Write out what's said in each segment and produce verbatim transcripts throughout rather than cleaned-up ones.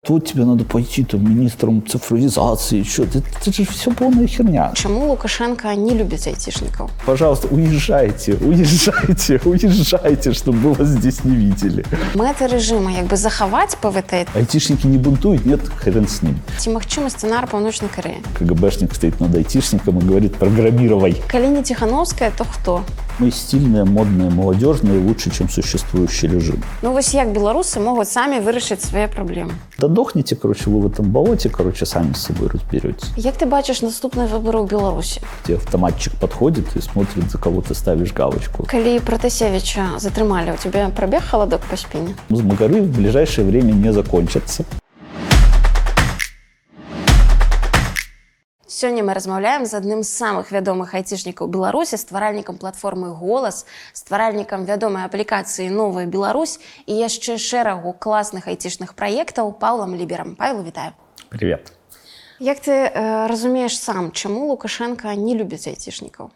Тут тебе надо пойти там министром цифровизации, что это, это же все полная херня. Чему Лукашенко не любит айтишников? Пожалуйста, уезжайте, уезжайте, уезжайте, чтобы мы вас здесь не видели. Мэта режима, як бы заховать ПВТ. Айтишники не бунтуют, нет, хрен с ним. Ці магчымы сцэнар Паўночнай Кореі? КГБшник стоит над айтишником и говорит: программировай. Калі не Тихановская, то хто? Мы стильные, модные, молодежные, лучше, чем существующий режим. Ну вось як беларусы могут сами вырашыць свае праблемы? Да дохните, короче, вы в этом болоте, короче, сами с собой разберетесь. Як ты бачишь наступные выборы ў Беларусі? Тебе автоматчик подходит и смотрит, за кого ты ставишь галочку. Калі Протасевича затрымали, у тебя пробег холодок по спине? Змагары в ближайшее время не закончатся. Сёння мы размаўляем з адным з самых вядомых айцішнікаў Беларусі, стваральнікам платформы «Голас», стваральнікам вядомай аплікацыі «Новая Беларусь» і яшчэ шэрагу класных айцішных праектаў Паўлам Ліберам. Павел, вітаю. Привет. Як ты э, разумееш сам, чаму Лукашенко не любіць айцішнікаў?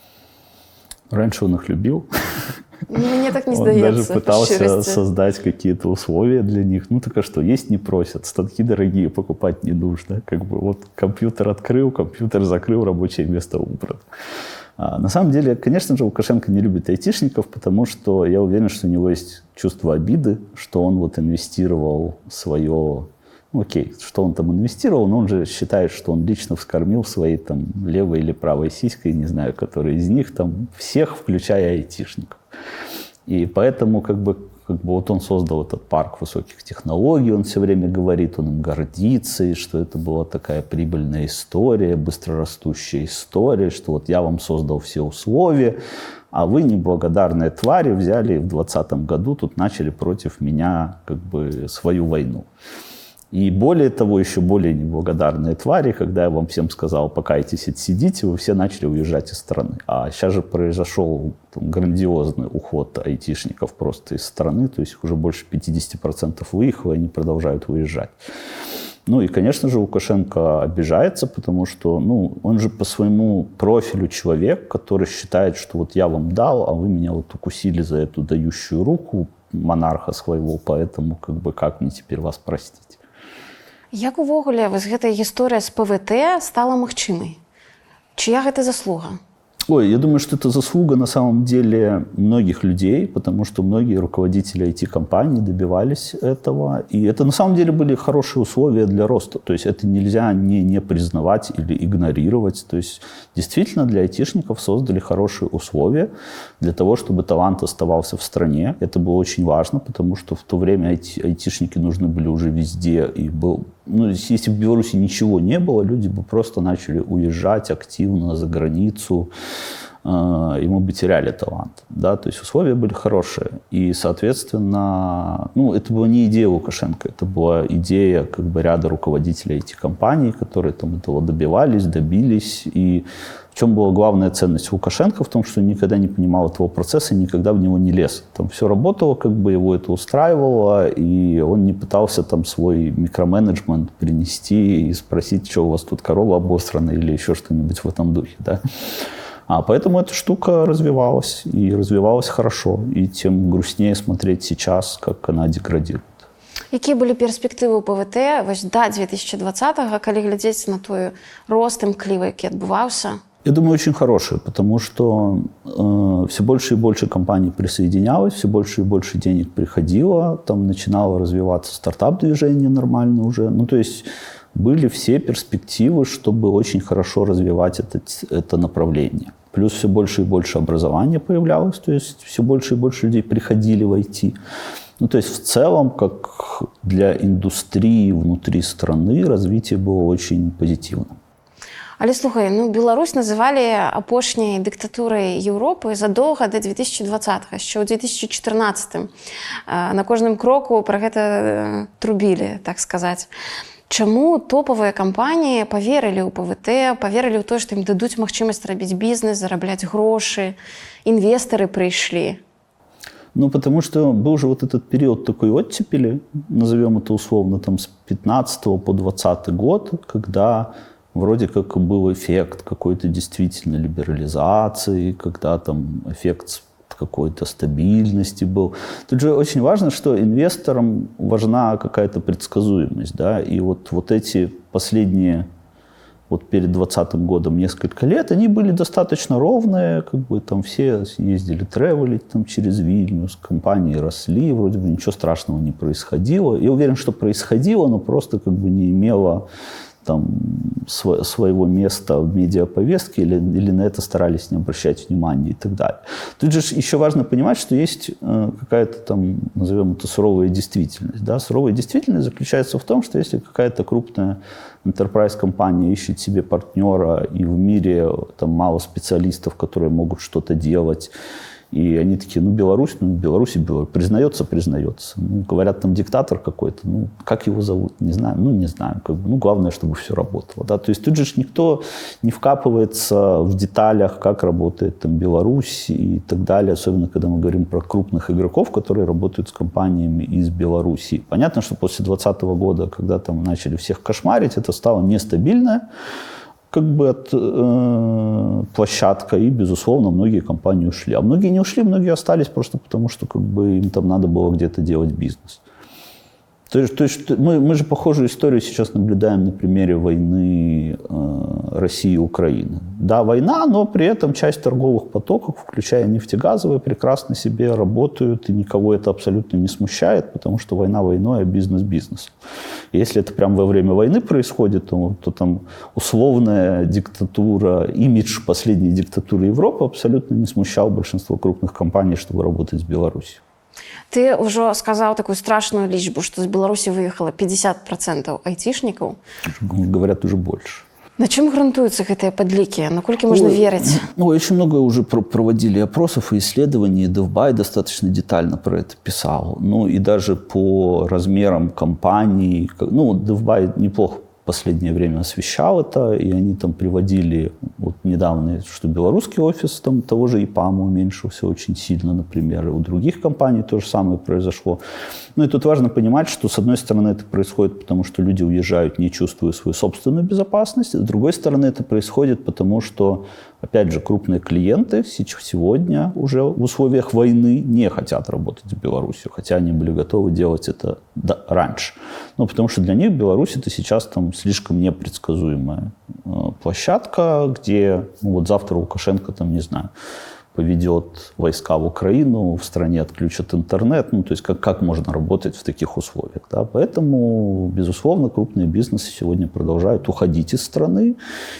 Раньше он их любил. Мне так не он сдается. Он даже пытался создать какие-то условия для них. Ну, так а что, есть не просят, станки дорогие покупать не нужно. Как бы вот компьютер открыл, компьютер закрыл, рабочее место убрано. А, на самом деле, конечно же, Лукашенко не любит айтишников, потому что я уверен, что у него есть чувство обиды, что он вот инвестировал свое... Ну, окей, что он там инвестировал, но он же считает, что он лично вскормил своей там левой или правой сиськой, не знаю, который из них там, всех, включая айтишников. И поэтому как бы, как бы вот он создал этот парк высоких технологий, он все время говорит, он им гордится, и что это была такая прибыльная история, быстрорастущая история, что вот я вам создал все условия, а вы, неблагодарные твари, взяли в двадцатом году, тут начали против меня как бы свою войну. И более того, еще более неблагодарные твари, когда я вам всем сказал, покайтесь, отсидите, вы все начали уезжать из страны. А сейчас же произошел там грандиозный уход айтишников просто из страны, то есть уже больше пятьдесят процентов выехало, и они продолжают выезжать. Ну и, конечно же, Лукашенко обижается, потому что ну, он же по своему профилю человек, который считает, что вот я вам дал, а вы меня вот укусили за эту дающую руку монарха своего, поэтому как бы как мне теперь вас простить? Як увогуле вось гэтая гісторыя з ПВТ стала магчымай? Чыя гэта заслуга? Ой, я думаю, что это заслуга на самом деле многих людей, потому что многие руководители ай ти-компаний добивались этого. И это на самом деле были хорошие условия для роста. То есть это нельзя не, не признавать или игнорировать. То есть действительно для айтишников создали хорошие условия для того, чтобы талант оставался в стране. Это было очень важно, потому что в то время айти, айтишники нужны были уже везде. И был, ну, если в Беларуси ничего не было, люди бы просто начали уезжать активно за границу, и мы бы теряли талант. Да? То есть условия были хорошие. И, соответственно, ну, это была не идея Лукашенко, это была идея как бы, ряда руководителей ай ти-компаний, которые там этого добивались, добились. И в чем была главная ценность Лукашенко? В том, что он никогда не понимал этого процесса и никогда в него не лез. Там все работало, как бы его это устраивало, и он не пытался там свой микроменеджмент принести и спросить, что у вас тут корова обосрана или еще что-нибудь в этом духе. Да? А поэтому эта штука развивалась, и развивалась хорошо. И тем грустнее смотреть сейчас, как она деградирует. Какие были перспективы у ПВТ вось до две тысячи двадцатого, калі глядзець на той рост імклівы, які адбываўся? Я думаю, очень хорошие, потому что э, все больше и больше компаний присоединялось, все больше и больше денег приходило, там начинало развиваться стартап-движение нормально уже. Ну, то есть были все перспективы, чтобы очень хорошо развивать это, это направление. Плюс все больше и больше образования появлялось, то есть все больше и больше людей приходили в ай ти. Ну, то есть в целом, как для индустрии внутри страны, развитие было очень позитивным. Але слухай, ну Беларусь называлі апошняй дыктатурай Еўропы задоўга да две тысячи двадцатого. Ще ў две тысячи четырнадцатым на кожным кроку пра гэта трубілі, так сказаць. Чаму топавыя кампаніі паверылі ў ПВТ, паверылі ў тое, што ім дадуць магчымасць рабіць бізнес, зарабляць грошы, інвестары прыйшлі? Ну, потому что был же вот этот период такой оттепели, назовем это условно, там с пятнадцатого по двадцатый год, когда вроде как был эффект какой-то действительно либерализации, когда там эффект какой-то стабильности был. Тут же очень важно, что инвесторам важна какая-то предсказуемость, да, и вот, вот эти последние, вот перед двадцатым годом несколько лет, они были достаточно ровные, как бы там все ездили тревелить там через Вильнюс, компании росли, вроде бы ничего страшного не происходило. Я уверен, что происходило, но просто как бы не имело там св- своего места в медиаповестке или, или на это старались не обращать внимания и так далее. Тут же еще важно понимать, что есть э, какая-то там, назовем это, суровая действительность. Да? Суровая действительность заключается в том, что если какая-то крупная enterprise-компания ищет себе партнера, и в мире там мало специалистов, которые могут что-то делать, и они такие, ну, Беларусь, ну, Беларусь и Беларусь. Признается, признается. Ну, говорят, там диктатор какой-то. Ну, как его зовут? Не знаю. Ну, не знаю. Как бы, ну, главное, чтобы все работало. Да? То есть тут же никто не вкапывается в деталях, как работает там Беларусь и так далее. Особенно, когда мы говорим про крупных игроков, которые работают с компаниями из Беларуси. Понятно, что после двадцатого года, когда там начали всех кошмарить, это стало нестабильно. Как бы от э, площадка, и, безусловно, многие компании ушли. А многие не ушли, многие остались просто потому, что как бы им там надо было где-то делать бизнес. То есть, то есть мы, мы же похожую историю сейчас наблюдаем на примере войны э, России и Украины. Да, война, но при этом часть торговых потоков, включая нефтегазовые, прекрасно себе работают, и никого это абсолютно не смущает, потому что война войной, а бизнес бизнесом. Если это прямо во время войны происходит, то, то там условная диктатура, имидж последней диктатуры Европы абсолютно не смущал большинство крупных компаний, чтобы работать с Беларусью. Ты ўжо сказаў такую страшную лічбу, што з Беларусі выехала пятьдесят процентов айцішнікаў. Говорят, уже больше. На чым грунтуюцца гэтыя падлікі? Наколькі можна верыць? Ну, очень много уже проводили опросов и исследований. DevBuy достаточно детально про это писал. Ну, и даже по размерам компаний. Ну, DevBuy неплохо в последнее время освещал это, и они там приводили, вот недавно, что белорусский офис там того же ИПАМа уменьшился очень сильно, например, и у других компаний то же самое произошло. Ну и тут важно понимать, что с одной стороны это происходит, потому что люди уезжают, не чувствуя свою собственную безопасность, с другой стороны это происходит, потому что, опять же, крупные клиенты сегодня уже в условиях войны не хотят работать с Беларусью, хотя они были готовы делать это раньше. Ну, потому что для них Беларусь это сейчас там слишком непредсказуемая площадка, где ну, вот завтра Лукашенко там, не знаю, поведет войска в Украину, в стране отключат интернет. Ну, то есть как, как можно работать в таких условиях. Да? Поэтому, безусловно, крупные бизнесы сегодня продолжают уходить из страны.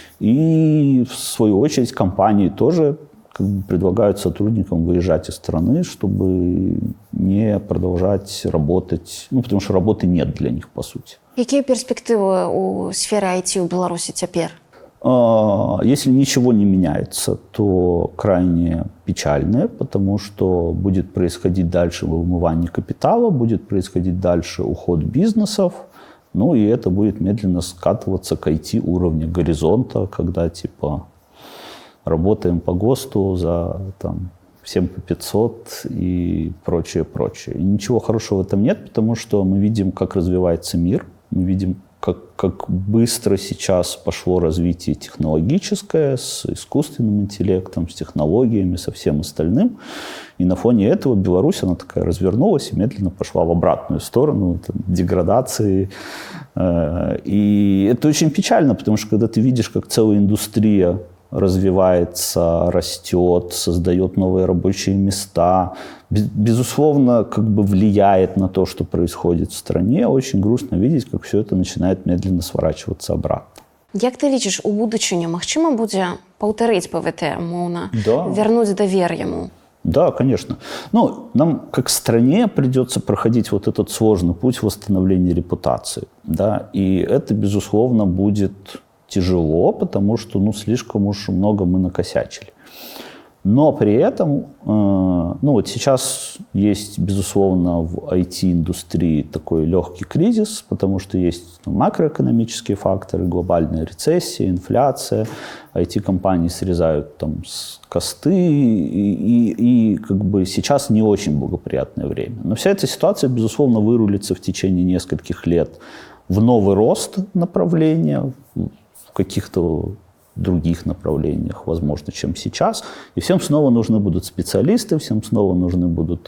И, в свою очередь, компании тоже как бы предлагают сотрудникам выезжать из страны, чтобы не продолжать работать. Ну, потому что работы нет для них, по сути. Какие перспективы у сферы ай ти в Беларуси теперь? Если ничего не меняется, то крайне печальное, потому что будет происходить дальше вымывание капитала, будет происходить дальше уход бизнесов, ну и это будет медленно скатываться к ай ти-уровню горизонта, когда типа работаем по ГОСТу за там, всем по пятьсот и прочее, прочее. И ничего хорошего в этом нет, потому что мы видим, как развивается мир, мы видим, Как, как быстро сейчас пошло развитие технологическое с искусственным интеллектом, с технологиями, со всем остальным. И на фоне этого Беларусь, она такая развернулась и медленно пошла в обратную сторону там, деградации. И это очень печально, потому что когда ты видишь, как целая индустрия развивается, растет, создает новые рабочие места, безусловно, как бы влияет на то, что происходит в стране. Очень грустно видеть, как все это начинает медленно сворачиваться обратно. Як ты лічыш, у будучыні магчыма будзе паўтарыць ПВТ, умоўна, да. вернуть давер ему? Да, конечно. Ну, нам, как стране, придется проходить вот этот сложный путь восстановления репутации. Да? И это, безусловно, будет тяжело, потому что ну, слишком уж много мы накосячили. Но при этом, э, ну вот сейчас есть, безусловно, в ай ти-индустрии такой легкий кризис, потому что есть ну, макроэкономические факторы, глобальная рецессия, инфляция, ай ти-компании срезают там косты, и, и, и как бы сейчас не очень благоприятное время. Но вся эта ситуация, безусловно, вырулится в течение нескольких лет в новый рост направления, в каких-то других направлениях, возможно, чем сейчас. И всем снова нужны будут специалисты, всем снова нужны будут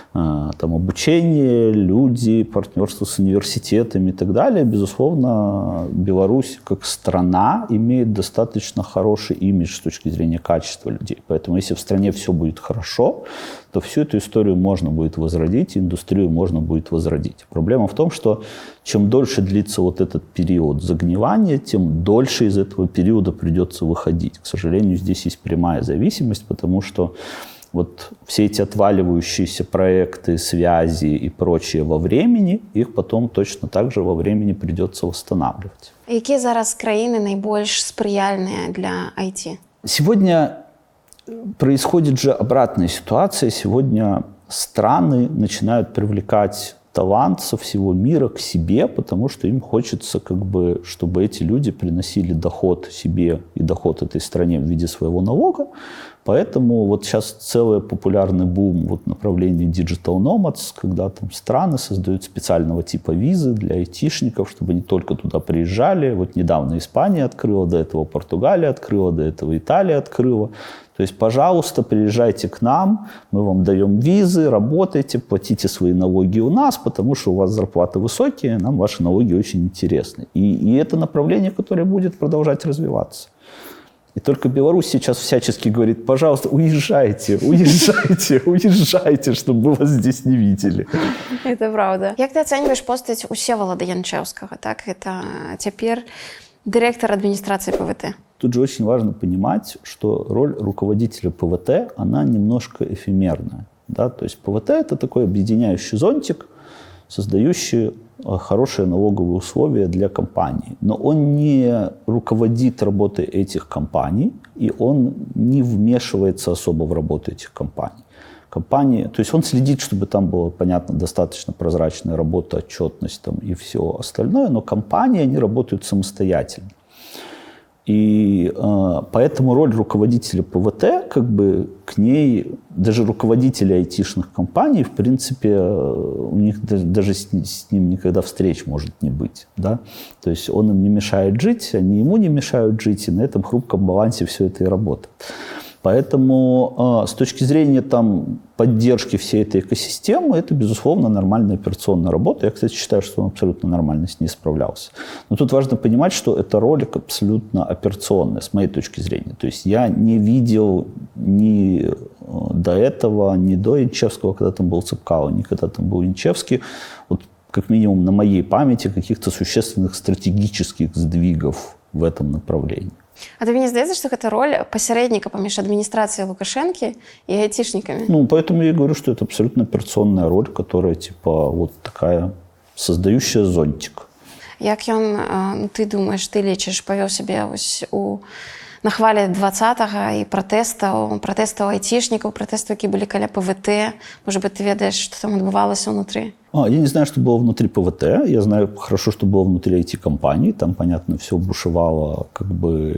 э, там, обучение, люди, партнерство с университетами и так далее. Безусловно, Беларусь как страна имеет достаточно хороший имидж с точки зрения качества людей. Поэтому если в стране все будет хорошо, то всю эту историю можно будет возродить, индустрию можно будет возродить. Проблема в том, что чем дольше длится вот этот период загнивания, тем дольше из этого периода придется выходить. К сожалению, здесь есть прямая зависимость, потому что вот все эти отваливающиеся проекты, связи и прочее во времени, их потом точно так же во времени придется восстанавливать. Какие зараз краины наибольш сприяльные для ай ти? Сегодня происходит же обратная ситуация. Сегодня страны начинают привлекать талант со всего мира к себе, потому что им хочется, как бы, чтобы эти люди приносили доход себе и доход этой стране в виде своего налога. Поэтому вот сейчас целый популярный бум вот направления Digital Nomads, когда там страны создают специального типа визы для айтишников, чтобы они только туда приезжали. Вот недавно Испания открыла, до этого Португалия открыла, до этого Италия открыла. То есть, пожалуйста, приезжайте к нам, мы вам даем визы, работайте, платите свои налоги у нас, потому что у вас зарплаты высокие, нам ваши налоги очень интересны. И, и это направление, которое будет продолжать развиваться. И только Беларусь сейчас всячески говорит: пожалуйста, уезжайте, уезжайте, уезжайте, чтобы мы вас здесь не видели. Это правда. Як ты оцениваешь постать Усеволода Янчевского? Так, это теперь директор администрации ПВТ. Тут же очень важно понимать, что роль руководителя ПВТ, она немножко эфемерная. Да? То есть ПВТ – это такой объединяющий зонтик, создающий хорошие налоговые условия для компаний. Но он не руководит работой этих компаний, и он не вмешивается особо в работу этих компаний. Компании, то есть он следит, чтобы там была, понятно, достаточно прозрачная работа, отчетность там, и все остальное, но компании, они работают самостоятельно. И э, поэтому роль руководителя ПВТ, как бы к ней, даже руководители айтишных компаний, в принципе, у них даже с, с ним никогда встреч может не быть. Да? То есть он им не мешает жить, они ему не мешают жить, и на этом хрупком балансе все это и работает. Поэтому э, с точки зрения там, поддержки всей этой экосистемы, это, безусловно, нормальная операционная работа. Я, кстати, считаю, что он абсолютно нормально с ней справлялся. Но тут важно понимать, что это ролик абсолютно операционный, с моей точки зрения. То есть я не видел ни до этого, ни до Янчевского, когда там был Цепкало, ни когда там был Янчевский, вот как минимум на моей памяти каких-то существенных стратегических сдвигов в этом направлении. А тобі не здається, що це роль посередника поміж адміністрацією Лукашенки і айтишниками? Ну, поэтому я говорю, что это абсолютно операционная роль, которая, типа, вот такая, создающая зонтик. Як ён, ну, ты думаешь, ты лічиш, павёў сябе ось у на хвалі двадцатага і пратэстаў, пратэстаў айцішнікаў, пратэстаў, які былі каля ПВТ. Может быть, ты ведаешь, что там адбывалася внутри? А, я не знаю, что было внутри ПВТ. Я знаю хорошо, что было внутри ай ти-компаний. Там, понятно, все бушевало, как бы,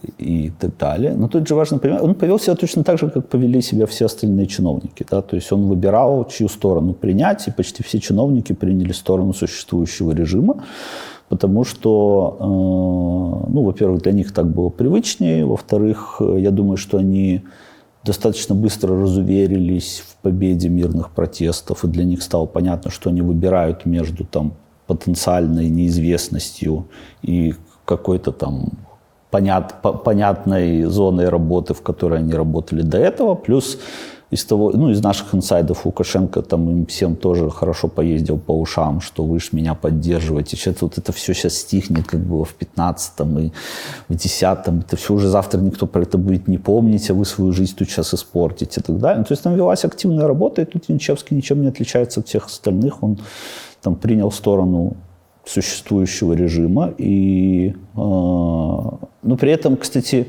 и так далее. Но тут же важно понимать, он повел себя точно так же, как повели себя все остальные чиновники. Да? То есть он выбирал, чью сторону принять, и почти все чиновники приняли сторону существующего режима. Потому что, э, ну, во-первых, для них так было привычнее. Во-вторых, я думаю, что они достаточно быстро разуверились в победе мирных протестов. И для них стало понятно, что они выбирают между там, потенциальной неизвестностью и какой-то там понят, по, понятной зоной работы, в которой они работали до этого. Плюс из того, ну, из наших инсайдов Лукашенко там им всем тоже хорошо поездил по ушам, что вы ж меня поддерживаете. Сейчас вот это все сейчас стихнет, как было в пятнадцатом и в десятом. Это все уже завтра никто про это будет не помнить, а вы свою жизнь тут сейчас испортите и так далее. Ну, то есть там велась активная работа, и тут Янчевский ничем не отличается от всех остальных. Он там принял сторону существующего режима. И, э, но при этом, кстати,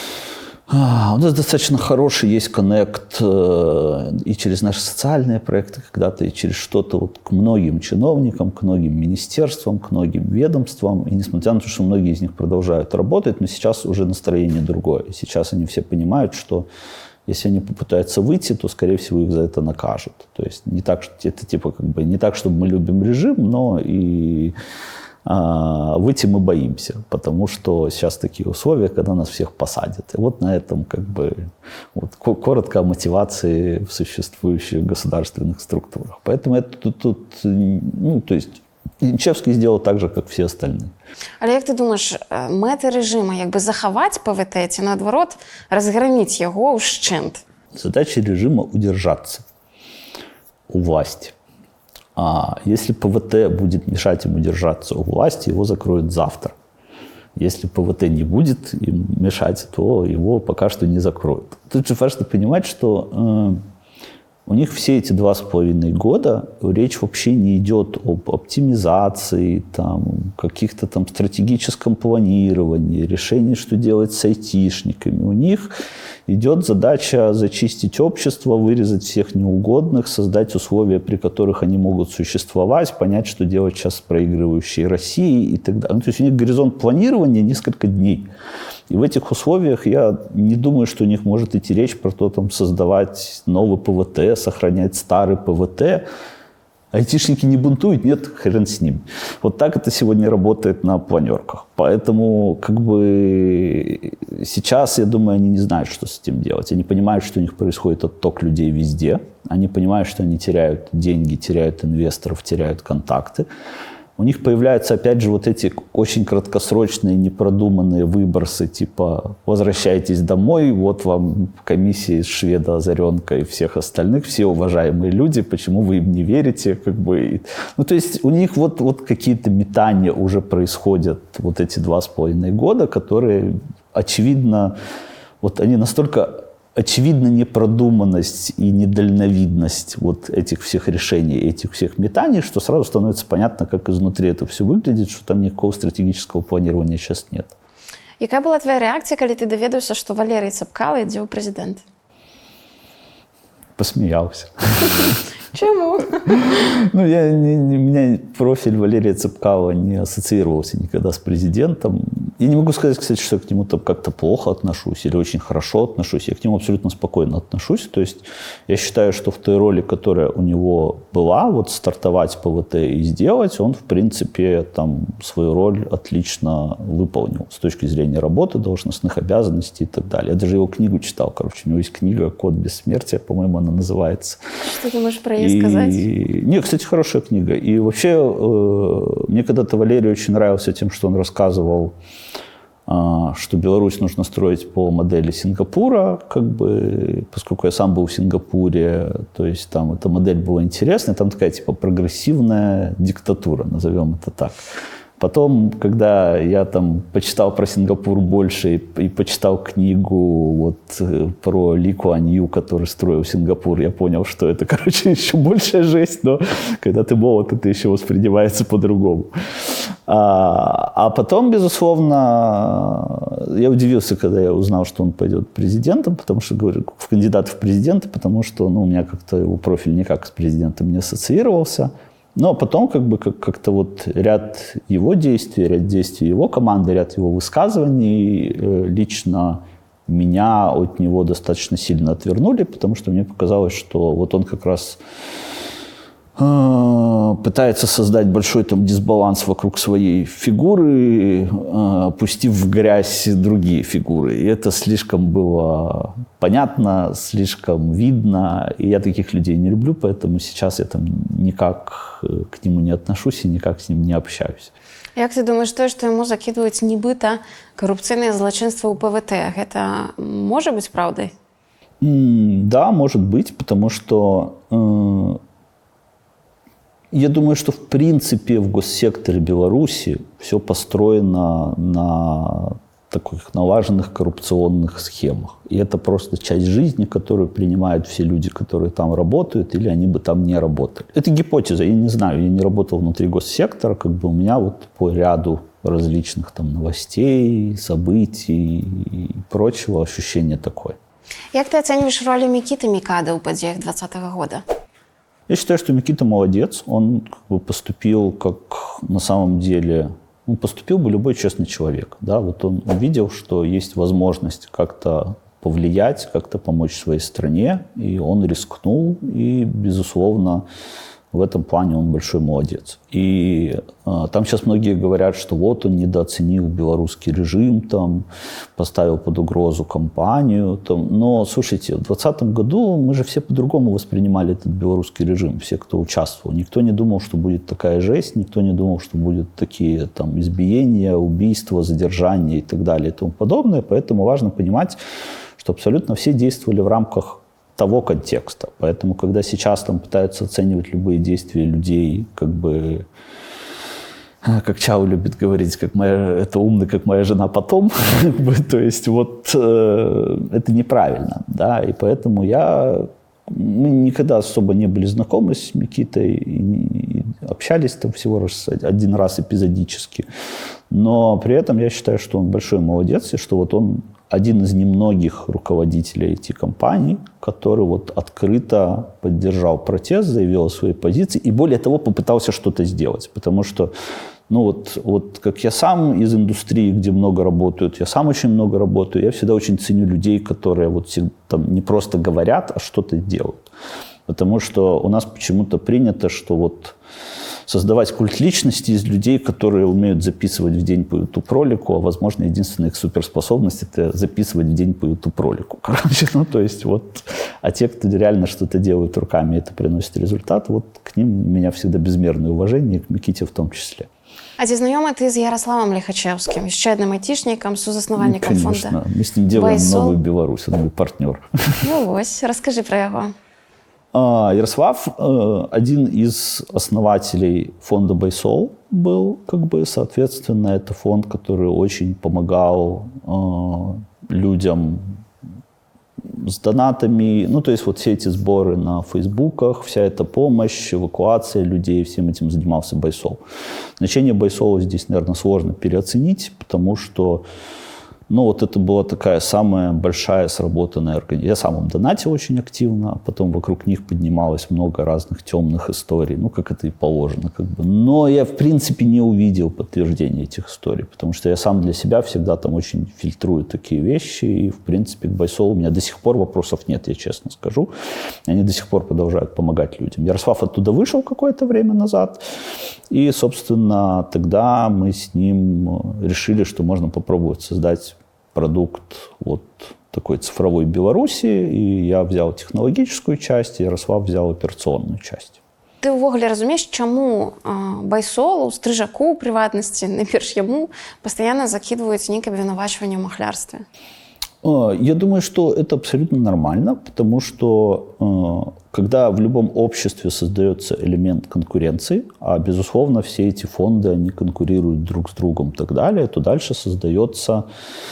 у нас достаточно хороший есть коннект э, и через наши социальные проекты когда-то, и через что-то вот к многим чиновникам, к многим министерствам, к многим ведомствам. И несмотря на то, что многие из них продолжают работать, но сейчас уже настроение другое. Сейчас они все понимают, что если они попытаются выйти, то, скорее всего, их за это накажут. То есть не так, что это типа как бы не так, чтобы мы любим режим, но и а, выйти мы боимся, потому что сейчас такие условия, когда нас всех посадят. И вот на этом как бы вот, коротко о мотивации в существующих государственных структурах. Поэтому это тут, тут ну, то есть Янчевский сделал так же, как все остальные. Але як ти думаєш, мети режиму, якби заховати ПВТ, чи наоборот розгромити його вщент? Задача режима – удержаться у власти. А если ПВТ будет мешать ему держаться у власти, его закроют завтра. Если ПВТ не будет им мешать, то его пока что не закроют. Тут же важно понимать, что э, у них все эти два с половиной года речь вообще не идет об оптимизации, там, каких-то там стратегическом планировании, решении, что делать с айтишниками. У них идет задача зачистить общество, вырезать всех неугодных, создать условия, при которых они могут существовать, понять, что делать сейчас с проигрывающей Россией и так далее. Ну, то есть у них горизонт планирования несколько дней. И в этих условиях я не думаю, что у них может идти речь про то, там, создавать новый ПВТ, сохранять старый ПВТ. Айтишники не бунтуют? Нет, хрен с ним. Вот так это сегодня работает на планерках. Поэтому как бы сейчас, я думаю, они не знают, что с этим делать. Они понимают, что у них происходит отток людей везде. Они понимают, что они теряют деньги, теряют инвесторов, теряют контакты. У них появляются, опять же, вот эти очень краткосрочные, непродуманные выбросы, типа «возвращайтесь домой, вот вам комиссия из Шведа, Озаренка и всех остальных, все уважаемые люди, почему вы им не верите?» как бы. Ну, то есть у них вот, вот какие-то метания уже происходят вот эти два с половиной года, которые, очевидно, вот они настолько... очевидна непродуманность и недальновидность вот этих всех решений, этих всех метаний, что сразу становится понятно, как изнутри это все выглядит, что там никакого стратегического планирования сейчас нет. Яка була твоя реакція, коли ти довідався, що Валерій Цепкало йде у президенти? Посмеялся. Чему? Ну, я, не, не, у меня профиль Валерия Цепкало не ассоциировался никогда с президентом. Я не могу сказать, кстати, что я к нему там как-то плохо отношусь или очень хорошо отношусь. Я к нему абсолютно спокойно отношусь. То есть я считаю, что в той роли, которая у него была, вот стартовать ПВТ и сделать, он, в принципе, там свою роль отлично выполнил с точки зрения работы, должностных обязанностей и так далее. Я даже его книгу читал, короче. У него есть книга «Код бессмертия», по-моему, она называется. Что ты можешь про нее сказать? И... Не, кстати, хорошая книга. И вообще, э, мне когда-то Валерий очень нравился тем, что он рассказывал, э, что Беларусь нужно строить по модели Сингапура, как бы, поскольку я сам был в Сингапуре, то есть там эта модель была интересная, там такая типа прогрессивная диктатура, назовем это так. Потом, когда я там почитал про Сингапур больше и, и почитал книгу вот, про Ли Куан Ю, который строил Сингапур, я понял, что это, короче, еще большая жесть, но когда ты молод, это еще воспринимается по-другому. А, а потом, безусловно, я удивился, когда я узнал, что он пойдет президентом, потому что, говорю, в кандидаты в президенты, потому что ну, у меня как-то его профиль никак с президентом не ассоциировался. Но потом как бы как- как-то вот ряд его действий, ряд действий его команды, ряд его высказываний э, лично меня от него достаточно сильно отвернули, потому что мне показалось, что вот он как раз э, пытается создать большой там дисбаланс вокруг своей фигуры, э, пустив в грязь другие фигуры. И это слишком было понятно, слишком видно. И я таких людей не люблю, поэтому сейчас я там никак к нему не отношусь и никак с ним не общаюсь. Як ти думаєш, те, що йому закидують нібито корупційне злочинство у ПВТ, это може бути правдой? М, Да, может быть, потому что э, я думаю, что в принципе в госсекторе Беларуси все построено на таких налаженных коррупционных схемах. И это просто часть жизни, которую принимают все люди, которые там работают, или они бы там не работали. Это гипотеза, я не знаю, я не работал внутри госсектора, как бы у меня вот по ряду различных там новостей, событий и прочего ощущение такое. Як ти оцінюєш роль Микиты Микады у подіях двадцатого года? Я считаю, что Микита молодец. Он как бы поступил как на самом деле... Ну, поступил бы любой честный человек. Да? Вот он увидел, что есть возможность как-то повлиять, как-то помочь своей стране, и он рискнул, и, безусловно, В этом плане он большой молодец. И э, там сейчас многие говорят, что вот он недооценил белорусский режим, там, поставил под угрозу компанию. Там. Но, слушайте, в двадцатом году мы же все по-другому воспринимали этот белорусский режим, все, кто участвовал. Никто не думал, что будет такая жесть, никто не думал, что будут такие там, избиения, убийства, задержания и так далее и тому подобное. Поэтому важно понимать, что абсолютно все действовали в рамках того контекста. Поэтому, когда сейчас там пытаются оценивать любые действия людей, как бы, как Чао любит говорить, как моя, это умный, как моя жена потом, то есть вот э, это неправильно, да, и поэтому я, мы никогда особо не были знакомы с Микитой, и, и общались там всего лишь один раз эпизодически, но при этом я считаю, что он большой молодец, и что вот он один из немногих руководителей ай ти-компаний, который вот открыто поддержал протест, заявил о своей позиции и, более того, попытался что-то сделать. Потому что, ну вот, вот как я сам из индустрии, где много работают, я сам очень много работаю, я всегда очень ценю людей, которые вот там не просто говорят, а что-то делают. Потому что у нас почему-то принято, что вот создавать культ личности из людей, которые умеют записывать в день по YouTube-ролику, а, возможно, единственная их суперспособность – это записывать в день по YouTube-ролику. Короче, ну, то есть вот, а те, кто реально что-то делают руками, это приносит результат, вот к ним у меня всегда безмерное уважение, к Миките в том числе. А ці знайомі ти з Ярославом Лихачевським, ще одним айтішником, сузасновальником ну, фонду Конечно, мы с ним делаем Байсол. новую Беларусь, он мой партнер. Ну ось, розкажи про його. Ярослав один из основателей фонда Байсол был, как бы, соответственно, это фонд, который очень помогал людям с донатами, ну, то есть вот все эти сборы на фейсбуках, вся эта помощь, эвакуация людей, всем этим занимался Байсол. Значение Байсола здесь, наверное, сложно переоценить, потому что ну, вот это была такая самая большая сработанная организация. Я сам им донатил очень активно, а потом вокруг них поднималось много разных темных историй, ну, как это и положено, как бы. Но я, в принципе, не увидел подтверждения этих историй, потому что я сам для себя всегда там очень фильтрую такие вещи, и, в принципе, к Байсолу у меня до сих пор вопросов нет, я честно скажу. Они до сих пор продолжают помогать людям. Ярослав оттуда вышел какое-то время назад, и, собственно, тогда мы с ним решили, что можно попробовать создать продукт вот такой цифровой Беларуси, и я взял технологическую часть, Ярослав взял операционную часть. Ти увогуле розумієш, чому Байсолу, Стрижаку, у приватності, найперш йому, постійно закидывают некое обвинувачивание в махлярстве? Я думаю, что это абсолютно нормально, потому что когда в любом обществе создается элемент конкуренции, а, безусловно, все эти фонды, они конкурируют друг с другом и так далее, то дальше создается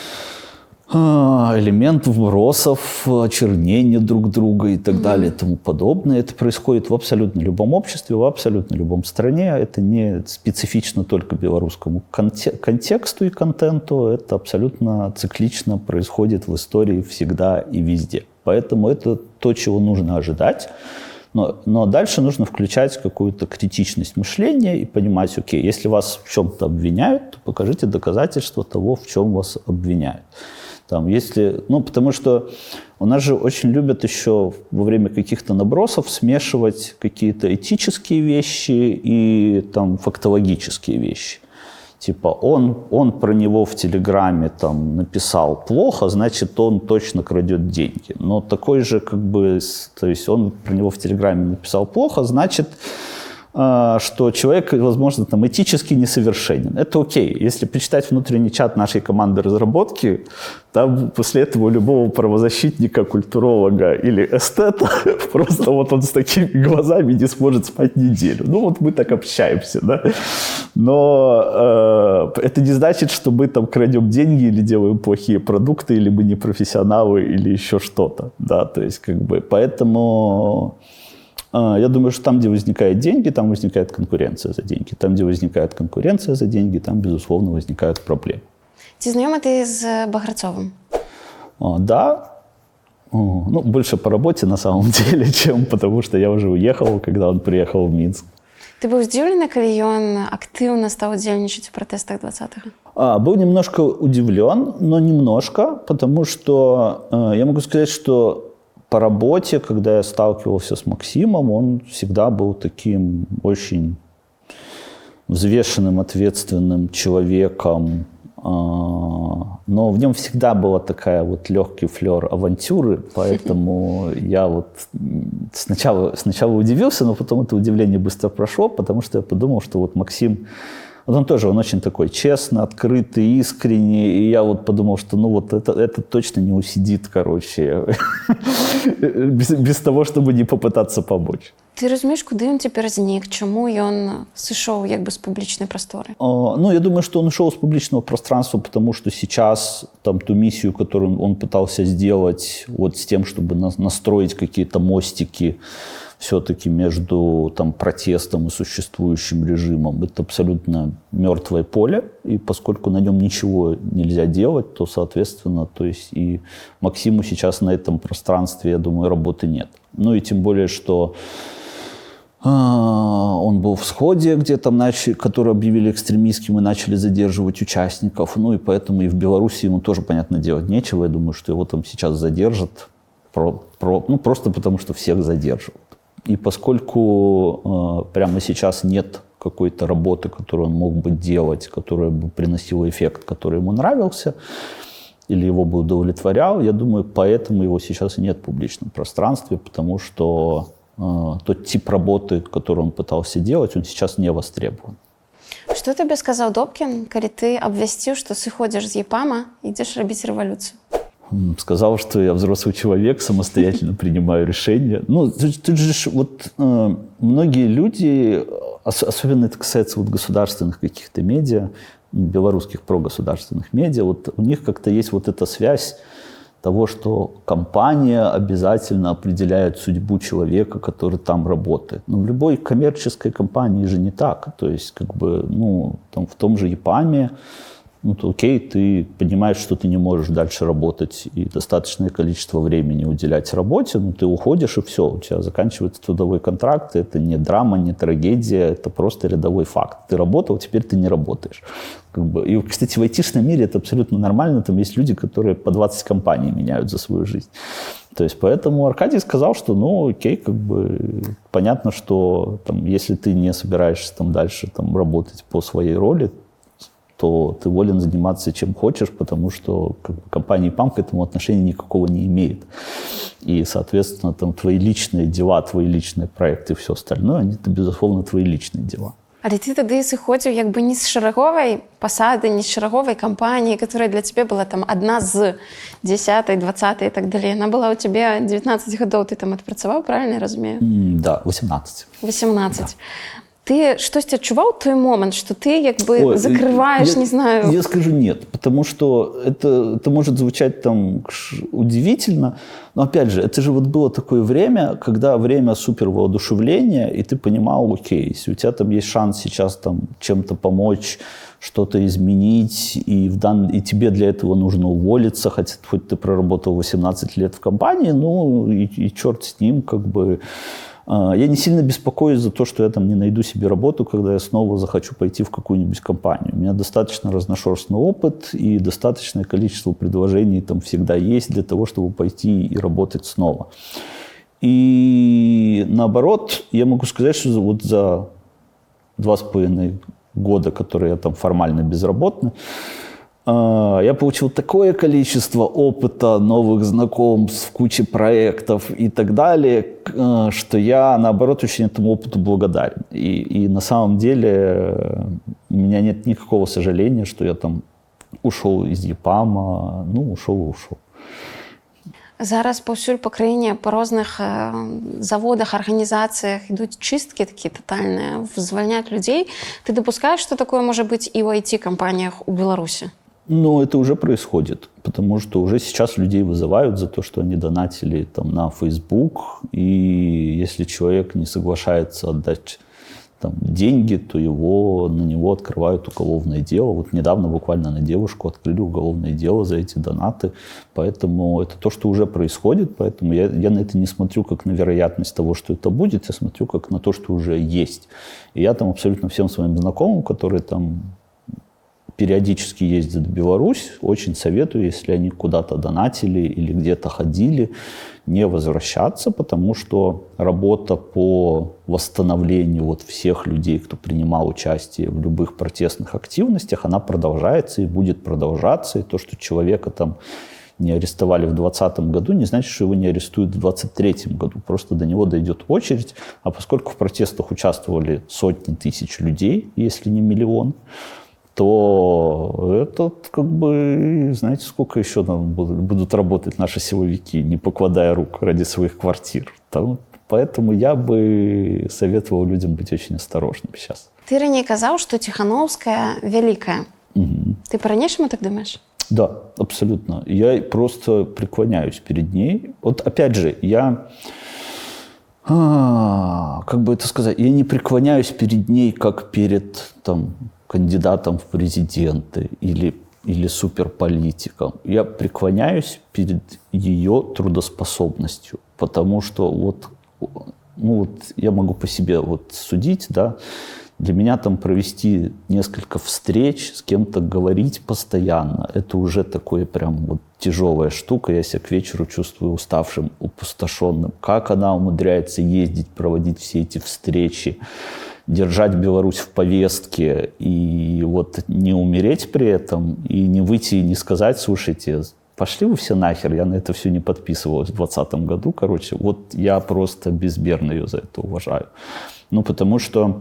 элемент вбросов, очернения друг друга и так mm-hmm. далее и тому подобное. Это происходит в абсолютно любом обществе, в абсолютно любом стране. Это не специфично только белорусскому контексту и контенту. Это абсолютно циклично происходит в истории всегда и везде. Поэтому это то, чего нужно ожидать. Но, но дальше нужно включать какую-то критичность мышления и понимать, окей, если вас в чем-то обвиняют, то покажите доказательства того, в чем вас обвиняют. Там, если, ну, потому что у нас же очень любят еще во время каких-то набросов смешивать какие-то этические вещи и там, фактологические вещи. Типа он, он про него в Телеграме там, написал плохо, значит, он точно крадет деньги. Но такой же, как бы, то есть он про него в Телеграме написал плохо, значит, что человек, возможно, там, этически несовершенен. Это окей. Если почитать внутренний чат нашей команды разработки, там после этого у любого правозащитника, культуролога или эстета просто вот он с такими глазами не сможет спать неделю. Ну вот мы так общаемся, да. Но э, это не значит, что мы там крадем деньги или делаем плохие продукты, или мы не профессионалы, или еще что-то, да. То есть как бы поэтому... Я думаю, что там, где возникают деньги, там возникает конкуренция за деньги. Там, где возникает конкуренция за деньги, там, безусловно, возникают проблемы. Ты знакомы ты с Баграцовым? А, да. Ну, больше по работе, на самом деле, чем потому, что я уже уехал, когда он приехал в Минск. Ты был удивлен, когда он активно стал удельничать в протестах двадцатого? А, был немножко удивлен, но немножко, потому что э, я могу сказать, что по работе, когда я сталкивался с Максимом, он всегда был таким очень взвешенным, ответственным человеком, но в нем всегда была такая вот легкий флер авантюры, поэтому я вот сначала, сначала удивился, но потом это удивление быстро прошло, потому что я подумал, что вот Максим, вот он тоже, он очень такой честный, открытый, искренний, и я вот подумал, что ну вот это, это точно не усидит, короче, без, без того, чтобы не попытаться помочь. Ти розумієш, куди він тепер зник? Чому він сошел якби з публічної простори? А, ну, я думаю, что он ушел с публичного пространства, потому что сейчас там ту миссию, которую он пытался сделать вот с тем, чтобы на, настроить какие-то мостики все-таки между там, протестом и существующим режимом, это абсолютно мертвое поле, и поскольку на нем ничего нельзя делать, то, соответственно, то есть и Максиму сейчас на этом пространстве, я думаю, работы нет. Ну и тем более, что он был в сходе, где там начали, который объявили экстремистским и начали задерживать участников. Ну и поэтому и в Беларуси ему тоже, понятно, делать нечего. Я думаю, что его там сейчас задержат. Про, про, ну, просто потому, что всех задерживают. И поскольку э, прямо сейчас нет какой-то работы, которую он мог бы делать, которая бы приносила эффект, который ему нравился, или его бы удовлетворял, я думаю, поэтому его сейчас и нет в публичном пространстве, потому что тот тип работы, который он пытался делать, он сейчас не востребован. Что тебе сказал Добкин, когда ты обвестил, что ты ходишь с ЕПАМа и идешь робить революцию? Сказал, что я взрослый человек, самостоятельно принимаю решения. Ну, тут, тут же вот э, многие люди, ос, особенно это касается вот государственных каких-то медиа, белорусских прогосударственных медиа, вот у них как-то есть вот эта связь того, что компания обязательно определяет судьбу человека, который там работает. Но в любой коммерческой компании же не так. То есть, как бы, ну, там, в том же ЕПАМе, ну, то окей, ты понимаешь, что ты не можешь дальше работать и достаточное количество времени уделять работе, но ты уходишь, и все, у тебя заканчивается трудовой контракт, это не драма, не трагедия, это просто рядовой факт. Ты работал, теперь ты не работаешь. Как бы. И, кстати, в айтишном мире это абсолютно нормально, там есть люди, которые по двадцать компаний меняют за свою жизнь. То есть, поэтому Аркадий сказал, что, ну, окей, как бы, понятно, что там, если ты не собираешься там дальше там, работать по своей роли, то ты волен заниматься чем хочешь, потому что как бы, компания ПАМ к этому отношения никакого не имеет. И, соответственно, там твои личные дела, твои личные проекты и все остальное, они, это, безусловно, твои личные дела. Але ти тоді сиходив якби не з шарагової посади, не з шарагової компанії, яка для тебе була там одна з десятой, двадцатой і так далі. Вона була у тебе девятнадцать годов, ти там відпрацював, правильно я розумію? Mm, да, восемнадцать. восемнадцать. Да. Ты что-то отчувал в той момент, что ты как бы Ой, закрываешь, я, не знаю... Я скажу нет, потому что это, это может звучать там удивительно, но опять же, это же вот было такое время, когда время супервоодушевления, и ты понимал, окей, если у тебя там есть шанс сейчас там чем-то помочь, что-то изменить, и, в дан... и тебе для этого нужно уволиться, хотя хоть ты проработал восемнадцать лет в компании, ну и, и черт с ним, как бы... Я не сильно беспокоюсь за то, что я там не найду себе работу, когда я снова захочу пойти в какую-нибудь компанию. У меня достаточно разношерстный опыт и достаточное количество предложений там всегда есть для того, чтобы пойти и работать снова. И наоборот, я могу сказать, что вот за два с половиной года, которые я там формально безработный, я получил такое количество опыта, новых знакомств, кучи проектов и так далее, что я, наоборот, очень этому опыту благодарен. И, и на самом деле у меня нет никакого сожаления, что я там ушел из ЕПАМа, ну, ушел и ушел. Зараз повсюль по країні, по різних заводах, організаціях йдуть чистки такі тотальні, звільняють людей. Ти допускаєш, що таке може бути і в ай ти-компаніях у Білорусі? Но это уже происходит, потому что уже сейчас людей вызывают за то, что они донатили там, на Facebook, и если человек не соглашается отдать там, деньги, то его, на него открывают уголовное дело. Вот недавно буквально на девушку открыли уголовное дело за эти донаты, поэтому это то, что уже происходит, поэтому я, я на это не смотрю как на вероятность того, что это будет, я смотрю как на то, что уже есть. И я там абсолютно всем своим знакомым, которые там периодически ездят в Беларусь, очень советую, если они куда-то донатили или где-то ходили, не возвращаться, потому что работа по восстановлению вот всех людей, кто принимал участие в любых протестных активностях, она продолжается и будет продолжаться. И то, что человека там не арестовали в двадцатом году, не значит, что его не арестуют в двадцать третьем году. Просто до него дойдет очередь. А поскольку в протестах участвовали сотни тысяч людей, если не миллион, то этот, как бы, знаете, сколько еще там будут работать наши силовики, не покладая рук ради своих квартир. Там, поэтому я бы советовал людям быть очень осторожными сейчас. Ты ранее казал, что Тихановская великая. Угу. Ты по-ранейшему так думаешь? Да, абсолютно. Я просто преклоняюсь перед ней. Вот опять же, я, а, как бы это сказать, я не преклоняюсь перед ней, как перед там, кандидатом в президенты или, или суперполитиком. Я преклоняюсь перед ее трудоспособностью, потому что вот, ну вот я могу по себе вот судить, да, для меня там провести несколько встреч, с кем-то говорить постоянно, это уже такое прям вот тяжелая штука. Я себя к вечеру чувствую уставшим, опустошенным. Как она умудряется ездить, проводить все эти встречи, держать Беларусь в повестке и вот не умереть при этом, и не выйти и не сказать: слушайте, пошли вы все нахер, я на это все не подписывалась в двадцатом году. Короче, вот я просто безмерно ее за это уважаю. Ну, потому что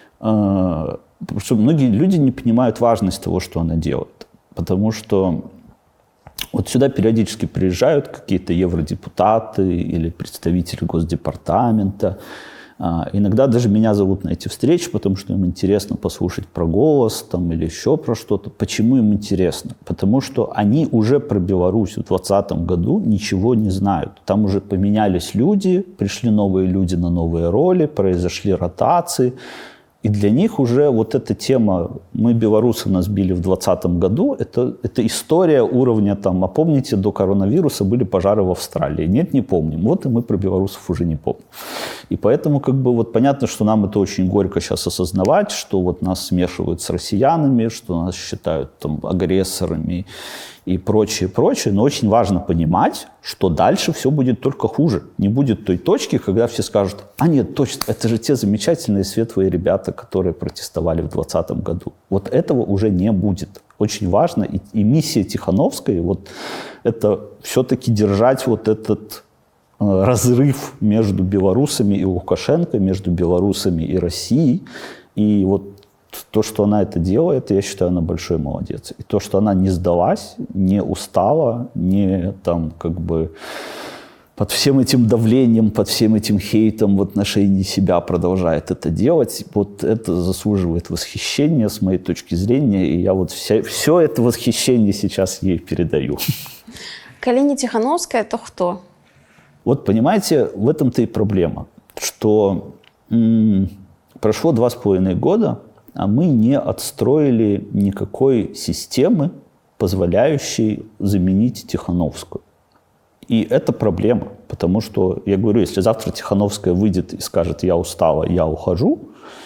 Потому что многие люди не понимают важность того, что она делает. Потому что вот сюда периодически приезжают какие-то евродепутаты или представители Госдепартамента. Иногда даже меня зовут на эти встречи, потому что им интересно послушать про голос там, или еще про что-то. Почему им интересно? Потому что они уже про Беларусь в двадцатом году ничего не знают. Там уже поменялись люди, пришли новые люди на новые роли, произошли ротации. И для них уже вот эта тема «мы, белорусы, нас били в двадцатом году» это, это история уровня там, а помните, до коронавируса были пожары в Австралии? Нет, не помним. Вот и мы про белорусов уже не помним. И поэтому как бы вот понятно, что нам это очень горько сейчас осознавать, что вот нас смешивают с россиянами, что нас считают там агрессорами и прочее, прочее. Но очень важно понимать, что дальше все будет только хуже. Не будет той точки, когда все скажут: а нет, точно, это же те замечательные светлые ребята, которые протестовали в двадцатом году. Вот этого уже не будет. Очень важно. И, и миссия Тихановской, вот это все-таки держать вот этот э, разрыв между белорусами и Лукашенко, между белорусами и Россией. И вот то, что она это делает, я считаю, она большой молодец. И то, что она не сдалась, не устала, не там как бы под всем этим давлением, под всем этим хейтом в отношении себя продолжает это делать, вот это заслуживает восхищения с моей точки зрения. И я вот вся, все это восхищение сейчас ей передаю. Коли не Тихановская, то кто? Вот понимаете, в этом-то и проблема, что м- прошло два с половиной года, а мы не отстроили никакой системы, позволяющей заменить Тихановскую. И это проблема, потому что, я говорю, если завтра Тихановская выйдет и скажет: я устала, я ухожу,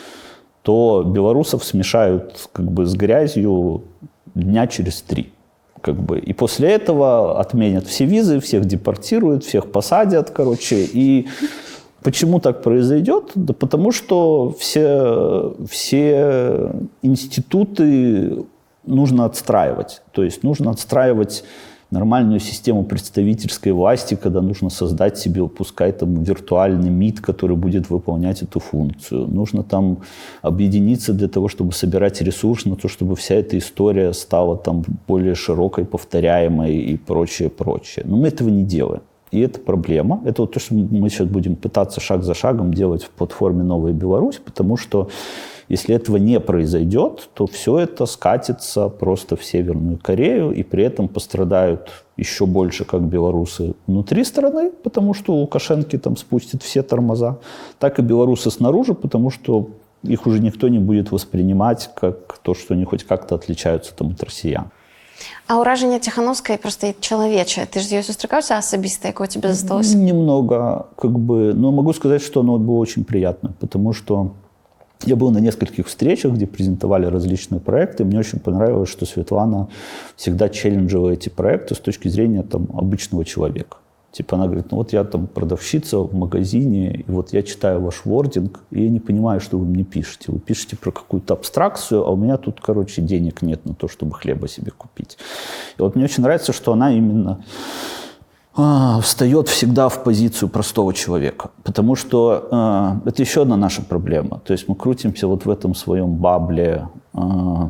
то белорусов смешают как бы с грязью дня через три. Как бы. И после этого отменят все визы, всех депортируют, всех посадят, короче, и... Почему так произойдет? Да потому что все, все институты нужно отстраивать. То есть нужно отстраивать нормальную систему представительской власти, когда нужно создать себе, пускай там виртуальный МИД, который будет выполнять эту функцию. Нужно там объединиться для того, чтобы собирать ресурс на то, чтобы вся эта история стала там более широкой, повторяемой и прочее, прочее. Но мы этого не делаем. И это проблема. Это вот то, что мы сейчас будем пытаться шаг за шагом делать в платформе «Новая Беларусь», потому что если этого не произойдет, то все это скатится просто в Северную Корею, и при этом пострадают еще больше как белорусы внутри страны, потому что Лукашенко там спустит все тормоза, так и белорусы снаружи, потому что их уже никто не будет воспринимать как то, что они хоть как-то отличаются там от россиян. А ураження Тихановской просто человече. Ты же ее сустракался особисто, яке у тебя засталось? Немного, как бы, но могу сказать, что оно было очень приятно, потому что Я был на нескольких встречах, где презентовали различные проекты. Мне очень понравилось, что Светлана всегда челленджила эти проекты с точки зрения там, обычного человека. Типа она говорит, ну вот я там продавщица в магазине, и вот я читаю ваш вординг, и я не понимаю, что вы мне пишете. Вы пишете про какую-то абстракцию, а у меня тут, короче, денег нет на то, чтобы хлеба себе купить. И вот мне очень нравится, что она именно а, встает всегда в позицию простого человека. Потому что а, это еще одна наша проблема. То есть мы крутимся вот в этом своем бабле а,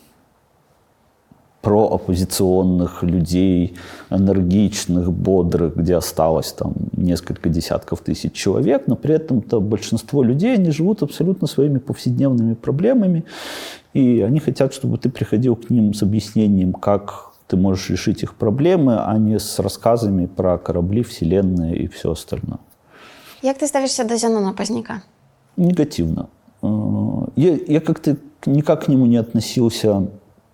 про оппозиционных людей, энергичных, бодрых, где осталось там несколько десятков тысяч человек, но при этом-то большинство людей, они живут абсолютно своими повседневными проблемами, и они хотят, чтобы ты приходил к ним с объяснением, как ты можешь решить их проблемы, а не с рассказами про корабли, вселенные и все остальное. Как ты ставишься до Зенона Поздняка? Негативно. Я, я как-то никак к нему не относился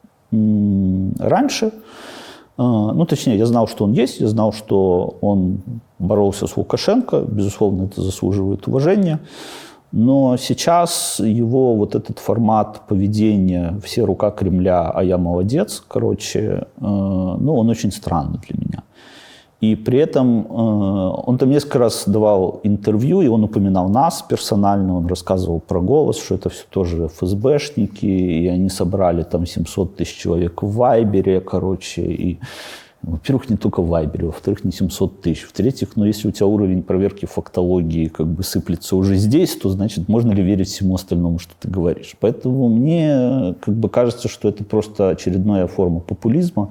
раньше. Ну, точнее, я знал, что он есть, я знал, что он боролся с Лукашенко, безусловно, это заслуживает уважения. Но сейчас его вот этот формат поведения «все рука Кремля, а я молодец», короче, ну, он очень странный для меня. И при этом он там несколько раз давал интервью, и он упоминал нас персонально, он рассказывал про «Голос», что это все тоже эф эс бэшники, и они собрали там семьсот тысяч человек в Вайбере, короче, и, во-первых, не только в Вайбере, во-вторых, не семьсот тысяч, в-третьих, ну, если у тебя уровень проверки фактологии как бы сыплется уже здесь, то, значит, можно ли верить всему остальному, что ты говоришь. Поэтому мне как бы кажется, что это просто очередная форма популизма.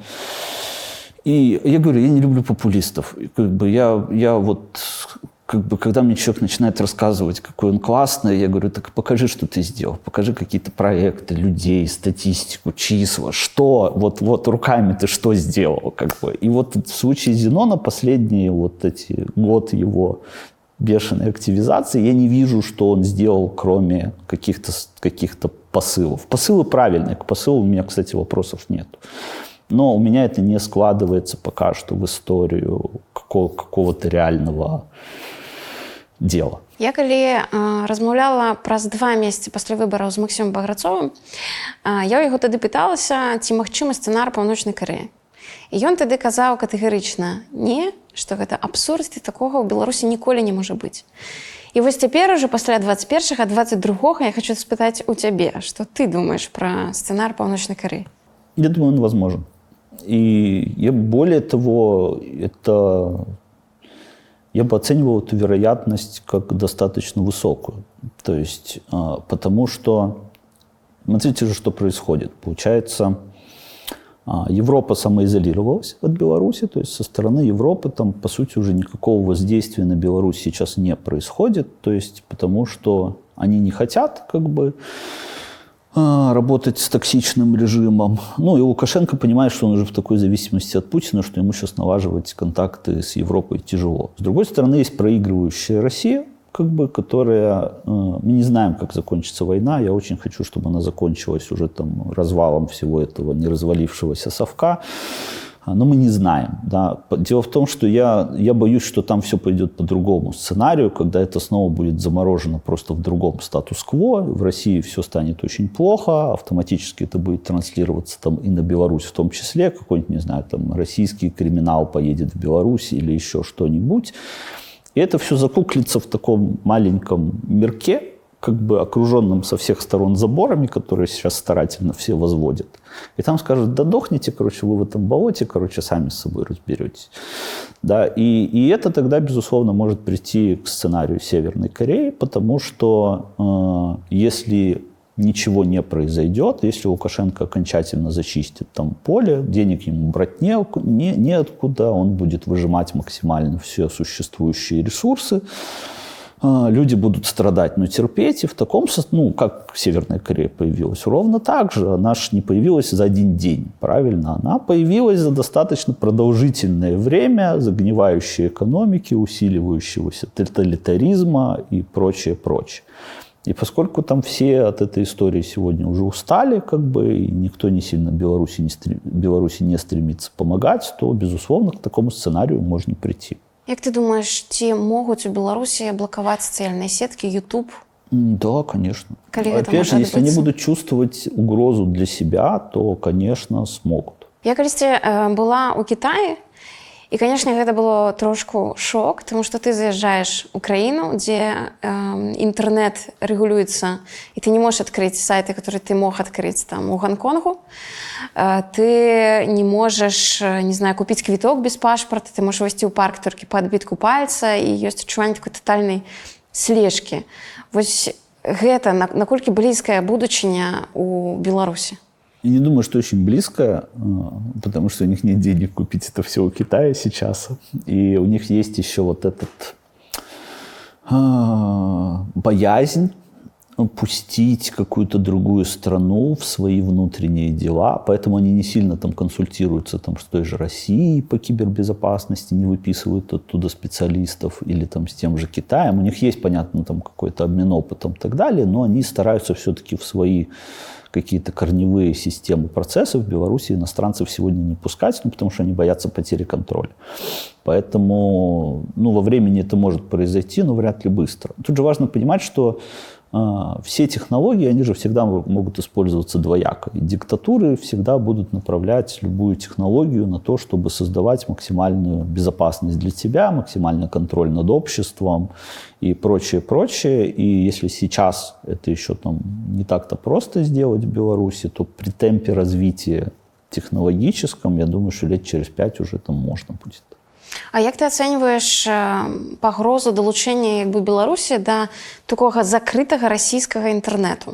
И я говорю, я не люблю популистов. Как бы я, я вот, как бы, когда мне человек начинает рассказывать, какой он классный, я говорю, так покажи, что ты сделал, покажи какие-то проекты, людей, статистику, числа, что, вот, вот руками ты что сделал, как бы. И вот в случае Зенона последние вот эти год его бешеной активизации, я не вижу, что он сделал, кроме каких-то, каких-то посылов. Посылы правильные, к посылу у меня, кстати, вопросов нет. Но у меня это не складывается пока что в историю какого- какого-то реального дела. Я калі э, размаўляла праз два месяцы пасля выбараў з Максімом Баграцовым, э, я ў яго тады пыталася, ці магчымы сцэнар Паўночнай Карэі. І ён тады казаў катэгарычна не, што гэта абсурд, і такога ў Беларусі ніколі не можа быць. І вось цяпер ужо пасля двадцать першага двадцать другога я хочу спытаць у цябе, што ты думаеш пра сцэнар Паўночнай Карэі? Я думаю, он возможен. И я, более того, это, я бы оценивал эту вероятность как достаточно высокую. То есть, потому что, смотрите же, что происходит. Получается, Европа самоизолировалась от Беларуси, то есть со стороны Европы там, по сути, уже никакого воздействия на Беларусь сейчас не происходит, то есть потому что они не хотят, как бы, работать с токсичным режимом. Ну и Лукашенко понимает, что он уже в такой зависимости от Путина, что ему сейчас налаживать контакты с Европой тяжело. С другой стороны, есть проигрывающая Россия, как бы, которая... Мы не знаем, как закончится война. Я очень хочу, чтобы она закончилась уже там развалом всего этого не развалившегося совка. Но мы не знаем. Да. Дело в том, что я, я боюсь, что там все пойдет по другому сценарию, когда это снова будет заморожено просто в другом статус-кво. В России все станет очень плохо, автоматически это будет транслироваться там и на Беларусь в том числе. Какой-нибудь, не знаю, там российский криминал поедет в Беларусь или еще что-нибудь. И это все закуклится в таком маленьком мирке, как бы окруженным со всех сторон заборами, которые сейчас старательно все возводят. И там скажут, да дохните, короче, вы в этом болоте, короче, сами с собой разберетесь. Да, и, и это тогда, безусловно, может прийти к сценарию Северной Кореи, потому что э, если ничего не произойдет, если Лукашенко окончательно зачистит там поле, денег ему брать не, не, неоткуда, он будет выжимать максимально все существующие ресурсы, люди будут страдать, но терпеть. И в таком, ну, как Северная Корея появилась, ровно так же. Она же не появилась за один день, правильно? Она появилась за достаточно продолжительное время, загнивающей экономики, усиливающегося тоталитаризма и прочее, прочее. И поскольку там все от этой истории сегодня уже устали, как бы, и никто не сильно Беларуси не, стрем... Беларуси не стремится помогать, то, безусловно, к такому сценарию можно прийти. Як ты думаешь, ці могуць у Беларусі блакаваць сацыяльныя сеткі, YouTube, Да, конечно. Опять же, если они будут чувствовать угрозу для себя, то, конечно, смогут. Я калісьці э, была ў Кітаі, і, канешне, гэта было трошку шок, тому што ты заязджаеш у краіну, дзе э, інтэрнэт рэгулюецца, і ты не можаш адкрыць сайты, которые ты мог адкрыць там у Гонконгу. Э, ты не можаш, не знаю, купіць квіток без пашпарта, ты можаш вайсці ў парк толькі па адбітку пальца, і ёсць адчуванне такой татальнай слежкі. Вось гэта, наколькі блізкая будучыня у Беларусі? Я не думаю, что очень близко, потому что у них нет денег купить это все у Китая сейчас. И у них есть еще вот этот а, боязнь пустить какую-то другую страну в свои внутренние дела. Поэтому они не сильно там консультируются там, с той же Россией по кибербезопасности, не выписывают оттуда специалистов или там, с тем же Китаем. У них есть, понятно, там какой-то обмен опытом и так далее, но они стараются все-таки в свои какие-то корневые системы процессов в Беларуси иностранцев сегодня не пускать, ну, потому что они боятся потери контроля. Поэтому ну, во времени это может произойти, но вряд ли быстро. Тут же важно понимать, что э, все технологии, они же всегда могут использоваться двояко. И диктатуры всегда будут направлять любую технологию на то, чтобы создавать максимальную безопасность для тебя, максимальный контроль над обществом и прочее, прочее. И если сейчас это еще там не так-то просто сделать в Беларуси, то при темпе развития технологическом, я думаю, что лет через пять уже это можно будет. А як ты ацэньваеш пагрозу далучэння як бы Беларусі да такога закрытага расійскага інтэрнэту?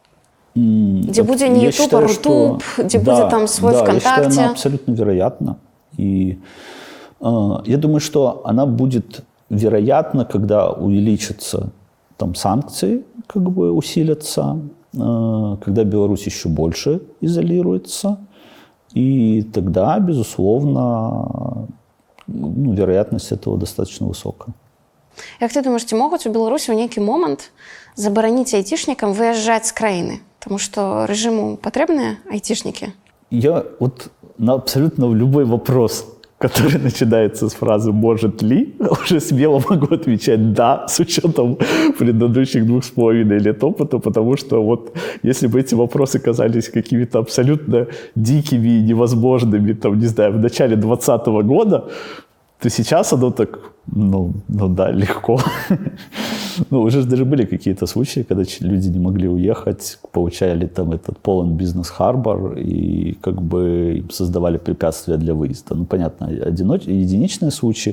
Mm, где будет не YouTube, а Рутуб, где да, будет там свой да, ВКонтакте. Я считаю, она абсолютно вероятна. И э, я думаю, что она будет вероятна, когда увеличатся там санкции, как бы усилятся, э, когда Беларусь еще больше изолируется. И тогда, безусловно, ну, вероятность этого достаточно высокая. Як ты думаешь, ці могуць у Беларусі ў нейкі момант забараніць айцішнікам выязджаць з краіны? Потому что режиму патрэбныя айцішнікі? Я вот на абсолютно любой вопрос, который начинается с фразы «может ли?», уже смело могу отвечать «да», с учетом предыдущих двух с половиной лет опыта, потому что вот если бы эти вопросы казались какими-то абсолютно дикими и невозможными, там, не знаю, в начале двадцатого года, то сейчас оно так, ну, ну да, легко. Ну, уже даже были какие-то случаи, когда люди не могли уехать, получали там этот Poland Business Harbor и как бы им создавали препятствия для выезда. Ну, понятно, одиноч... единичные случаи,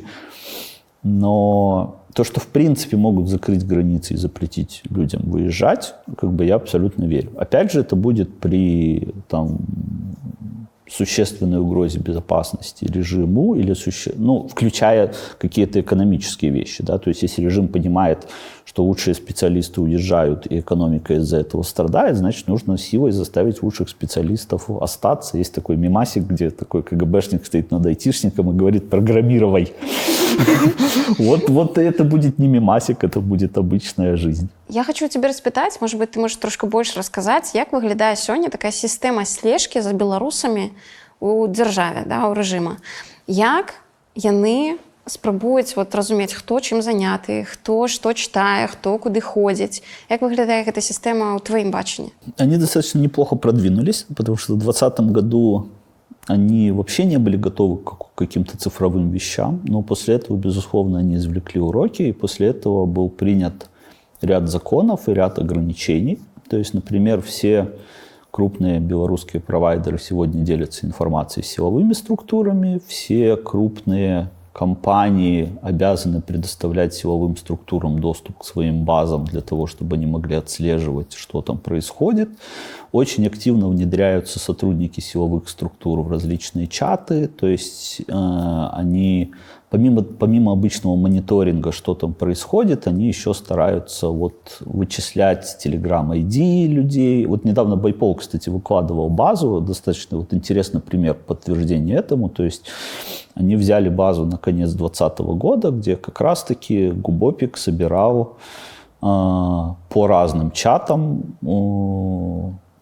но то, что в принципе могут закрыть границы и запретить людям выезжать, как бы я абсолютно верю. Опять же, это будет при там существенной угрозе безопасности режиму, или суще... ну, включая какие-то экономические вещи. Да? То есть если режим понимает, что лучшие специалисты уезжают, и экономика из-за этого страдает, значит, нужно силой заставить лучших специалистов остаться. Есть такой мемасик, где такой КГБшник стоит над айтишником и говорит «программировай». Вот, вот это будет не мемасик, это будет обычная жизнь. Я хочу тебя распытать, может быть, ты можешь трошки больше рассказать, как выглядает сегодня такая система слежки за белорусами у державе, да, у режима. Як яны спрабуюць вот разумець, хто чым заняты, хто што читае, хто куды ходзіць. Як выглядает эта система у твоим бачанні? Они достаточно неплохо продвинулись, потому что в двадцатом году они вообще не были готовы к каким-то цифровым вещам, но после этого, безусловно, они извлекли уроки, и после этого был принят ряд законов и ряд ограничений. То есть, например, все крупные белорусские провайдеры сегодня делятся информацией с силовыми структурами, все крупные компании обязаны предоставлять силовым структурам доступ к своим базам для того, чтобы они могли отслеживать, что там происходит. Очень активно внедряются сотрудники силовых структур в различные чаты, то есть э, они помимо, помимо обычного мониторинга, что там происходит, они еще стараются вот вычислять Telegram ай ди людей. Вот недавно Байпол, кстати, выкладывал базу, достаточно вот интересный пример подтверждения этому, то есть они взяли базу на конец двадцатого года, где как раз-таки Губопик собирал э, по разным чатам э,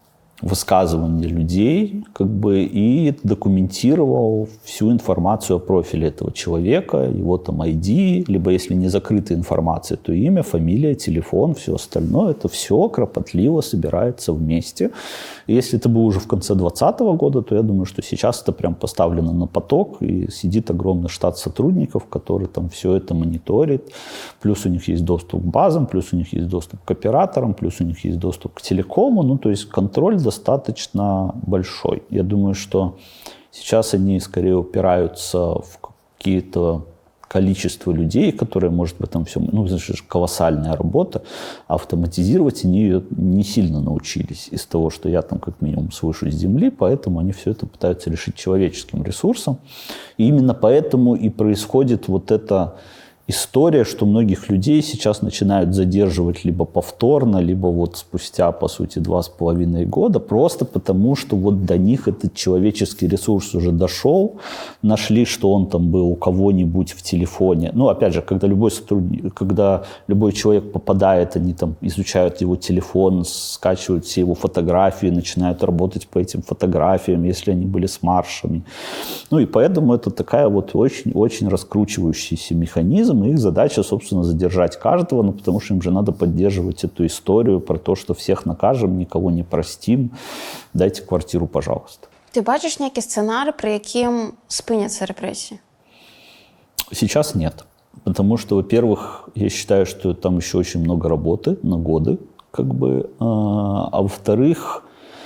высказывания людей, как бы, и документировал всю информацию о профиле этого человека, его там ай ди, либо если не закрытая информация, то имя, фамилия, телефон, все остальное. Это все кропотливо собирается вместе. И если это было уже в конце двадцатого года, то я думаю, что сейчас это прям поставлено на поток, и сидит огромный штат сотрудников, который там все это мониторит. Плюс у них есть доступ к базам, плюс у них есть доступ к операторам, плюс у них есть доступ к телекому. Ну, то есть контроль достаточно большой. Я думаю, что сейчас они скорее упираются в какие-то количество людей, которые, может быть, там все, ну, значит, колоссальная работа, автоматизировать они ее не сильно научились из того, что я там как минимум слышу с земли, поэтому они все это пытаются решить человеческим ресурсом. И именно поэтому и происходит вот эта история, что многих людей сейчас начинают задерживать либо повторно, либо вот спустя, по сути, два с половиной года, просто потому, что вот до них этот человеческий ресурс уже дошел, нашли, что он там был у кого-нибудь в телефоне. Ну, опять же, когда любой сотрудник, когда любой человек попадает, они там изучают его телефон, скачивают все его фотографии, начинают работать по этим фотографиям, если они были с маршами. Ну, и поэтому это такая вот очень-очень раскручивающийся механизм. Их задача, собственно, задержать каждого, ну, потому что им же надо поддерживать эту историю про то, что всех накажем, никого не простим. Дайте квартиру, пожалуйста. Ты бачишь некий сценарий, при яким спынятся репрессии? Сейчас нет. Потому что, во-первых, я считаю, что там еще очень много работы на годы, как бы, а, а во-вторых,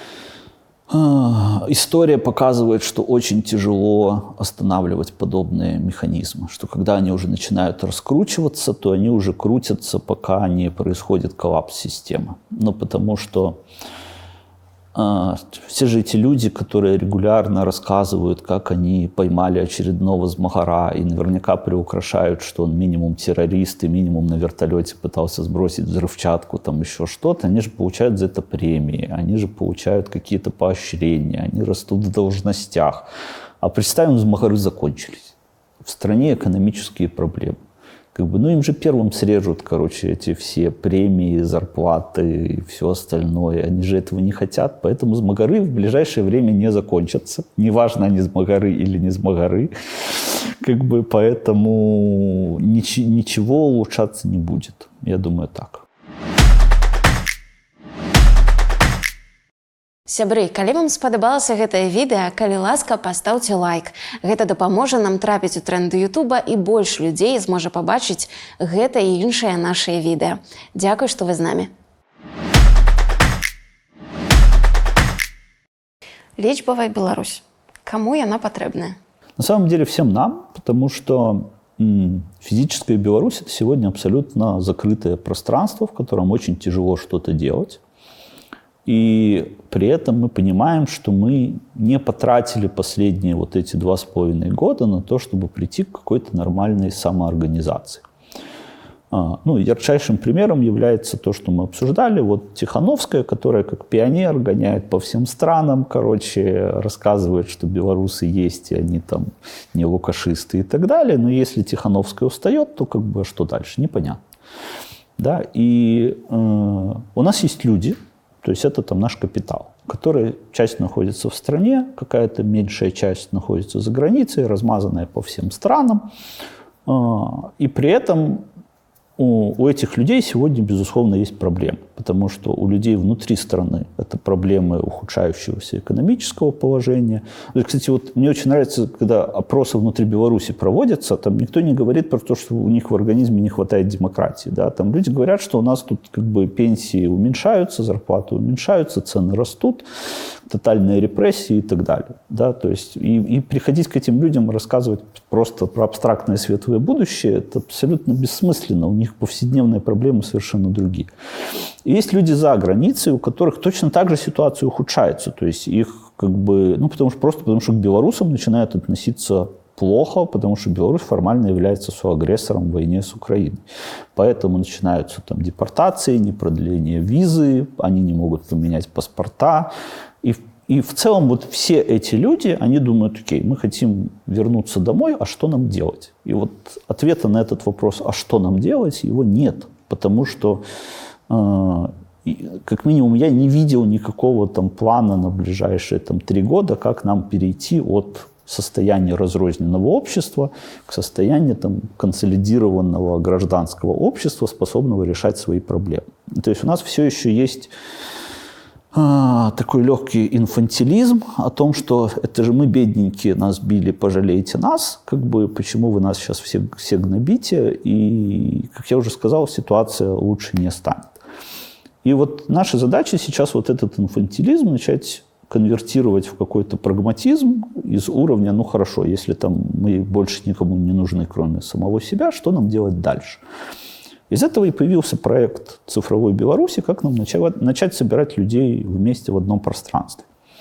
история показывает, что очень тяжело останавливать подобные механизмы, что когда они уже начинают раскручиваться, то они уже крутятся, пока не происходит коллапс системы. Ну, потому что э, все же эти люди, которые регулярно рассказывают, как они поймали очередного змагара и наверняка приукрашают, что он минимум террорист и минимум на вертолете пытался сбросить взрывчатку, там еще что-то, они же получают за это премии, они же получают какие-то поощрения, они растут в должностях. А представим, змагары закончились. В стране экономические проблемы. Как бы, ну, им же первым срежут, короче, эти все премии, зарплаты и все остальное. Они же этого не хотят, поэтому змагары в ближайшее время не закончатся. Неважно, они змагары или не змагары. Как бы, поэтому нич- ничего улучшаться не будет. Я думаю, так. Сябры, калі вам спадабалася гэтае відэа, калі ласка, пастаўце лайк. Гэта дапаможа нам трапіць у тренды Ютуба і больш людзей зможа пабачыць гэта і іншыя нашыя відэа. Дзякуй, што вы з намі. Лічбавая Беларусь. Каму яна патрэбная? На самом деле всем нам, потому что м, физическая Беларусь — это сегодня абсолютно закрытое пространство, в котором очень тяжело что-то делать. И при этом мы понимаем, что мы не потратили последние вот эти два с половиной года на то, чтобы прийти к какой-то нормальной самоорганизации. А, ну, ярчайшим примером является то, что мы обсуждали. Вот Тихановская, которая как пионер гоняет по всем странам, короче, рассказывает, что белорусы есть, и они там не лукашисты и так далее. Но если Тихановская устает, то как бы что дальше? Непонятно. Да? И э, у нас есть люди, то есть это там наш капитал, который часть находится в стране, какая-то меньшая часть находится за границей, размазанная по всем странам. И при этом у, у этих людей сегодня, безусловно, есть проблемы, потому что у людей внутри страны это проблемы ухудшающегося экономического положения. Кстати, вот мне очень нравится, когда опросы внутри Беларуси проводятся, там никто не говорит про то, что у них в организме не хватает демократии. Да? Там люди говорят, что у нас тут как бы пенсии уменьшаются, зарплаты уменьшаются, цены растут, тотальные репрессии и так далее. Да? То есть, и, и приходить к этим людям и рассказывать просто про абстрактное светлое будущее, это абсолютно бессмысленно. У них повседневные проблемы совершенно другие. И есть люди за границей, у которых точно так же ситуация ухудшается. То есть их как бы, ну, потому что, просто потому что к белорусам начинают относиться плохо, потому что Беларусь формально является соагрессором в войне с Украиной. Поэтому начинаются там депортации, непродление визы, они не могут поменять паспорта. И, и в целом вот все эти люди, они думают, окей, мы хотим вернуться домой, а что нам делать? И вот ответа на этот вопрос, а что нам делать, его нет. Потому что э, как минимум, я не видел никакого там плана на ближайшие там три года, как нам перейти от состояния разрозненного общества к состоянию там консолидированного гражданского общества, способного решать свои проблемы. То есть у нас все еще есть а, такой легкий инфантилизм о том, что это же мы бедненькие, нас били, пожалейте нас, как бы почему вы нас сейчас все, все гнобите, и, как я уже сказал, ситуация лучше не станет. И вот наша задача сейчас вот этот инфантилизм начать конвертировать в какой-то прагматизм из уровня, ну хорошо, если там мы больше никому не нужны, кроме самого себя, что нам делать дальше? Из этого и появился проект «Цифровой Беларуси», как нам начать, начать собирать людей вместе в одном пространстве.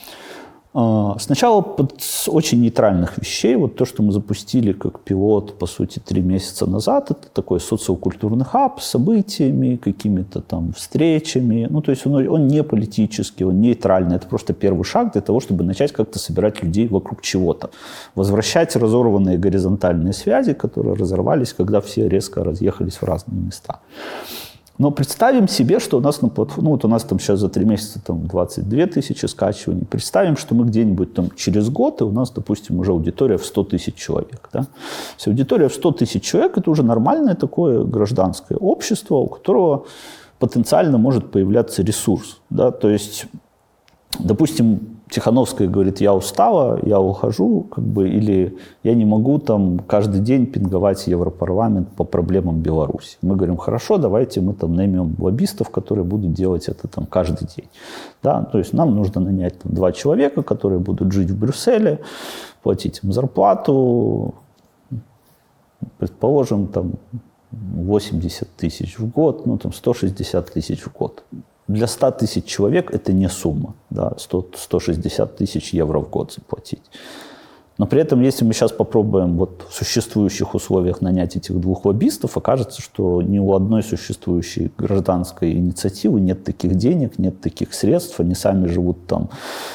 Сначала под очень нейтральных вещей, вот то, что мы запустили как пилот, по сути, три месяца назад, это такой социокультурный хаб с событиями, какими-то там встречами, ну, то есть он, он не политический, он нейтральный, это просто первый шаг для того, чтобы начать как-то собирать людей вокруг чего-то, возвращать разорванные горизонтальные связи, которые разорвались, когда все резко разъехались в разные места. Но представим себе, что у нас на платформе, ну вот у нас там сейчас за три месяца там двадцать две тысячи скачиваний. Представим, что мы где-нибудь там через год, и у нас, допустим, уже аудитория в сто тысяч человек. Да? То есть аудитория в сто тысяч человек – это уже нормальное такое гражданское общество, у которого потенциально может появляться ресурс. Да? То есть, допустим, Тихановская говорит, я устала, я ухожу, как бы, или я не могу там каждый день пинговать Европарламент по проблемам Беларуси. Мы говорим, хорошо, давайте мы там наймем лоббистов, которые будут делать это там каждый день. Да? То есть нам нужно нанять там, два человека, которые будут жить в Брюсселе, платить им зарплату, предположим, там восемьдесят тысяч в год, ну там сто шестьдесят тысяч в год. Для ста тысяч человек это не сумма, да, сто, сто шестьдесят тысяч евро в год заплатить. Но при этом, если мы сейчас попробуем вот в существующих условиях нанять этих двух лоббистов, окажется, что ни у одной существующей гражданской инициативы нет таких денег, нет таких средств, они сами живут там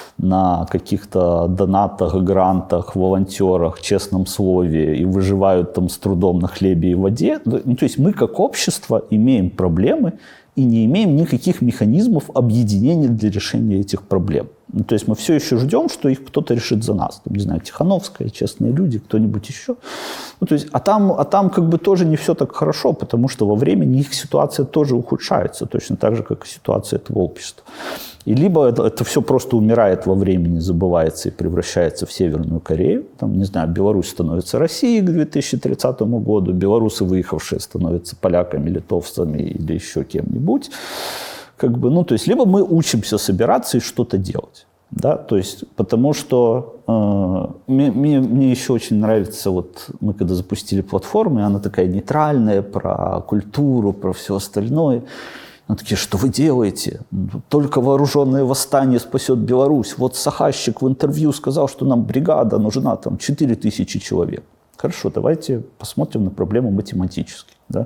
на каких-то донатах, грантах, волонтерах, честном слове и выживают там с трудом на хлебе и воде. Ну, то есть мы как общество имеем проблемы, и не имеем никаких механизмов объединения для решения этих проблем. Ну, то есть мы все еще ждем, что их кто-то решит за нас. Там, не знаю, Тихановская, честные люди, кто-нибудь еще. Ну, то есть, а, там, а там как бы тоже не все так хорошо, потому что во времени их ситуация тоже ухудшается, точно так же, как и ситуация этого общества. И либо это, это все просто умирает во времени, забывается и превращается в Северную Корею. Там, не знаю, Беларусь становится Россией к две тысячи тридцатому году, белорусы, выехавшие, становятся поляками, литовцами или еще кем-нибудь. Как бы, ну, то есть, либо мы учимся собираться и что-то делать. Да? То есть, потому что э, мне, мне, мне еще очень нравится, вот мы когда запустили платформу, она такая нейтральная, про культуру, про все остальное. Они такие, что вы делаете? Только вооруженное восстание спасет Беларусь. Вот Сахащик в интервью сказал, что нам бригада нужна, там четыре тысячи человек. Хорошо, давайте посмотрим на проблему математически. Да?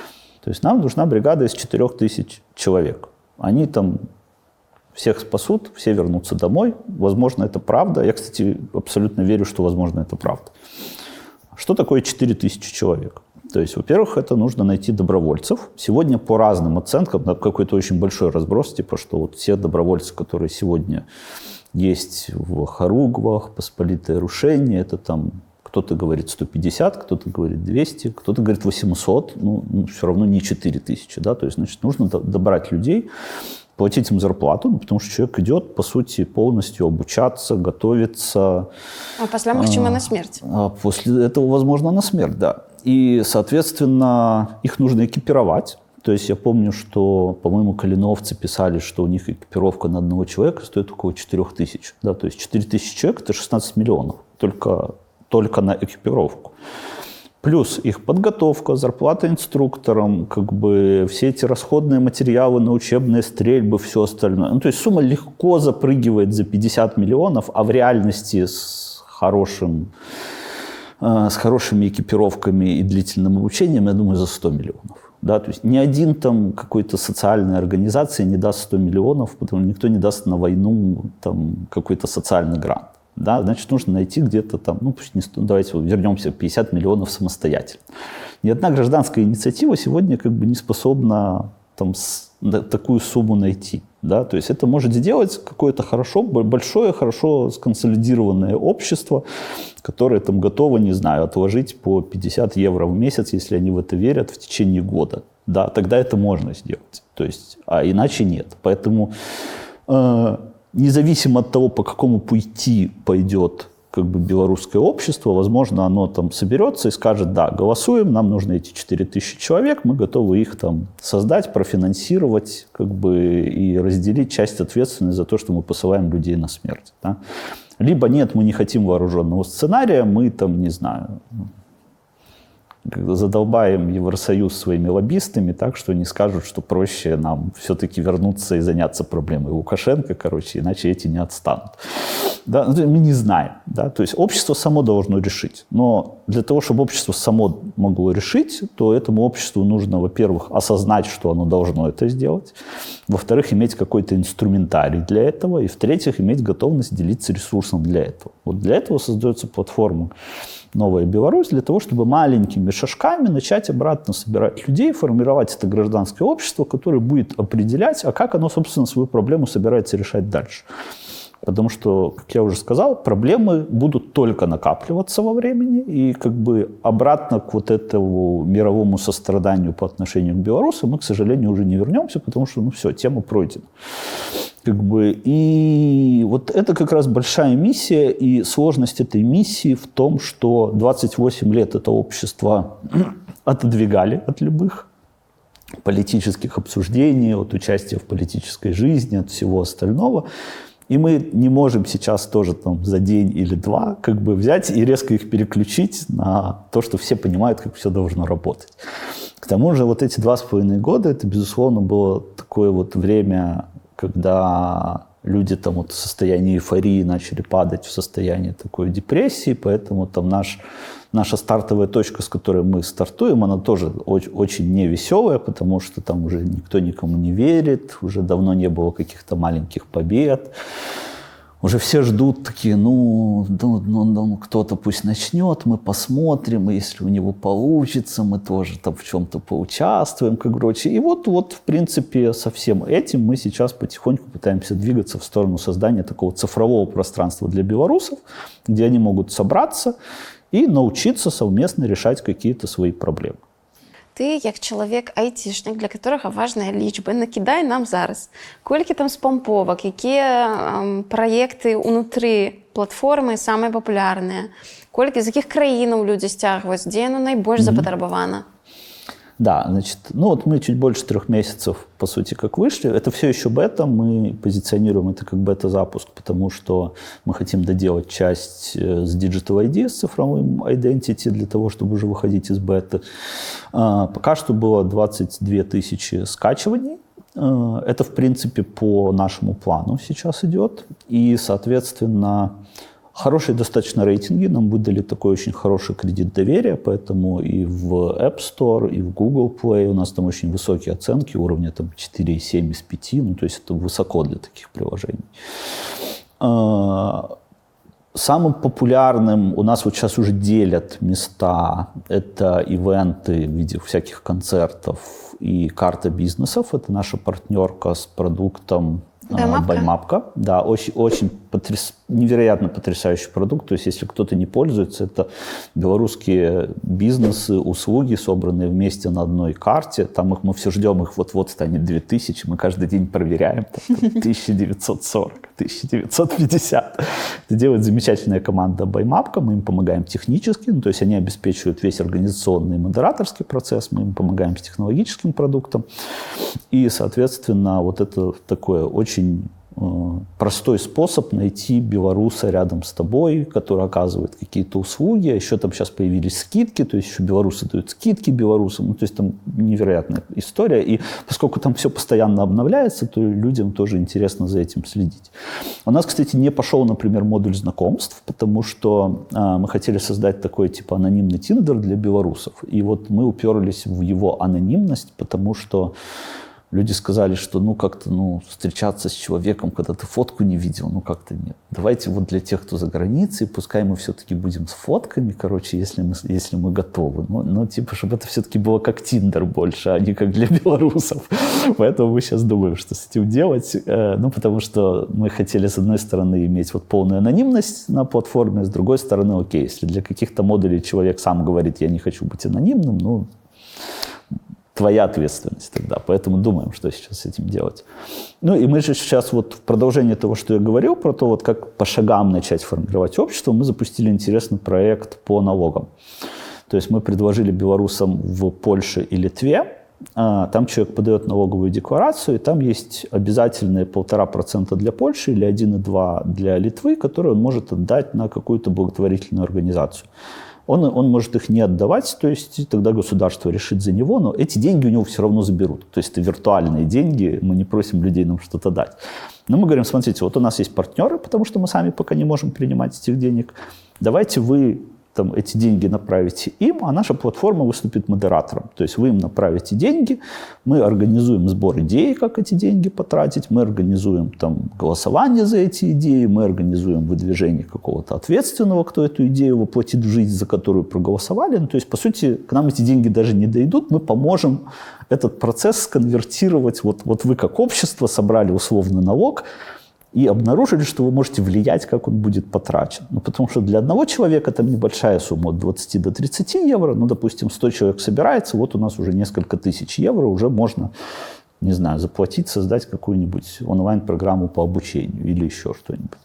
То есть нам нужна бригада из четырех тысяч человек. Они там всех спасут, все вернутся домой. Возможно, это правда. Я, кстати, абсолютно верю, что, возможно, это правда. Что такое четыре тысячи человек? То есть, во-первых, это нужно найти добровольцев. Сегодня по разным оценкам, на какой-то очень большой разброс, типа, что вот все добровольцы, которые сегодня есть в Хоругвах, Посполитое Рушение, это там кто-то говорит сто пятьдесят, кто-то говорит двести, кто-то говорит восемьсот, ну, ну все равно не четыре тысячи, да, то есть, значит, нужно добрать людей, платить им зарплату, ну, потому что человек идет, по сути, полностью обучаться, готовиться. А после махчима на смерть. А после этого, возможно, на смерть, да. И, соответственно, их нужно экипировать. То есть я помню, что, по-моему, калиновцы писали, что у них экипировка на одного человека стоит около четырех тысяч. Да, то есть четыре тысячи человек – это шестнадцать миллионов только, только на экипировку. Плюс их подготовка, зарплата инструкторам, как бы все эти расходные материалы на учебные стрельбы, все остальное. Ну, то есть сумма легко запрыгивает за пятьдесят миллионов, а в реальности с хорошим, э, с хорошими экипировками и длительным обучением, я думаю, за сто миллионов. Да? То есть ни один там какой-то социальной организации не даст сто миллионов, потому что никто не даст на войну там, какой-то социальный грант. Да, значит, нужно найти где-то там, ну, пусть не сто, давайте вернемся, пятьдесят миллионов самостоятельно. Ни одна гражданская инициатива сегодня как бы не способна там, с, да, такую сумму найти. Да? То есть это может сделать какое-то хорошо, большое, хорошо сконсолидированное общество, которое там готово, не знаю, отложить по пятьдесят евро в месяц, если они в это верят, в течение года. Да, тогда это можно сделать. То есть, а иначе нет. Поэтому э, независимо от того, по какому пути пойдет как бы белорусское общество, возможно, оно там соберется и скажет: да, голосуем, нам нужны эти четыре тысячи человек, мы готовы их там создать, профинансировать, как бы, и разделить часть ответственности за то, что мы посылаем людей на смерть. Да? Либо нет, мы не хотим вооруженного сценария, мы там, не знаю, задолбаем Евросоюз своими лоббистами так, что они скажут, что проще нам все-таки вернуться и заняться проблемой Лукашенко, короче, иначе эти не отстанут. Да? Мы не знаем. Да? То есть общество само должно решить. Но для того, чтобы общество само могло решить, то этому обществу нужно, во-первых, осознать, что оно должно это сделать, во-вторых, иметь какой-то инструментарий для этого, и в-третьих, иметь готовность делиться ресурсом для этого. Вот для этого создается платформа «Новая Беларусь», для того, чтобы маленькими шажками начать обратно собирать людей, формировать это гражданское общество, которое будет определять, а как оно, собственно, свою проблему собирается решать дальше. Потому что, как я уже сказал, проблемы будут только накапливаться во времени, и как бы обратно к вот этому мировому состраданию по отношению к белорусам мы, к сожалению, уже не вернемся, потому что, ну все, тема пройдена. Как бы, и вот это как раз большая миссия, и сложность этой миссии в том, что двадцать восемь лет это общество отодвигали от любых политических обсуждений, от участия в политической жизни, от всего остального. И мы не можем сейчас тоже там за день или два как бы взять и резко их переключить на то, что все понимают, как все должно работать. К тому же вот эти два с половиной года, это, безусловно, было такое вот время, когда люди там вот в состоянии эйфории начали падать в состояние такой депрессии, поэтому там наш, наша стартовая точка, с которой мы стартуем, она тоже очень, очень невеселая, потому что там уже никто никому не верит, уже давно не было каких-то маленьких побед. Уже все ждут такие, ну, ну, ну, ну кто-то пусть начнет, мы посмотрим, и если у него получится, мы тоже там в чем-то поучаствуем, как короче. И вот, вот, в принципе, со всем этим мы сейчас потихоньку пытаемся двигаться в сторону создания такого цифрового пространства для белорусов, где они могут собраться и научиться совместно решать какие-то свои проблемы. Ты, як чоловік айтішник, для которого важная лічба, накидай нам зараз, колькі там спамповак, якія ем, праекты ўнутры платформы самыя папулярныя, колькі, з якіх краінаў людзі сцягваюць, дзе яно найбольш mm-hmm. запатрабавана? Да, значит, ну вот мы чуть больше трех месяцев, по сути, как вышли. Это все еще бета, мы позиционируем это как бета-запуск, потому что мы хотим доделать часть с Digital ай ди, с цифровым identity, для того, чтобы уже выходить из беты. Пока что было двадцать две тысячи скачиваний. Это, в принципе, по нашему плану сейчас идет. И, соответственно, хорошие достаточно рейтинги, нам выдали такой очень хороший кредит доверия, поэтому и в App Store, и в Google Play у нас там очень высокие оценки, уровня там четыре и семь из пяти, ну то есть это высоко для таких приложений. Самым популярным у нас вот сейчас уже делят места, это ивенты в виде всяких концертов и карта бизнесов, это наша партнерка с продуктом Баймапка. Да, очень, очень потряс... невероятно потрясающий продукт. То есть, если кто-то не пользуется, это белорусские бизнесы, услуги, собранные вместе на одной карте. Там их, мы все ждем, их вот-вот станет две тысячи. Мы каждый день проверяем. Там, тысяча девятьсот сорок, тысяча девятьсот пятьдесят. Это делает замечательная команда Баймапка. Мы им помогаем технически. Ну, то есть, они обеспечивают весь организационный и модераторский процесс. Мы им помогаем с технологическим продуктом. И, соответственно, вот это такое очень простой способ найти белоруса рядом с тобой, который оказывает какие-то услуги. Еще там сейчас появились скидки, то есть еще белорусы дают скидки белорусам. Ну, то есть там невероятная история. И поскольку там все постоянно обновляется, то людям тоже интересно за этим следить. У нас, кстати, не пошел, например, модуль знакомств, потому что а, мы хотели создать такой типа анонимный Тиндер для белорусов. И вот мы уперлись в его анонимность, потому что Люди сказали, что ну как-то ну, встречаться с человеком, когда ты фотку не видел, ну как-то нет. Давайте вот для тех, кто за границей, пускай мы все-таки будем с фотками, короче, если мы, если мы готовы. Ну, ну типа, чтобы это все-таки было как Тиндер больше, а не как для белорусов. Поэтому мы сейчас думаем, что с этим делать. Ну, потому что мы хотели, с одной стороны, иметь вот полную анонимность на платформе, с другой стороны, окей, если для каких-то модулей человек сам говорит, я не хочу быть анонимным, ну, твоя ответственность тогда. Поэтому думаем, что сейчас с этим делать. Ну и мы же сейчас вот в продолжение того, что я говорил, про то, вот как по шагам начать формировать общество, мы запустили интересный проект по налогам. То есть мы предложили белорусам в Польше и Литве, там человек подает налоговую декларацию, и там есть обязательные полтора процента для Польши или один и два для Литвы, которые он может отдать на какую-то благотворительную организацию. Он, он может их не отдавать, то есть тогда государство решит за него, но эти деньги у него все равно заберут. То есть это виртуальные деньги, мы не просим людей нам что-то дать. Но мы говорим, смотрите, вот у нас есть партнеры, потому что мы сами пока не можем принимать этих денег. Давайте вы там, эти деньги направите им, а наша платформа выступит модератором. То есть вы им направите деньги, мы организуем сбор идей, как эти деньги потратить, мы организуем там, голосование за эти идеи, мы организуем выдвижение какого-то ответственного, кто эту идею воплотит в жизнь, за которую проголосовали. Ну, то есть, по сути, к нам эти деньги даже не дойдут, мы поможем этот процесс сконвертировать. Вот, вот вы как общество собрали условный налог, и обнаружили, что вы можете влиять, как он будет потрачен. Ну, потому что для одного человека там небольшая сумма, от двадцати до тридцати евро. Ну, допустим, сто человек собирается, вот у нас уже несколько тысяч евро, уже можно, не знаю, заплатить, создать какую-нибудь онлайн-программу по обучению или еще что-нибудь.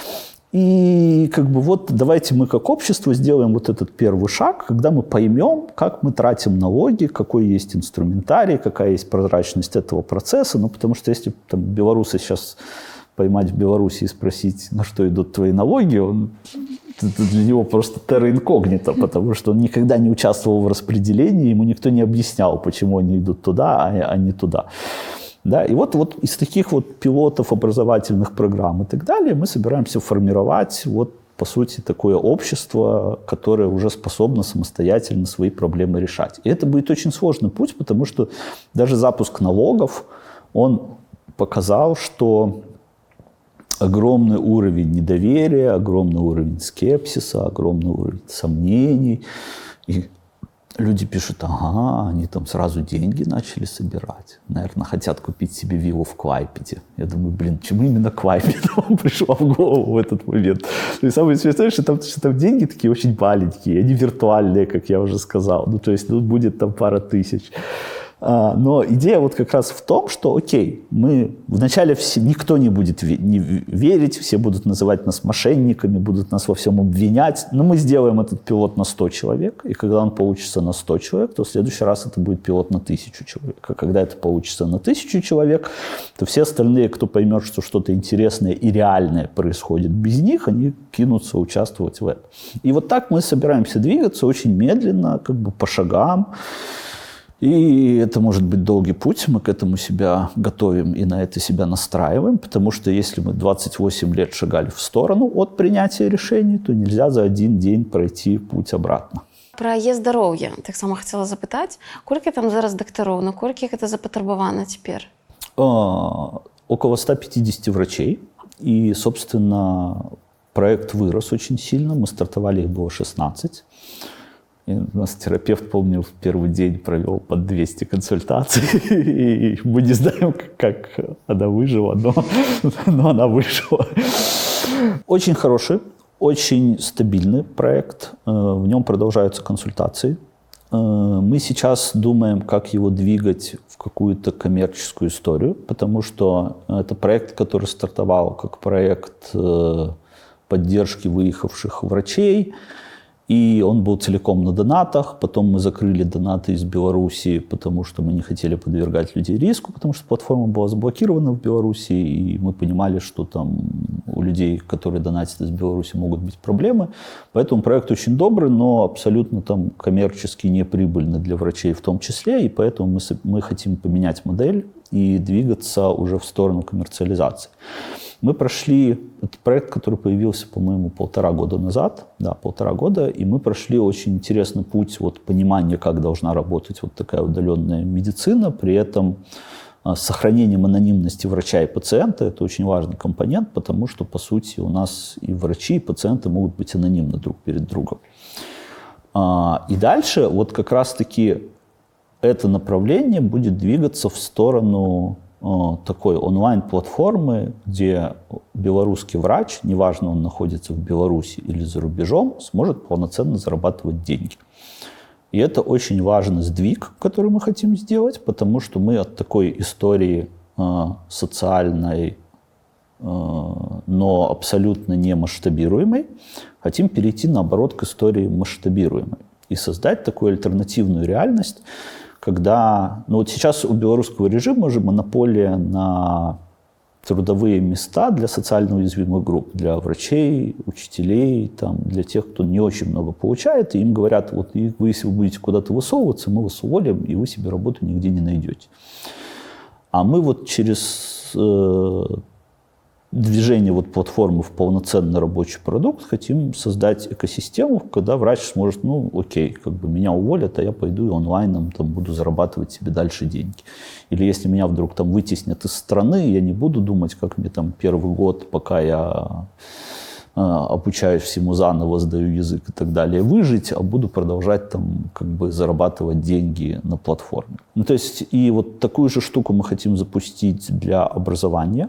И как бы вот давайте мы как общество сделаем вот этот первый шаг, когда мы поймем, как мы тратим налоги, какой есть инструментарий, какая есть прозрачность этого процесса. Ну, потому что если там белорусы сейчас поймать в Беларуси и спросить, на что идут твои налоги, он, это для него просто терра инкогнито, потому что он никогда не участвовал в распределении, ему никто не объяснял, почему они идут туда, а, а не туда. Да, и вот, вот из таких вот пилотов образовательных программ и так далее мы собираемся формировать вот, по сути, такое общество, которое уже способно самостоятельно свои проблемы решать. И это будет очень сложный путь, потому что даже запуск налогов, он показал, что огромный уровень недоверия, огромный уровень скепсиса, огромный уровень сомнений. И люди пишут, ага, они там сразу деньги начали собирать. Наверное, хотят купить себе виллу в Клайпеде. Я думаю, блин, почему именно Клайпеда вам пришла в голову в этот момент? То есть самое смешное, что там, что там деньги такие очень маленькие, они виртуальные, как я уже сказал. Ну, то есть ну, будет там пара тысяч. Но идея вот как раз в том, что, окей, мы вначале все, никто не будет ве- не верить, все будут называть нас мошенниками, будут нас во всем обвинять, но мы сделаем этот пилот на сто человек, и когда он получится на сто человек, то в следующий раз это будет пилот на тысячу человек. А когда это получится на тысячу человек, то все остальные, кто поймет, что что-то интересное и реальное происходит без них, они кинутся участвовать в этом. И вот так мы собираемся двигаться очень медленно, как бы по шагам. И это может быть долгий путь, мы к этому себя готовим и на это себя настраиваем, потому что если мы двадцать восемь лет шагали в сторону от принятия решений, то нельзя за один день пройти путь обратно. Про е-здоров'я так само хотела запитати. Колькі там зараз докторов, на колькі это запатрабавана теперь? А, около ста пятидесяти врачей. И, собственно, проект вырос очень сильно. Мы стартовали, их было шестнадцать. И у нас терапевт, помню, в первый день провел под двести консультаций. И мы не знаем, как она выжила, но, но она выжила. Очень хороший, очень стабильный проект. В нем продолжаются консультации. Мы сейчас думаем, как его двигать в какую-то коммерческую историю, потому что это проект, который стартовал как проект поддержки выехавших врачей. И он был целиком на донатах. Потом мы закрыли донаты из Беларуси, потому что мы не хотели подвергать людей риску, потому что платформа была заблокирована в Беларуси, и мы понимали, что там у людей, которые донатят из Беларуси, могут быть проблемы. Поэтому проект очень добрый, но абсолютно там коммерчески неприбыльный для врачей в том числе, и поэтому мы, мы хотим поменять модель и двигаться уже в сторону коммерциализации. Мы прошли этот проект, который появился, по-моему, полтора года назад, да, полтора года, и мы прошли очень интересный путь вот, понимания, как должна работать вот такая удаленная медицина, при этом с сохранением анонимности врача и пациента. Это очень важный компонент, потому что, по сути, у нас и врачи, и пациенты могут быть анонимны друг перед другом. И дальше вот как раз-таки это направление будет двигаться в сторону такой онлайн-платформы, где белорусский врач, неважно, он находится в Беларуси или за рубежом, сможет полноценно зарабатывать деньги. И это очень важный сдвиг, который мы хотим сделать, потому что мы от такой истории э, социальной, э, но абсолютно не масштабируемой, хотим перейти, наоборот, к истории масштабируемой и создать такую альтернативную реальность, когда... Ну вот сейчас у белорусского режима уже монополия на трудовые места для социально уязвимых групп, для врачей, учителей, там, для тех, кто не очень много получает, и им говорят, вот вы, если вы будете куда-то высовываться, мы вас уволим, и вы себе работу нигде не найдете. А мы вот через э, движение вот платформы в полноценный рабочий продукт хотим создать экосистему, когда врач сможет, ну окей, как бы меня уволят, а я пойду и онлайном там буду зарабатывать себе дальше деньги. Или если меня вдруг там вытеснят из страны, я не буду думать, как мне там первый год, пока я э, обучаюсь всему заново, сдаю язык и так далее, выжить, а буду продолжать там как бы зарабатывать деньги на платформе. Ну то есть и вот такую же штуку мы хотим запустить для образования.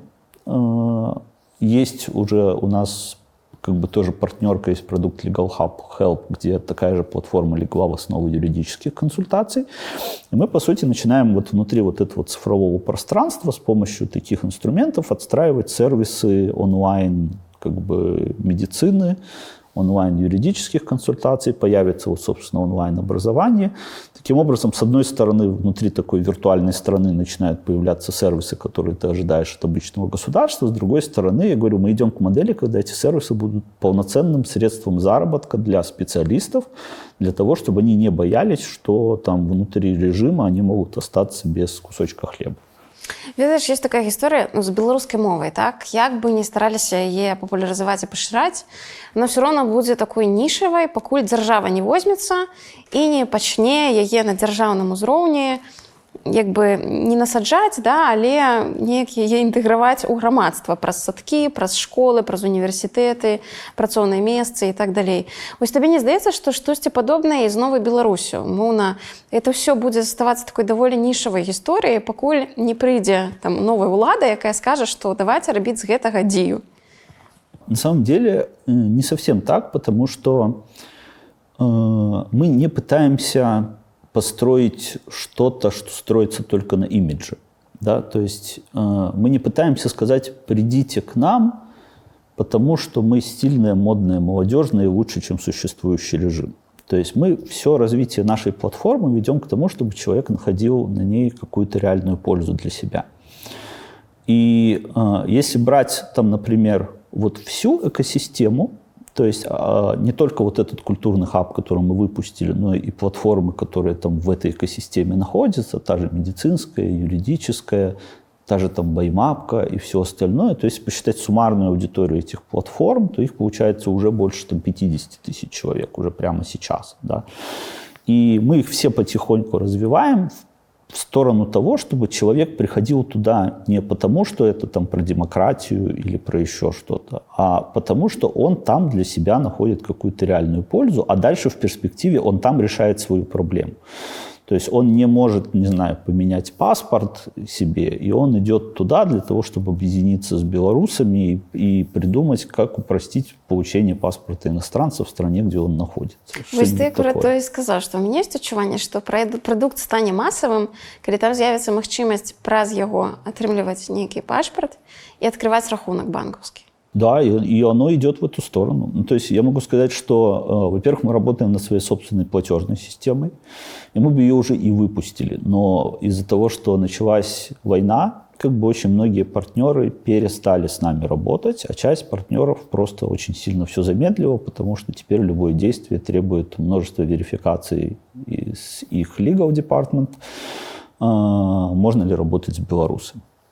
Есть уже у нас как бы тоже партнерка, есть продукт Legal Hub Help, где такая же платформа легла в основу юридических консультаций. И мы, по сути, начинаем вот внутри вот этого цифрового пространства с помощью таких инструментов отстраивать сервисы онлайн как бы медицины, онлайн-юридических консультаций, появится, вот, собственно, онлайн-образование. Таким образом, с одной стороны, внутри такой виртуальной страны начинают появляться сервисы, которые ты ожидаешь от обычного государства. С другой стороны, я говорю, мы идем к модели, когда эти сервисы будут полноценным средством заработка для специалистов, для того, чтобы они не боялись, что там внутри режима они могут остаться без кусочка хлеба. Ведаеш, ёсць такая гісторыя, ну, з беларускай мовай, так? Як бы не стараліся яе папулярызаваць і пашыраць, она все роўна будзе такой нішавай, пакуль дзяржава не возьмецца і не пачне яе на дзяржаўным узроўні як бы не насаджаць, да, але неяк яе інтэграваць у грамадства праз садкі, праз школы, праз універсітэты, працоўныя месцы і так далей. Вось табе не здаецца, што штосьці падобнае і з новай Беларусю? Умоўна, это все будзе заставацца такой даволі нішавай гісторыяй, пакуль не прыйдзе там новая ўлада, якая скажа, што давайце рабіць з гэтага дзею. На самом деле не совсем так, потому что э, мы не пытаемся построить что-то, что строится только на имидже. Да? То есть э, мы не пытаемся сказать, придите к нам, потому что мы стильные, модные, молодежные, лучше, чем существующий режим. То есть мы все развитие нашей платформы ведем к тому, чтобы человек находил на ней какую-то реальную пользу для себя. И э, если брать, там, например, вот всю экосистему, то есть не только вот этот культурный хаб, который мы выпустили, но и платформы, которые там в этой экосистеме находятся, та же медицинская, юридическая, та же там баймапка и все остальное. То есть посчитать суммарную аудиторию этих платформ, то их получается уже больше там, пятьдесят тысяч человек уже прямо сейчас. Да. И мы их все потихоньку развиваем в сторону того, чтобы человек приходил туда не потому, что это там про демократию или про еще что-то, а потому, что он там для себя находит какую-то реальную пользу, а дальше в перспективе он там решает свою проблему. То есть он не может, не знаю, поменять паспорт себе, и он идет туда для того, чтобы объединиться с белорусами и, и придумать, как упростить получение паспорта иностранца в стране, где он находится. Вось ты про то и сказал, что у меня есть адчуванне, что продукт стане массовым, когда там з'явіцца магчымасць праз яго атрымліваць нейкі пашпарт и открывать рахунок банковский. Да, и, и оно идет в эту сторону. Ну, то есть я могу сказать, что, э, во-первых, мы работаем над своей собственной платежной системой, и мы бы ее уже и выпустили. Но из-за того, что началась война, как бы очень многие партнеры перестали с нами работать, а часть партнеров просто очень сильно все замедлила, потому что теперь любое действие требует множества верификаций из их legal department. Э, можно ли работать с белорусами?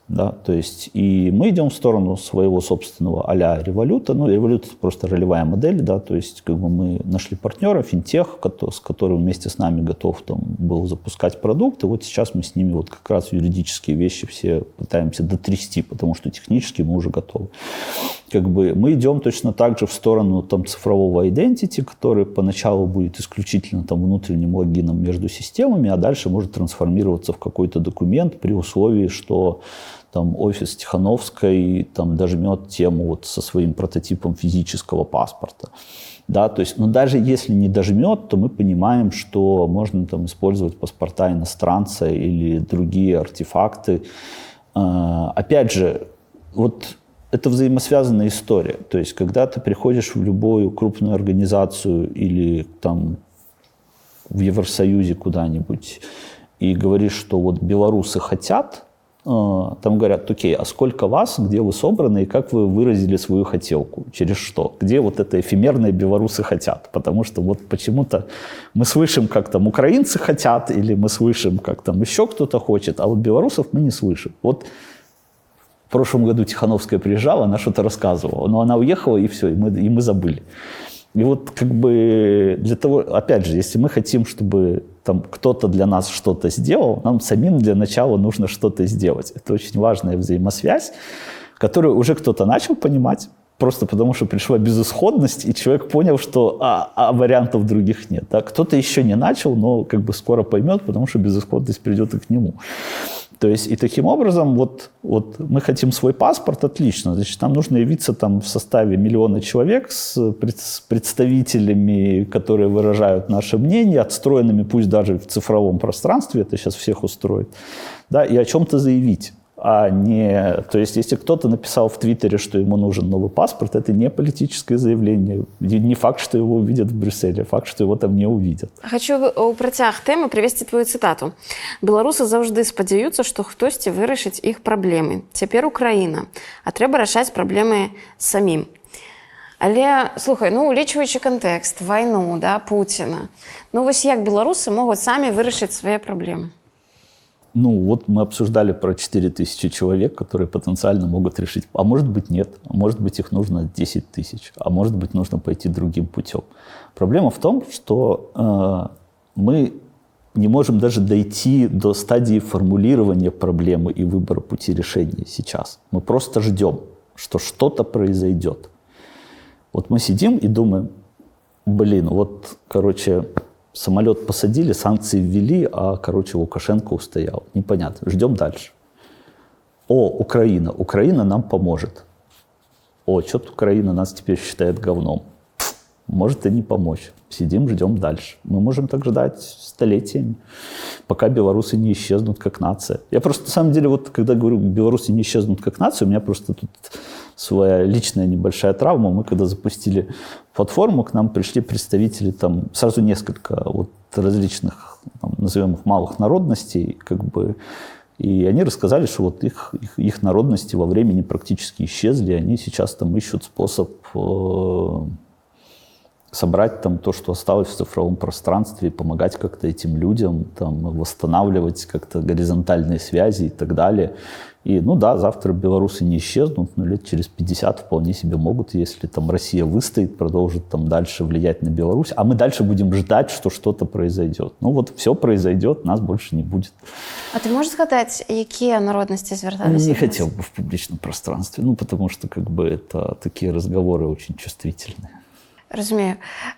Да, то есть и мы идем в сторону своего собственного а-ля Revolut. Ну, Revolut — это просто ролевая модель, да, то есть как бы мы нашли партнера, финтех, с которым вместе с нами готов там, был запускать продукт, и вот сейчас мы с ними вот как раз юридические вещи все пытаемся дотрясти, потому что технически мы уже готовы. Как бы мы идем точно так же в сторону там, цифрового identity, который поначалу будет исключительно там, внутренним логином между системами, а дальше может трансформироваться в какой-то документ при условии, что там офис Тихановской там дожмет тему вот со своим прототипом физического паспорта. Да, то есть, но даже если не дожмет, то мы понимаем, что можно там использовать паспорта иностранца или другие артефакты. А, опять же, вот это взаимосвязанная история. То есть, когда ты приходишь в любую крупную организацию или там в Евросоюзе куда-нибудь и говоришь, что вот белорусы хотят, там говорят: окей, а сколько вас, где вы собраны и как вы выразили свою хотелку, через что, где вот это эфемерные белорусы хотят, потому что вот почему-то мы слышим, как там украинцы хотят, или мы слышим, как там еще кто-то хочет, а вот белорусов мы не слышим. Вот в прошлом году Тихановская приезжала, она что-то рассказывала, но она уехала, и все, и мы, и мы забыли. И вот как бы для того, опять же, если мы хотим, чтобы там кто-то для нас что-то сделал, нам самим для начала нужно что-то сделать. Это очень важная взаимосвязь, которую уже кто-то начал понимать, просто потому что пришла безысходность, и человек понял, что а, а вариантов других нет. Да? Кто-то еще не начал, но как бы скоро поймет, потому что безысходность придет и к нему. То есть и таким образом вот, вот мы хотим свой паспорт, отлично, значит, нам нужно явиться там в составе миллиона человек с, пред, с представителями, которые выражают наше мнение, отстроенными пусть даже в цифровом пространстве, это сейчас всех устроит, да, и о чем-то заявить. А не, то есть, если кто-то написал в Твиттере, что ему нужен новый паспорт, это не политическое заявление. Не факт, что его увидят в Брюсселе, факт, что его там не увидят. Хочу у працяг теми привести твою цитату. Беларусы завжди спадзяюцца, што хтосьці вырашыць іх праблемы. Цяпер Украіна, а трэба рашаць праблемы самім. Але, слухай, ну, улічваючы кантэкст, вайну, да, Пуціна, ну, вось як беларусы могуць самі вырашыць свае праблемы? Ну, вот мы обсуждали про четыре тысячи человек, которые потенциально могут решить. А может быть, нет. А может быть, их нужно десять тысяч. А может быть, нужно пойти другим путем. Проблема в том, что э, мы не можем даже дойти до стадии формулирования проблемы и выбора пути решения сейчас. Мы просто ждем, что что-то произойдет. Вот мы сидим и думаем: блин, вот, короче... Самолет посадили, санкции ввели, а, короче, Лукашенко устоял. Непонятно. Ждем дальше. О, Украина. Украина нам поможет. О, что-то Украина нас теперь считает говном. Пфф, может и не помочь. Сидим, ждем дальше. Мы можем так ждать столетиями, пока белорусы не исчезнут как нация. Я просто, на самом деле, вот когда говорю, белорусы не исчезнут как нация, у меня просто тут своя личная небольшая травма. Мы когда запустили платформу, к нам пришли представители там сразу несколько вот различных, там, назовем их, малых народностей, как бы, и они рассказали, что вот их, их, их народности во времени практически исчезли, и они сейчас там ищут способ э, собрать там то, что осталось в цифровом пространстве, и помогать как-то этим людям, там, восстанавливать как-то горизонтальные связи и так далее. И, ну да, завтра белорусы не исчезнут, но лет через пятьдесят вполне себе могут, если там Россия выстоит, продолжит там дальше влиять на Беларусь, а мы дальше будем ждать, что что-то произойдет. Ну вот все произойдет, нас больше не будет. А ты можешь сказать, какие народности звертались? Не хотел бы в публичном пространстве, ну потому что как бы это такие разговоры очень чувствительные. Разумею.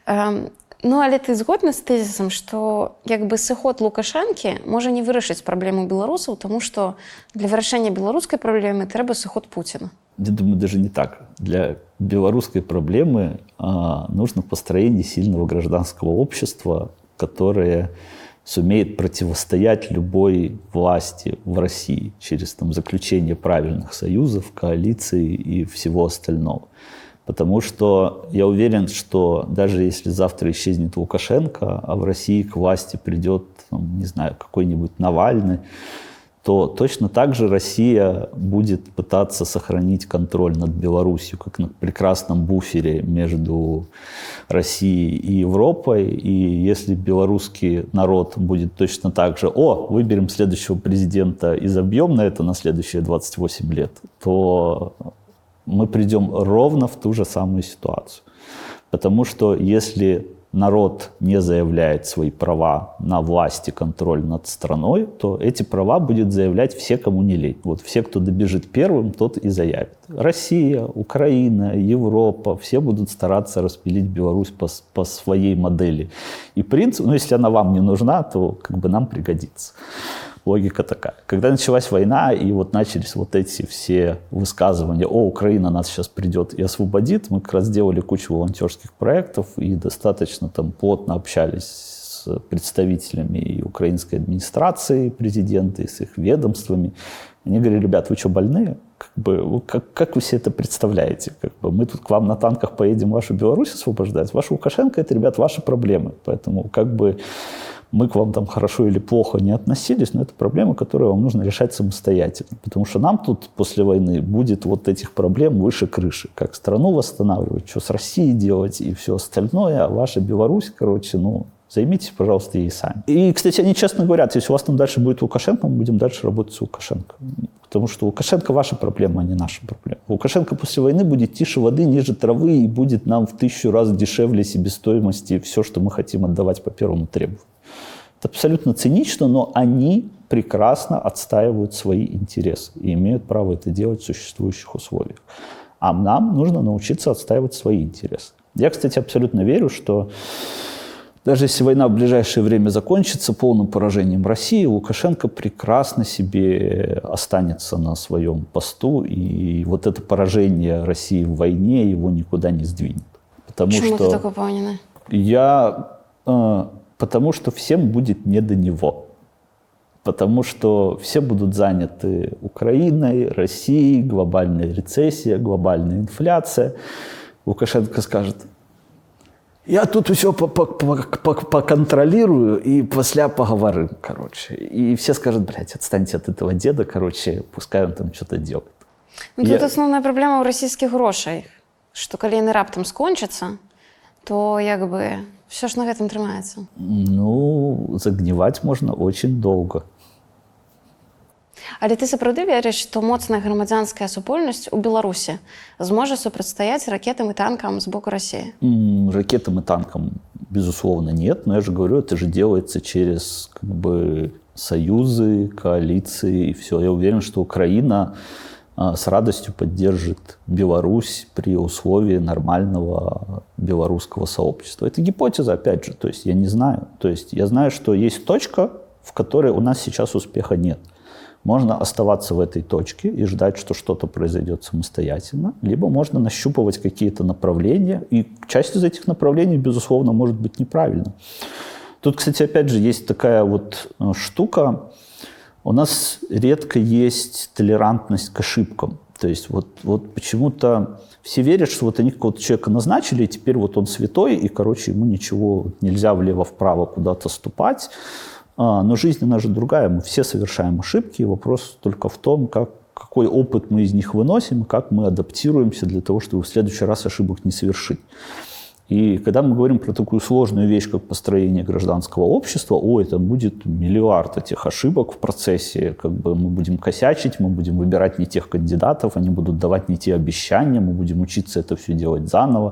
Ну, але ты згодна з тэзісам, што як бы сыход Лукашэнкі можа не вырашыць праблему беларусаў, тому што для вырашэння беларускай праблемы трэба сыход Пуціна? Я думаю, даже не так. Для белорусской проблемы а, нужно построение сильного гражданского общества, которое сумеет противостоять любой власти в России через там, заключение правильных союзов, коалиций и всего остального. Потому что я уверен, что даже если завтра исчезнет Лукашенко, а в России к власти придет, не знаю, какой-нибудь Навальный, то точно так же Россия будет пытаться сохранить контроль над Беларусью, как на прекрасном буфере между Россией и Европой. И если белорусский народ будет точно так же: о, выберем следующего президента и забьем на это на следующие двадцать восемь лет, то мы придем ровно в ту же самую ситуацию. Потому что если народ не заявляет свои права на власть и контроль над страной, то эти права будет заявлять все, кому не лень. Вот все, кто добежит первым, тот и заявит. Россия, Украина, Европа, все будут стараться распилить Беларусь по, по своей модели. И принцип, ну, если она вам не нужна, то как бы нам пригодится. Логика такая. Когда началась война, и вот начались вот эти все высказывания: о, Украина нас сейчас придет и освободит, мы как раз делали кучу волонтерских проектов и достаточно там плотно общались с представителями и украинской администрации президента, и с их ведомствами. Они говорили: ребят, вы что, больные? Как бы, как, как вы себе это представляете? Как бы, мы тут к вам на танках поедем вашу Беларусь освобождать. Ваша Лукашенко — это, ребят, ваши проблемы. Поэтому как бы мы к вам там хорошо или плохо не относились, но это проблемы, которые вам нужно решать самостоятельно. Потому что нам тут после войны будет вот этих проблем выше крыши. Как страну восстанавливать, что с Россией делать и все остальное. А ваша Беларусь, короче, ну, займитесь, пожалуйста, ей сами. И, кстати, они честно говорят: если у вас там дальше будет Лукашенко, мы будем дальше работать с Лукашенко. Потому что Лукашенко ваша проблема, а не наша проблема. Лукашенко после войны будет тише воды, ниже травы и будет нам в тысячу раз дешевле себестоимости все, что мы хотим отдавать по первому требованию. Это абсолютно цинично, но они прекрасно отстаивают свои интересы и имеют право это делать в существующих условиях. А нам нужно научиться отстаивать свои интересы. Я, кстати, абсолютно верю, что даже если война в ближайшее время закончится полным поражением России, Лукашенко прекрасно себе останется на своем посту, и вот это поражение России в войне его никуда не сдвинет. Потому Почему что ты так уверен? Я... Э, потому что всем будет не до него. Потому что все будут заняты Украиной, Россией, глобальная рецессия, глобальная инфляция. Лукашенко скажет: я тут все поконтролирую и после поговорим, короче. И все скажут: блядь, отстаньте от этого деда, короче, пускай он там что-то делает. Ну, тут я... основная проблема у российских грошей, что коли яны раптам скончацца, то як бы все ж на гэтым трымаецца. Ну, загніваць можна очень долго. Але ты сапраўды верыш, што моцная грамадзянская супольнасць у Беларусі зможа супрацьстаяць ракетам и танкам с боку России? М, ракетам и танкам, безусловно, нет. Но я же говорю, это же делается через как бы союзы, коалиции и все. Я уверен, что Украина а, с радостью поддержит Беларусь при условии нормального белорусского сообщества. Это гипотеза, опять же. То есть я не знаю. То есть я знаю, что есть точка, в которой у нас сейчас успеха нет. Можно оставаться в этой точке и ждать, что что-то произойдет самостоятельно, либо можно нащупывать какие-то направления, и часть из этих направлений, безусловно, может быть неправильна. Тут, кстати, опять же, есть такая вот штука. У нас редко есть толерантность к ошибкам. То есть вот, вот почему-то все верят, что вот они какого-то человека назначили, и теперь вот он святой, и, короче, ему ничего нельзя влево-вправо куда-то ступать. Но жизнь, она же другая. Мы все совершаем ошибки. Вопрос только в том, как, какой опыт мы из них выносим, как мы адаптируемся для того, чтобы в следующий раз ошибок не совершить. И когда мы говорим про такую сложную вещь, как построение гражданского общества, ой, там будет миллиард этих ошибок в процессе. Как бы мы будем косячить, мы будем выбирать не тех кандидатов, они будут давать не те обещания, мы будем учиться это все делать заново.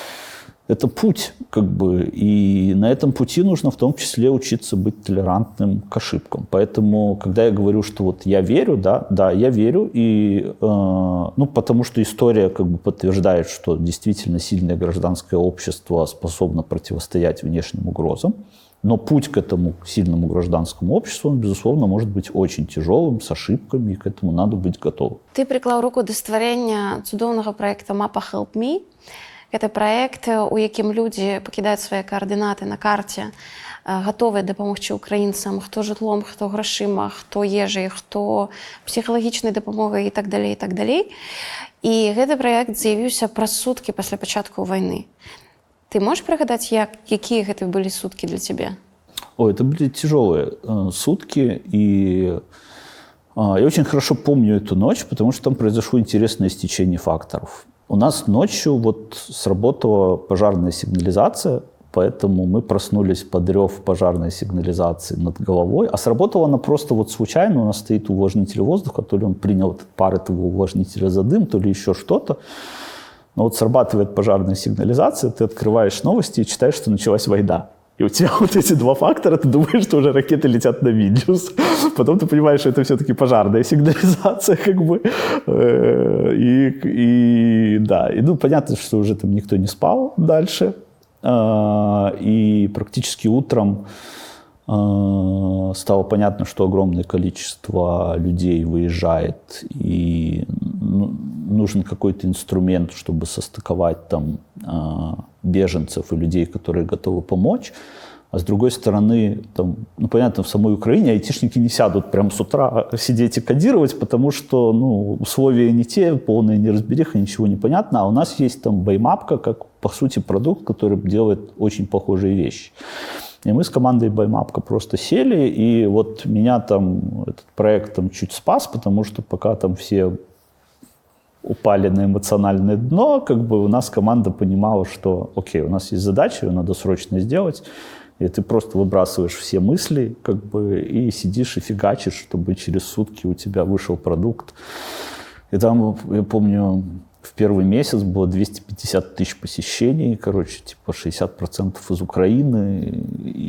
Это путь, как бы, и на этом пути нужно в том числе учиться быть толерантным к ошибкам. Поэтому, когда я говорю, что вот я верю, да, да, я верю, и, э, ну, потому что история как бы подтверждает, что действительно сильное гражданское общество способно противостоять внешним угрозам, но путь к этому сильному гражданскому обществу, он, безусловно, может быть очень тяжелым, с ошибками, и к этому надо быть готовым. Ты приклаў руку да стварэння цудоўнага проекта Mapa Help Me. Гэта праект, у якім людзі пакідаюць свае каардынаты на карце, гатовыя дапамогчы украінцам, хто жытлом, хто грашыма, хто ежай, хто псіхалагічнай дапамогай і так далей, і так далей. І гэты праект з'явіўся праз суткі пасля пачатку вайны. Ты можаш прыгадаць, як, якія гэта былі суткі для цябе? Ой, это были тяжелые э, сутки, и Я очень хорошо помню эту ночь, потому что там произошло интересное стечение факторов. У нас ночью вот сработала пожарная сигнализация, поэтому мы проснулись под рев пожарной сигнализации над головой. А сработала она просто вот случайно. У нас стоит увлажнитель воздуха, то ли он принял пар этого увлажнителя за дым, то ли еще что-то. Но вот срабатывает пожарная сигнализация, ты открываешь новости и читаешь, что началась война. И у тебя вот эти два фактора, ты думаешь, что уже ракеты летят на Вильнюс. Потом ты понимаешь, что это все-таки пожарная сигнализация, как бы. И, и да, и ну понятно, что уже там никто не спал дальше. И практически утром стало понятно, что огромное количество людей выезжает, и нужен какой-то инструмент, чтобы состыковать там беженцев и людей, которые готовы помочь. А с другой стороны, там, ну, понятно, в самой Украине айтишники не сядут прямо с утра сидеть и кодировать, потому что ну, условия не те, полная неразбериха, ничего не понятно. А у нас есть там Баймапка, как, по сути, продукт, который делает очень похожие вещи. И мы с командой Баймапка просто сели, и вот меня там этот проект там чуть спас, потому что пока там все упали на эмоциональное дно, как бы у нас команда понимала, что окей, у нас есть задача, ее надо срочно сделать, и ты просто выбрасываешь все мысли, как бы, и сидишь и фигачишь, чтобы через сутки у тебя вышел продукт. И там, я помню, в первый месяц было двести пятьдесят тысяч посещений, короче, типа шестьдесят процентов из Украины,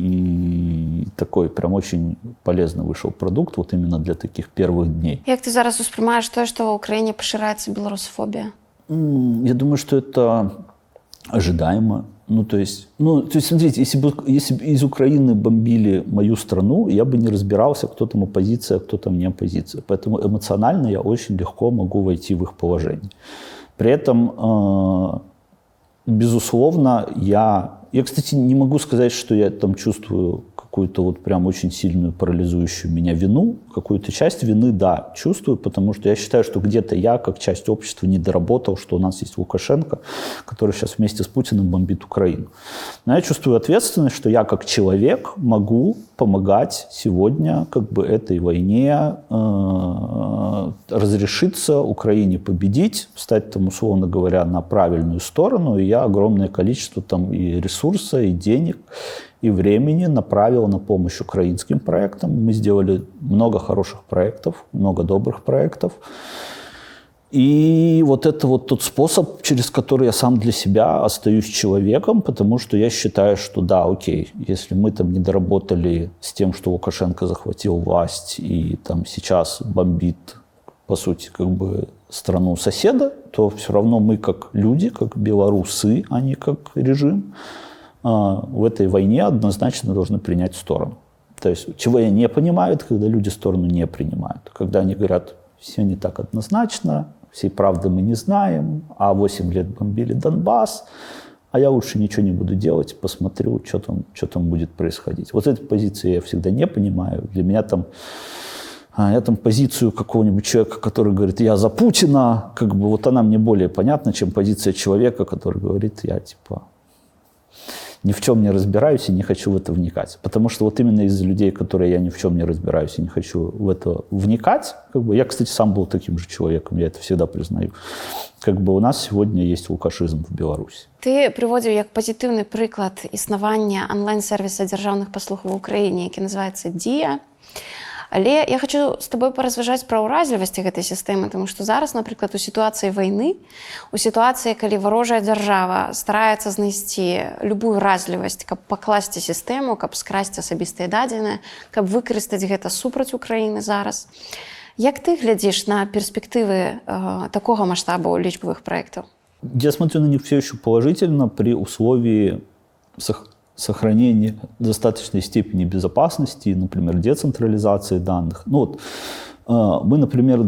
и такой прям очень полезно вышел продукт вот именно для таких первых дней. Як ты зараз усприймаєш то, что в Украине поширается белорусофобия? Я думаю, что это ожидаемо. Ну, то есть, ну, то есть, смотрите, если бы, если бы из Украины бомбили мою страну, я бы не разбирался, кто там оппозиция, кто там не оппозиция. Поэтому эмоционально я очень легко могу войти в их положение. При этом, э, безусловно, я... Я, кстати, не могу сказать, что я там чувствую какую-то вот прям очень сильную парализующую меня вину. Какую-то часть вины, да, чувствую, потому что я считаю, что где-то я, как часть общества, не доработал, что у нас есть Лукашенко, который сейчас вместе с Путиным бомбит Украину. Но я чувствую ответственность, что я, как человек, могу помогать сегодня как бы этой войне э, разрешиться, Украине победить, встать там, условно говоря, на правильную сторону. И я огромное количество там и ресурса, и денег, и времени направил на помощь украинским проектам. Мы сделали много хороших проектов, много добрых проектов. И вот это вот тот способ, через который я сам для себя остаюсь человеком, потому что я считаю, что да, окей, если мы там не доработали с тем, что Лукашенко захватил власть и там сейчас бомбит, по сути, как бы страну соседа, то все равно мы как люди, как белорусы, а не как режим, в этой войне однозначно должны принять сторону. То есть, чего я не понимаю, это когда люди сторону не принимают. Когда они говорят, все не так однозначно, всей правды мы не знаем, а восемь лет бомбили Донбасс, а я лучше ничего не буду делать, посмотрю, что там, что там будет происходить. Вот этой позиции я всегда не понимаю. Для меня там, я там позицию какого-нибудь человека, который говорит, я за Путина, как бы вот она мне более понятна, чем позиция человека, который говорит, я типа... ни в чем не разбираюсь и не хочу в это вникать. Потому что вот именно из-за людей, которые я ни в чем не разбираюсь и не хочу в это вникать, как бы, я, кстати, сам был таким же человеком, я это всегда признаю, как бы у нас сегодня есть лукашизм в Беларуси. Ти приводив як позитивний приклад існування онлайн-сервісу державних послуг в Україні, який називається «Дія». Але я хочу з тобою поразважаць пра ўразлівасці гэтай сістэмы, тому што зараз, напрыклад, у сітуацыі вайны, у сітуацыі, калі варожая дзяржава стараецца знайсці любую разлівасць, каб пакласці сістэму, каб скрасці асабістыя дадзеныя, каб выкарыстаць гэта супраць Украіны зараз. Як ты глядзіш на перспектывы э, такога маштабу лічбавых праектаў? Я смотрю на них все еще положительно при условии сохранения достаточной степени безопасности, например, децентрализации данных. Ну вот, мы, например,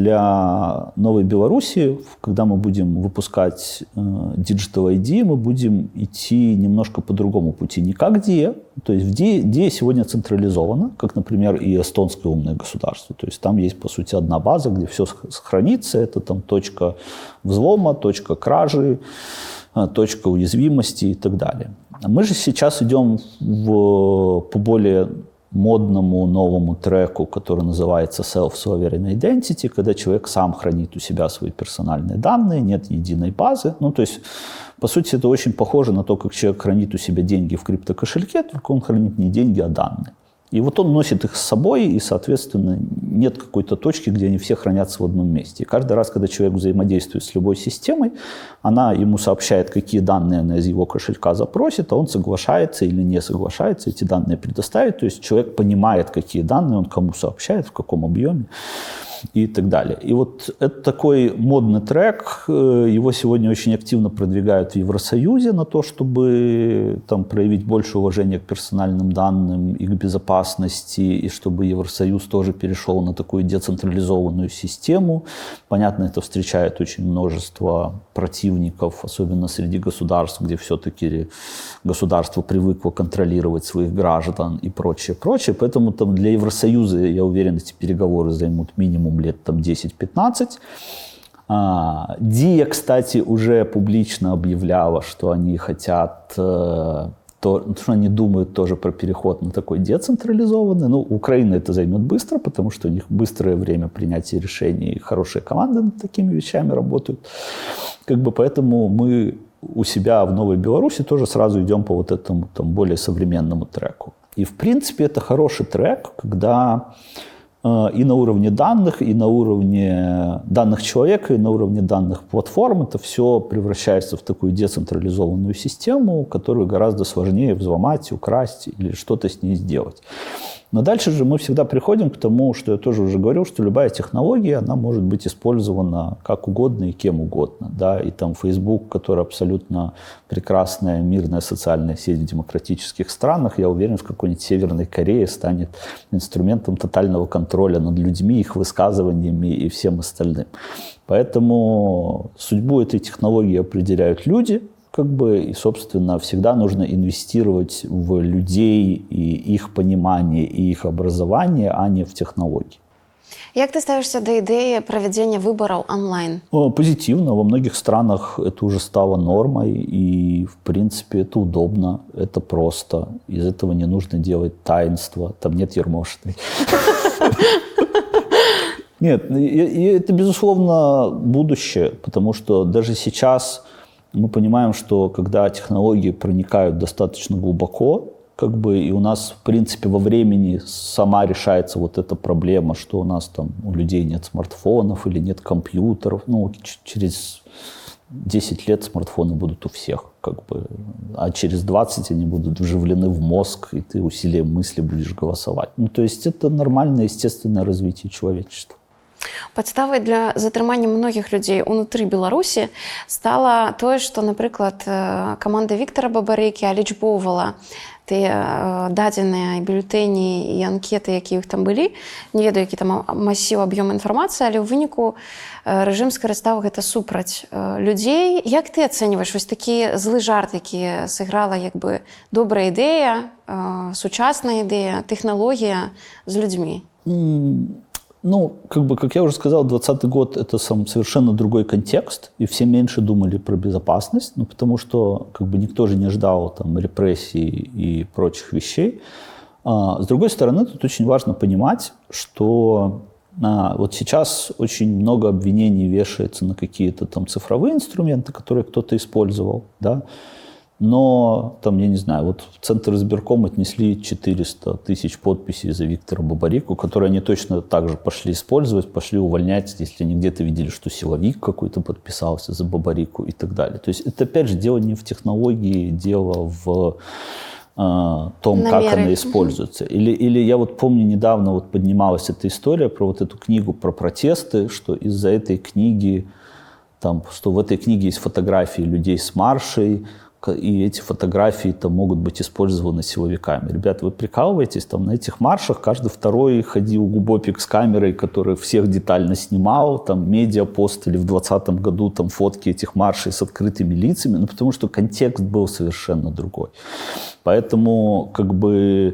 для Новой Беларуси, когда мы будем выпускать Digital ай ди, мы будем идти немножко по другому пути. Не как Диа, то есть в Диа, Диа сегодня централизована, как, например, и эстонское умное государство. То есть там есть, по сути, одна база, где все хранится. Это там точка взлома, точка кражи, точка уязвимости и так далее. Мы же сейчас идем в, по более модному новому треку, который называется Self-Sovereign Identity, когда человек сам хранит у себя свои персональные данные, нет единой базы. Ну, то есть, по сути, это очень похоже на то, как человек хранит у себя деньги в криптокошельке, только он хранит не деньги, а данные. И вот он носит их с собой, и, соответственно, нет какой-то точки, где они все хранятся в одном месте. И каждый раз, когда человек взаимодействует с любой системой, она ему сообщает, какие данные она из его кошелька запросит, а он соглашается или не соглашается эти данные предоставить. То есть человек понимает, какие данные он кому сообщает, в каком объеме и так далее. И вот это такой модный трек, его сегодня очень активно продвигают в Евросоюзе на то, чтобы там проявить больше уважения к персональным данным и к безопасности, и чтобы Евросоюз тоже перешел на такую децентрализованную систему. Понятно, это встречает очень множество противников, особенно среди государств, где все-таки государство привыкло контролировать своих граждан и прочее, прочее. Поэтому там для Евросоюза, я уверен, эти переговоры займут минимум лет там десять-пятнадцать. А, Дия, кстати, уже публично объявляла, что они хотят, э, то, что они думают тоже про переход на такой децентрализованный. Ну, Украина это займет быстро, потому что у них быстрое время принятия решений, и хорошие команды над такими вещами работают. Как бы поэтому мы у себя в Новой Беларуси тоже сразу идем по вот этому там более современному треку. И в принципе это хороший трек, когда и на уровне данных, и на уровне данных человека, и на уровне данных платформ это все превращается в такую децентрализованную систему, которую гораздо сложнее взломать, украсть или что-то с ней сделать. Но дальше же мы всегда приходим к тому, что я тоже уже говорил, что любая технология, она может быть использована как угодно и кем угодно. Да? И там Facebook, который абсолютно прекрасная мирная социальная сеть в демократических странах, я уверен, в какой-нибудь Северной Корее станет инструментом тотального контроля над людьми, их высказываниями и всем остальным. Поэтому судьбу этой технологии определяют люди, как бы, и, собственно, всегда нужно инвестировать в людей и их понимание, и их образование, а не в технологии. Як ты ставишься до идеи проведения выборов онлайн? Позитивно. Во многих странах это уже стало нормой, и, в принципе, это удобно, это просто. Из этого не нужно делать таинство. Там нет Ермошиной. Нет, это, безусловно, будущее, потому что даже сейчас мы понимаем, что когда технологии проникают достаточно глубоко, как бы, и у нас, в принципе, во времени сама решается вот эта проблема, что у нас там у людей нет смартфонов или нет компьютеров. Ну, через десять лет смартфоны будут у всех, как бы, а через двадцать они будут вживлены в мозг, и ты усилием мысли будешь голосовать. Ну, то есть это нормальное, естественное развитие человечества. Падставай для затрымання многіх людзей унутры Беларусі стала тое, што, напрыклад, каманда Віктара Бабарыкі алічбоўвала тыя дадзеныя бюлетэні і анкеты, якія ў іх там былі. Не ведаю, які там масіў аб'ём інфармацыі, але ў выніку рэжым скарыстаў гэта супраць людзей. Як ты ацэньваеш вось такі злы жарт, які сыграла як бы добрая ідэя, сучасная ідэя, тэхналогія з людзьмі? Ну, как бы, как я уже сказал, двадцатый год – это сам совершенно другой контекст, и все меньше думали про безопасность, ну, потому что как бы никто же не ждал там репрессий и прочих вещей. А, с другой стороны, тут очень важно понимать, что а, вот сейчас очень много обвинений вешается на какие-то там цифровые инструменты, которые кто-то использовал, да. Но, там, я не знаю, вот в Центр избирком отнесли четыреста тысяч подписей за Виктора Бабарику, которые они точно так же пошли использовать, пошли увольнять, если они где-то видели, что силовик какой-то подписался за Бабарику и так далее. То есть это, опять же, дело не в технологии, дело в э, том, Намеры. Как она используется. Или, или я вот помню, недавно вот поднималась эта история про вот эту книгу про протесты, что из-за этой книги, там, что в этой книге есть фотографии людей с маршей, и эти фотографии там могут быть использованы силовиками. Ребята, вы прикалываетесь? Там на этих маршах каждый второй ходил губопик с камерой, который всех детально снимал. Там медиапост или в двадцатом году там фотки этих маршей с открытыми лицами. Ну, потому что контекст был совершенно другой. Поэтому как бы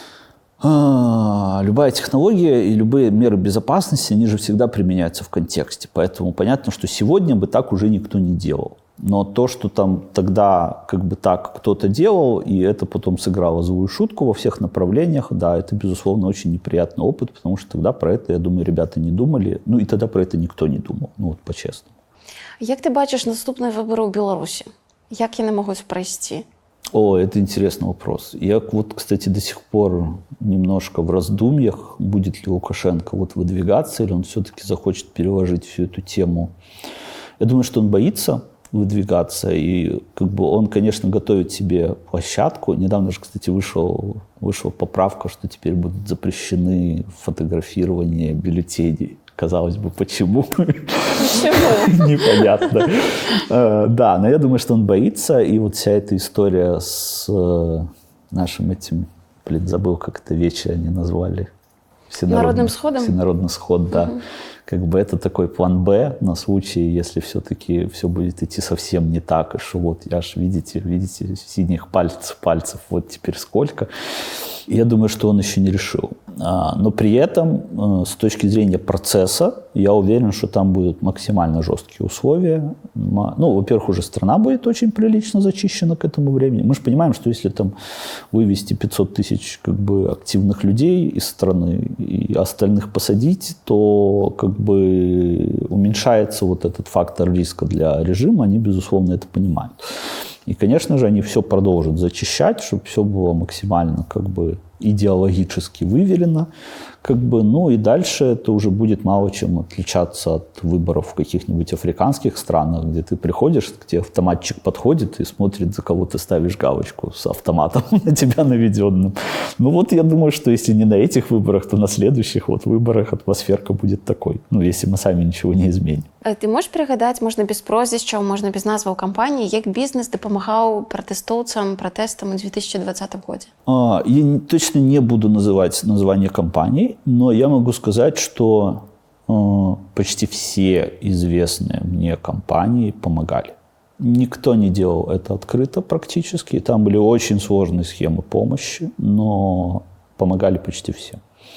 а, любая технология и любые меры безопасности, они же всегда применяются в контексте. Поэтому понятно, что сегодня бы так уже никто не делал. Но то, что там тогда как бы так кто-то делал, и это потом сыграло злую шутку во всех направлениях, да, это, безусловно, очень неприятный опыт, потому что тогда про это, я думаю, ребята не думали. Ну, и тогда про это никто не думал, ну, вот по-честному. Як ти бачиш наступні вибори у Білорусі? Як вони можуть пройти? О, это интересный вопрос. Я вот, кстати, до сих пор немножко в раздумьях, будет ли Лукашенко вот выдвигаться, или он все-таки захочет переложить всю эту тему. Я думаю, что он боится выдвигаться, и как бы он, конечно, готовит себе площадку. Недавно же, кстати, вышел, вышла поправка, что теперь будут запрещены фотографирование бюллетеней. Казалось бы, почему? Почему? Непонятно. Да, но я думаю, что он боится, и вот вся эта история с нашим этим, блин, забыл, как это вечер они назвали. Народным сходом? Всенародный сход, да. Угу. Как бы это такой план «Б» на случай, если все-таки все будет идти совсем не так, и что вот я ж, видите, видите, синих пальцев, пальцев вот теперь сколько. Я думаю, что он еще не решил. Но при этом, с точки зрения процесса, я уверен, что там будут максимально жесткие условия. Ну, во-первых, уже страна будет очень прилично зачищена к этому времени. Мы же понимаем, что если там вывести пятьсот тысяч как бы активных людей из страны и остальных посадить, то как бы уменьшается вот этот фактор риска для режима. Они, безусловно, это понимают. И, конечно же, они все продолжат зачищать, чтобы все было максимально как бы идеологически выверено. Как бы, ну и дальше это уже будет мало чем отличаться от выборов в каких-нибудь африканских странах, где ты приходишь, к тебе автоматчик подходит и смотрит, за кого ты ставишь галочку с автоматом на тебя наведенным. Ну вот я думаю, что если не на этих выборах, то на следующих вот выборах атмосферка будет такой. Ну, если мы сами ничего не изменим. Ты можешь пригадать, можна без прозвища, можна без назваў кампаніі, як бізнес дапамагаў пратэстоўцам, пратэстам у две тысячи двадцатом годзе? А, я точно не буду называть название компаний, но я могу сказать, что э, почти все известные мне компании помогали. Никто не делал это открыто практически. Там были очень сложные схемы помощи, но помогали почти все.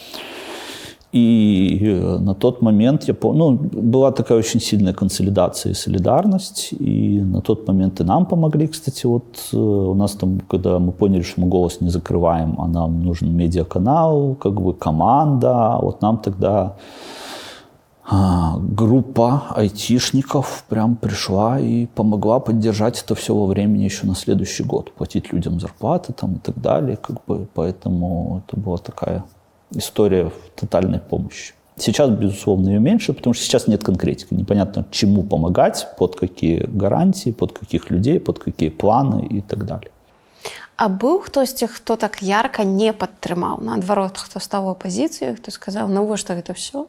И на тот момент, я помню, ну, была такая очень сильная консолидация и солидарность, и на тот момент и нам помогли, кстати, вот у нас там, когда мы поняли, что мы «Голос» не закрываем, а нам нужен медиаканал, как бы команда, вот нам тогда а, группа айтишников прям пришла и помогла поддержать это все во времени еще на следующий год, платить людям зарплаты там и так далее, как бы, поэтому это была такая история тотальной помощи. Сейчас, безусловно, ее меньше, потому что сейчас нет конкретики. Непонятно, чему помогать, под какие гарантии, под каких людей, под какие планы и так далее. А быў хтосьці, хто так ярка не падтрымаў? Наадварот, хто стаў у апазіцыю, хто сказаў, навошта гэта все?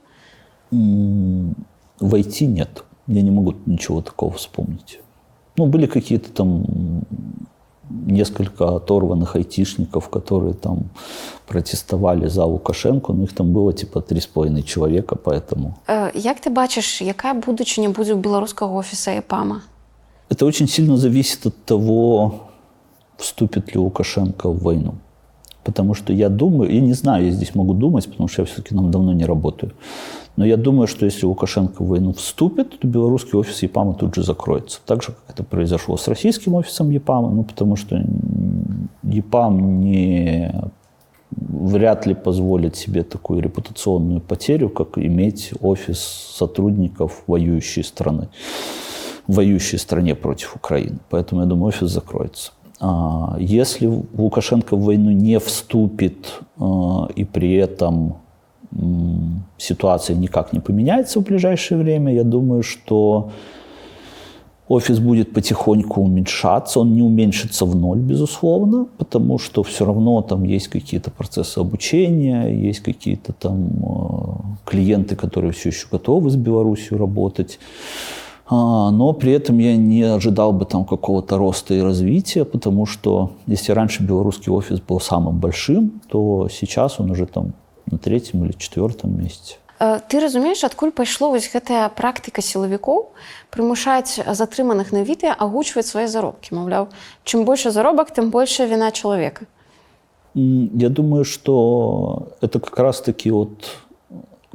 В ай ти нет. Я не могу ничего такого вспомнить. Ну, были какие-то там несколько оторванных айтишников, которые там протестовали за Лукашенко, но их там было типа три с половиной человека, поэтому... Як ты бачиш, яка будучыня будзе ў беларускага офіса ЕПАМа? Это очень сильно зависит от того, вступит ли Лукашенко в войну. Потому что я думаю, я не знаю, я здесь могу думать, потому что я все-таки там давно не работаю, но я думаю, что если Лукашенко в войну вступит, то белорусский офис ЕПАМа тут же закроется. Так же, как это произошло с российским офисом ЕПАМа, ну, потому что ЕПАМ не, вряд ли позволит себе такую репутационную потерю, как иметь офис сотрудников воюющей страны, в воюющей стране против Украины. Поэтому, я думаю, офис закроется. Если Лукашенко в войну не вступит и при этом ситуация никак не поменяется в ближайшее время, я думаю, что офис будет потихоньку уменьшаться. Он не уменьшится в ноль, безусловно, потому что все равно там есть какие-то процессы обучения, есть какие-то там клиенты, которые все еще готовы с Беларусью работать. Но при этом я не ожидал бы там какого-то роста и развития, потому что если раньше белорусский офис был самым большим, то сейчас он уже там на третьем или четвертом месте. Ты разумееш, адкуль пайшло вось гэтая практыка сілавікоў прымушаць затрыманых на відэа агучваць свае заробкі? Маўляў, чым больше заробак, тым большая вина чалавека. Я думаю, что это как раз-таки вот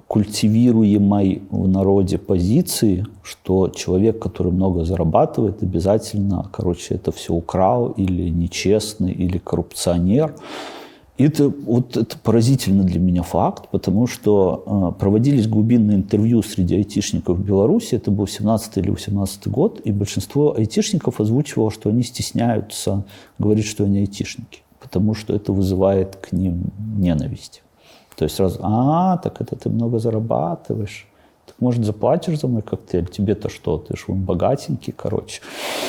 культивируемой в народе позиции, что человек, который много зарабатывает, обязательно, короче, это все украл, или нечестный, или коррупционер. И это, вот, это поразительно для меня факт, потому что э, проводились глубинные интервью среди айтишников в Беларуси, это был семнадцатый или восемнадцатый год, и большинство айтишников озвучивало, что они стесняются говорить, что они айтишники, потому что это вызывает к ним ненависть. То есть сразу, а, так это ты много зарабатываешь, так может заплатишь за мой коктейль, тебе-то что, ты ж вон богатенький, короче.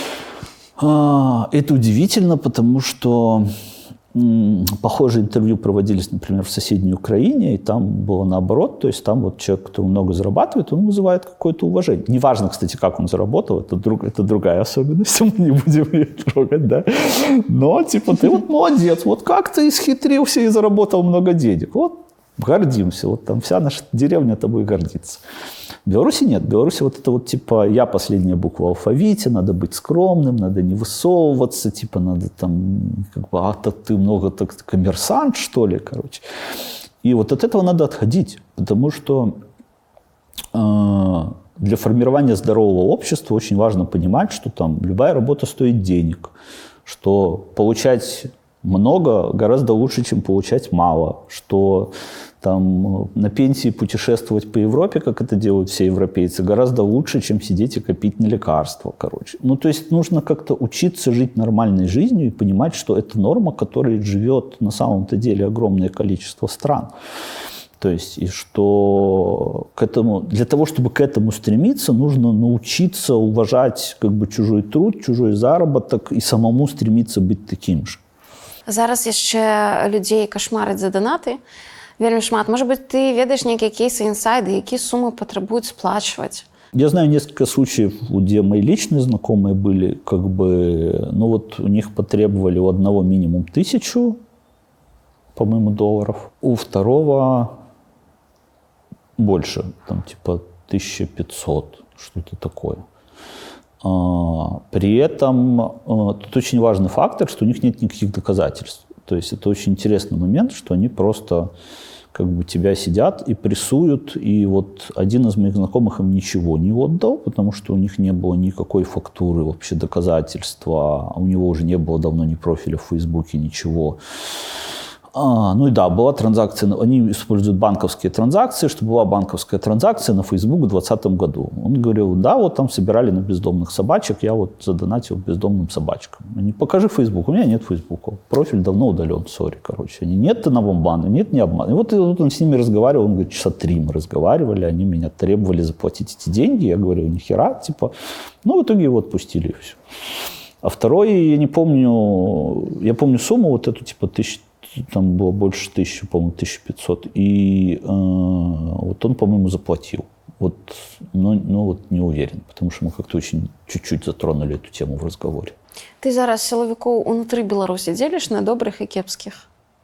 А, это удивительно, потому что м, похожие интервью проводились, например, в соседней Украине, и там было наоборот, то есть там вот человек, который много зарабатывает, он вызывает какое-то уважение. Неважно, кстати, как он заработал, это, друг, это другая особенность, мы не будем ее трогать, да. Но, типа, ты вот молодец, вот как ты исхитрился и заработал много денег, вот. Гордимся. Вот там вся наша деревня тобой гордится. В Беларуси нет. В Беларуси вот это вот типа я последняя буква в алфавите, надо быть скромным, надо не высовываться, типа надо там, как бы, а то ты много так коммерсант, что ли, короче. И вот от этого надо отходить, потому что э, для формирования здорового общества очень важно понимать, что там любая работа стоит денег, что получать много гораздо лучше, чем получать мало, что там на пенсии путешествовать по Европе, как это делают все европейцы, гораздо лучше, чем сидеть и копить на лекарства, короче. Ну, то есть нужно как-то учиться жить нормальной жизнью и понимать, что это норма, которой живет на самом-то деле огромное количество стран. То есть, и что к этому, для того, чтобы к этому стремиться, нужно научиться уважать как бы чужой труд, чужой заработок и самому стремиться быть таким же. Зараз яшчэ людзей кашмараць за данаты вельмі шмат. Можа быць, ты ведаеш нейкія кейсы, інсайды, якія суммы патрабуюць сплачваць? Я знаю несколько случаев, где мои личные знакомые были, как бы, ну вот у них потребовали у одного минимум тысячу, по-моему, долларов, у второго больше, там типа тысяча пятьсот, что-то такое. При этом тут очень важный фактор, что у них нет никаких доказательств. То есть это очень интересный момент, что они просто как бы тебя сидят и прессуют. И вот один из моих знакомых им ничего не отдал, потому что у них не было никакой фактуры, вообще доказательства. У него уже не было давно ни профиля в Фейсбуке, ничего. А, ну и да, была транзакция, они используют банковские транзакции, что была банковская транзакция на Facebook в двадцатом году. Он говорил, да, вот там собирали на бездомных собачек, я вот задонатил бездомным собачкам. Они, покажи Facebook, у меня нет Фейсбука, профиль давно удален, сори, короче. Они, нет, ты на бомбану, нет, не обман. И вот, и вот он с ними разговаривал, он говорит, часа три мы разговаривали, они меня требовали заплатить эти деньги, я говорю, нихера, типа, ну в итоге его отпустили и все. А второй, я не помню, я помню сумму вот эту, типа, тысяч, там было больше тысячи, по-моему, тысяча пятьсот. И э, вот он, по-моему, заплатил. Вот, но, но вот не уверен, потому что мы как-то очень чуть-чуть затронули эту тему в разговоре. Ты зараз силовиков внутри Беларуси делишь на добрых и кепских?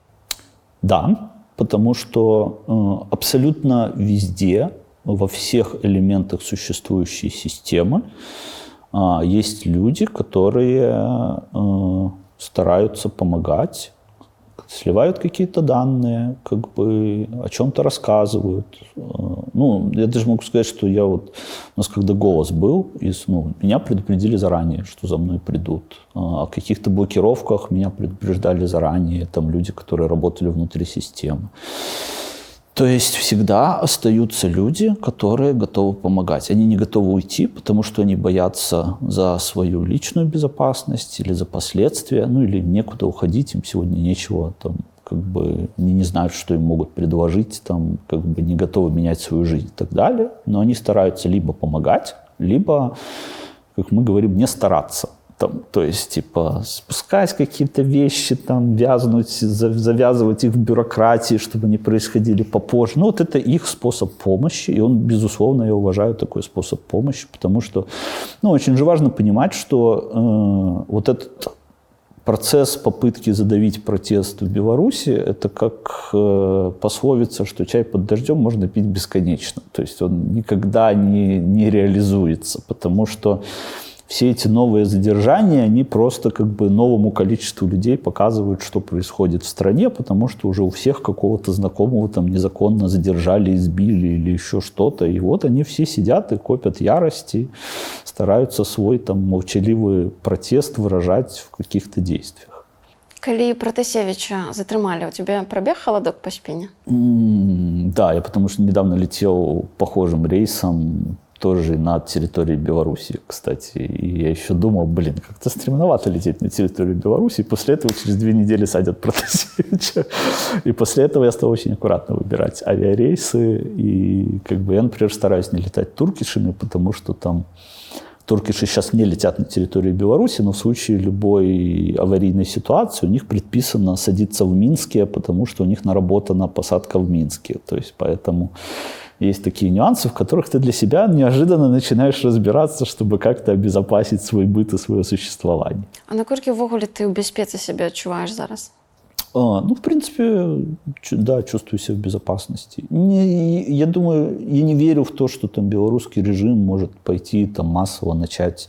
Да, потому что э, абсолютно везде, во всех элементах существующей системы э, есть люди, которые э, стараются помогать, сливают какие-то данные, как бы о чем-то рассказывают. Ну, я даже могу сказать, что я вот... У нас когда «Голос» был, и, ну, меня предупредили заранее, что за мной придут. О каких-то блокировках меня предупреждали заранее. Там люди, которые работали внутри системы. То есть всегда остаются люди, которые готовы помогать. Они не готовы уйти, потому что они боятся за свою личную безопасность или за последствия, ну или некуда уходить, им сегодня нечего, там, как бы они не знают, что им могут предложить, там, как бы не готовы менять свою жизнь и так далее. Но они стараются либо помогать, либо, как мы говорим, не стараться. Там, то есть, типа, спускать какие-то вещи, там, вязнуть, завязывать их в бюрократии, чтобы они происходили попозже. Ну, вот это их способ помощи, и он, безусловно, я уважаю такой способ помощи, потому что, ну, очень же важно понимать, что э, вот этот процесс попытки задавить протест в Беларуси, это как э, пословица, что чай под дождем можно пить бесконечно. То есть он никогда не, не реализуется, потому что все эти новые задержания, они просто как бы новому количеству людей показывают, что происходит в стране, потому что уже у всех какого-то знакомого там незаконно задержали, избили или еще что-то. И вот они все сидят и копят ярости, стараются свой там молчаливый протест выражать в каких-то действиях. Коли Протасевича затрымали, у тебя пробег холодок по спине? Mm, да, я потому что недавно летел похожим рейсом, тоже на территории Беларуси, кстати. И я еще думал, блин, как-то стремновато лететь на территорию Беларуси. И после этого через две недели садят Протасевича. И после этого я стал очень аккуратно выбирать авиарейсы. И как бы я, например, стараюсь не летать туркишами, потому что там туркиши сейчас не летят на территорию Беларуси, но в случае любой аварийной ситуации у них предписано садиться в Минске, потому что у них наработана посадка в Минске. То есть поэтому есть такие нюансы, в которых ты для себя неожиданно начинаешь разбираться, чтобы как-то обезопасить свой быт и свое существование. А наколькі ввогуле ты ў бяспецы себя адчуваеш зараз? А, ну, в принципе, да, чувствую себя в безопасности. Не, я думаю, я не верю в то, что там белорусский режим может пойти там массово начать,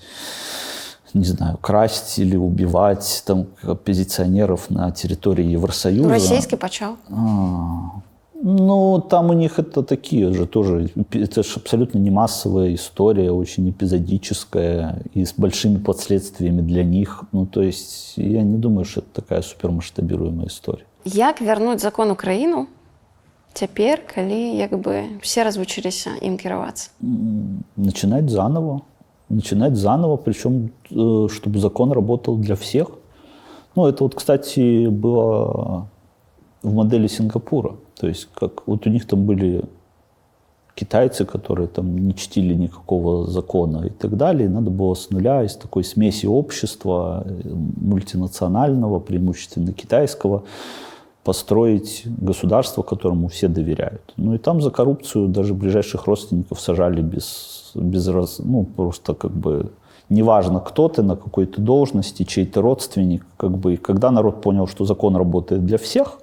не знаю, красть или убивать там оппозиционеров на территории Евросоюза. Ну, российский почал. А, ну, там у них это такие же тоже, это же абсолютно не массовая история, очень эпизодическая и с большими последствиями для них. Ну, то есть я не думаю, что это такая супермасштабируемая история. Як вярнуць закон у краіну цяпер, калі як бы все развучыліся ім кіравацца? Начинать заново. Начинать заново, причем чтобы закон работал для всех. Ну, это вот, кстати, было в модели Сингапура. То есть, как вот у них там были китайцы, которые там не чтили никакого закона и так далее. И надо было с нуля из такой смеси общества, мультинационального, преимущественно китайского, построить государство, которому все доверяют. Ну и там за коррупцию даже ближайших родственников сажали без, без раз, ну просто как бы неважно, кто ты, на какой ты должности, чей ты родственник. Как бы, и когда народ понял, что закон работает для всех,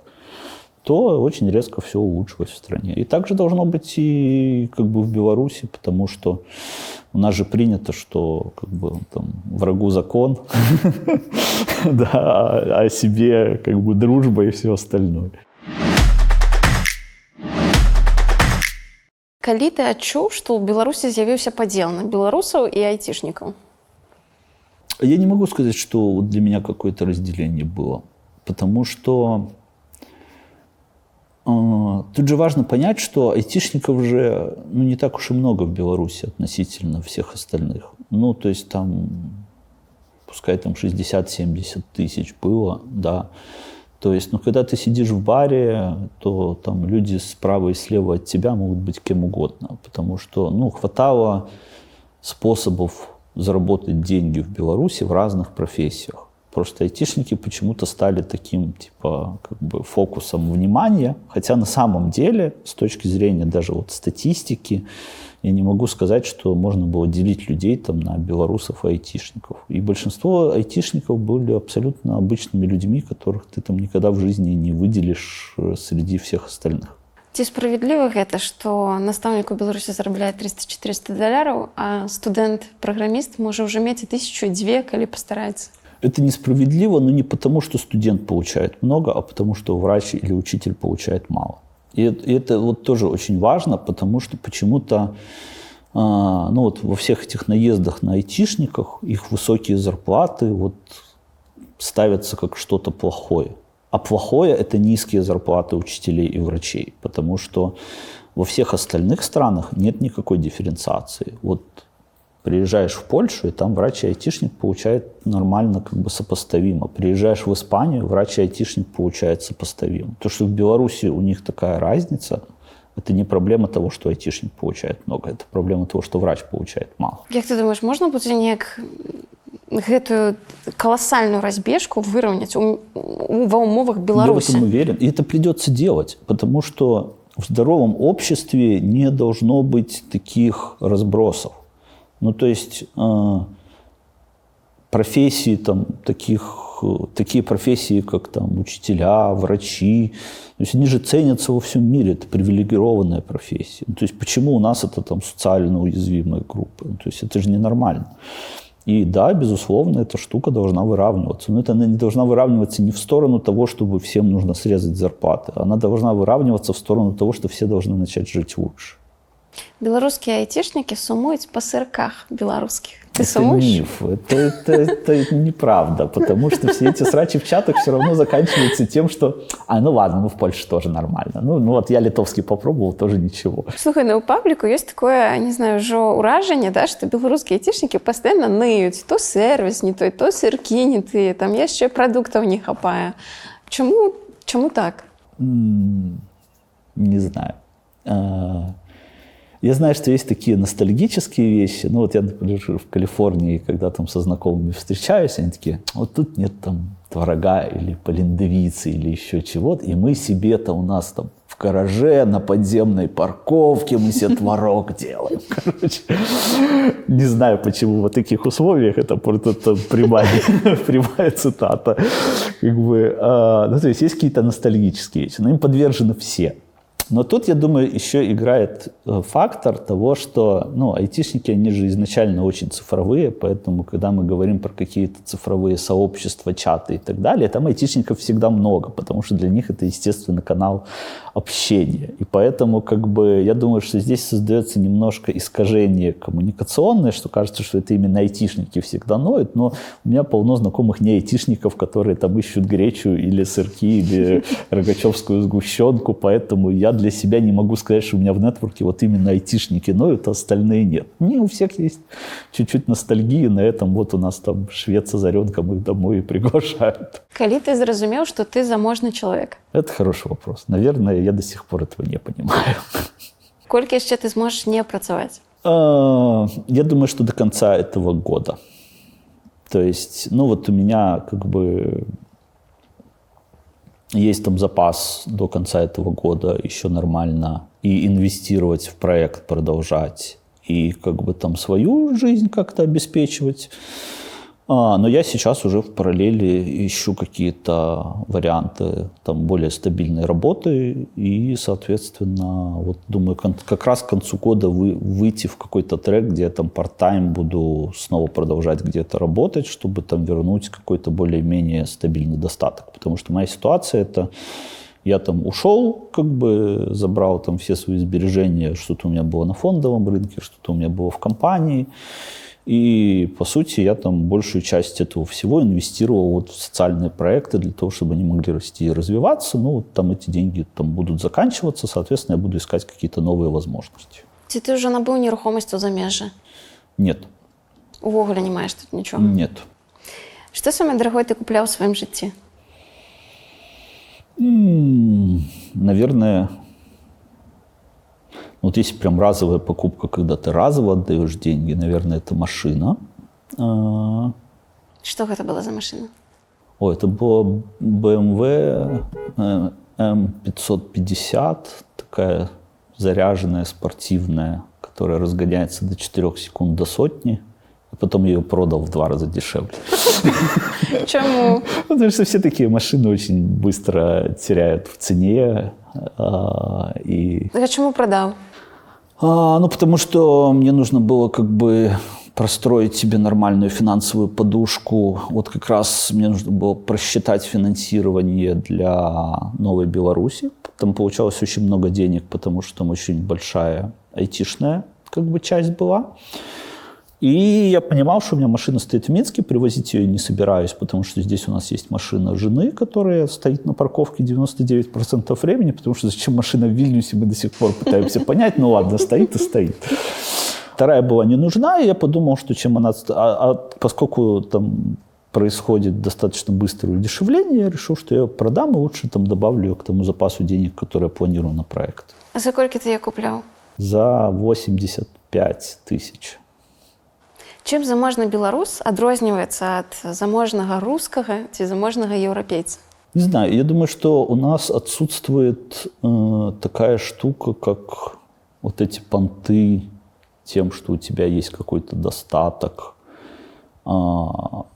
то очень резко все улучшилось в стране. И так же должно быть и как бы в Беларуси, потому что у нас же принято, что как бы там врагу закон, да, а себе как бы дружба и все остальное. Калі ты адчуў, што ў Беларусі з'явіўся падзел на беларусаў и айтишников? Я не могу сказать, что для меня какое-то разделение было, потому что тут же важно понять, что айтишников же ну, не так уж и много в Беларуси относительно всех остальных. Ну, то есть там, пускай там шестьдесят-семьдесят тысяч было, да. То есть, ну, когда ты сидишь в баре, то там люди справа и слева от тебя могут быть кем угодно, потому что, ну, хватало способов заработать деньги в Беларуси в разных профессиях. Просто айтишники почему-то стали таким, типа, как бы фокусом внимания, хотя на самом деле, с точки зрения даже вот статистики, я не могу сказать, что можно было делить людей там на белорусов и айтишников. И большинство айтишников были абсолютно обычными людьми, которых ты там никогда в жизни не выделишь среди всех остальных. Ці справядліва гэта, што настаўнік у Беларусі зарабляе триста-четыреста доляраў, а студэнт-праграміст можа ўжо мець і тысячу і дзве, калі пастараецца? Это несправедливо, но не потому, что студент получает много, а потому, что врач или учитель получает мало. И это вот тоже очень важно, потому что почему-то ну вот во всех этих наездах на айтишниках их высокие зарплаты вот ставятся как что-то плохое. А плохое – это низкие зарплаты учителей и врачей, потому что во всех остальных странах нет никакой дифференциации. Вот приезжаешь в Польшу, и там врач и айтишник получает нормально, как бы сопоставимо. Приезжаешь в Испанию, врач и айтишник получает сопоставимо. То, что в Беларуси у них такая разница, это не проблема того, что айтишник получает много, это проблема того, что врач получает мало. Як ты думаешь, можно будзе неяк гэтую колоссальную разбежку выровнять у, у, ва умовах Беларуси? Я в этом уверен. И это придется делать, потому что в здоровом обществе не должно быть таких разбросов. Ну, то есть э, профессии, там, таких, такие профессии, как там, учителя, врачи, то есть они же ценятся во всем мире, это привилегированная профессия. Ну, то есть почему у нас это там социально уязвимая группа? Ну, то есть это же ненормально. И да, безусловно, эта штука должна выравниваться. Но это она не должна выравниваться не в сторону того, чтобы всем нужно срезать зарплаты. Она должна выравниваться в сторону того, что все должны начать жить лучше. Белорусские айтишники сумуют по сырках белорусских. Ты это сумуешь? Миф. Это, это, это неправда, потому что все эти срачи в чатах все равно заканчиваются тем, что «а, ну ладно, ну в Польше тоже нормально». Ну, ну вот я литовский попробовал, тоже ничего. Слухай, ну у пабліку есть такое, не знаю, ўжо ўражанне, да, что белорусские айтишники постоянно ныют. То сервис не той, то сырки не тыя, там яшчэ прадуктаў не хапае. Чаму, чаму так? М-м, не знаю. А- Я знаю, что есть такие ностальгические вещи. Ну вот я, например, в Калифорнии, когда там со знакомыми встречаюсь, они такие, вот тут нет там творога или полиндевицы или еще чего-то, и мы себе-то у нас там в гараже на подземной парковке мы себе творог делаем. Короче, не знаю, почему в таких условиях, это просто прямая, прямая цитата. Как бы, а, ну, то есть есть какие-то ностальгические вещи, но им подвержены все. Но тут, я думаю, еще играет фактор того, что ну, айтишники, они же изначально очень цифровые, поэтому, когда мы говорим про какие-то цифровые сообщества, чаты и так далее, там айтишников всегда много, потому что для них это, естественно, канал общения. И поэтому, как бы, я думаю, что здесь создается немножко искажение коммуникационное, что кажется, что это именно айтишники всегда ноют, но у меня полно знакомых не айтишников, которые там ищут гречу или сырки, или рогачевскую сгущенку, поэтому я для себя не могу сказать, что у меня в нетворке вот именно айтишники ноют, а остальные нет. Не, у всех есть чуть-чуть ностальгии, на этом вот у нас там швед с озаренком их домой и приглашают. Калі ты зразумеў, что ты заможны чалавек? Это хороший вопрос. Наверное, я до сих пор этого не понимаю. Колькі яшчэ ты зможешь не працаваць? Я думаю, что до конца этого года. То есть, ну вот у меня как бы есть там запас до конца этого года еще нормально и инвестировать в проект, продолжать, и как бы там свою жизнь как-то обеспечивать. А, но я сейчас уже в параллели ищу какие-то варианты там более стабильной работы и, соответственно, вот думаю, как раз к концу года вы, выйти в какой-то трек, где я там part-time буду снова продолжать где-то работать, чтобы там вернуть какой-то более-менее стабильный достаток. Потому что моя ситуация это я там ушел, как бы забрал там все свои сбережения, что-то у меня было на фондовом рынке, что-то у меня было в компании. И, по сути, я там большую часть этого всего инвестировал вот в социальные проекты для того, чтобы они могли расти и развиваться. Ну, вот там эти деньги там будут заканчиваться, соответственно, я буду искать какие-то новые возможности. Ці ты уже набыў нерухомасць у замежжы? Нет. Увогуле не маеш тут нічого? Нет. Што самае дарагое ты купляў у сваім жыцці? М-м, наверное... Вот если прям разовая покупка, когда ты разово отдаешь деньги, наверное, это машина. Что это была за машина? О, это была бэ эм вэ эм пятьсот пятьдесят, такая заряженная, спортивная, которая разгоняется до четырёх секунд до сотни. А потом я ее продал в два раза дешевле. Чему? Потому что все такие машины очень быстро теряют в цене. И... А чему продал? А, ну, потому что мне нужно было как бы простроить себе нормальную финансовую подушку. Вот как раз мне нужно было просчитать финансирование для Новой Беларуси. Там получалось очень много денег, потому что там очень большая айтишная как бы часть была. И я понимал, что у меня машина стоит в Минске, привозить ее не собираюсь, потому что здесь у нас есть машина жены, которая стоит на парковке девяносто девять процентов времени, потому что зачем машина в Вильнюсе, мы до сих пор пытаемся понять, ну ладно, стоит и стоит. Вторая была не нужна, и я подумал, что чем она... А, а поскольку там происходит достаточно быстрое удешевление, я решил, что я ее продам и лучше там добавлю ее к тому запасу денег, который я планирую на проект. А за сколько ты ее куплял? За восемьдесят пять тысяч. Чым заможны беларус адрозніваецца ад заможнага рускага ці заможнага еўрапейца? Не знаю, я думаю, что у нас отсутствует э, такая штука, как вот эти понты тем, что у тебя есть какой-то достаток. А,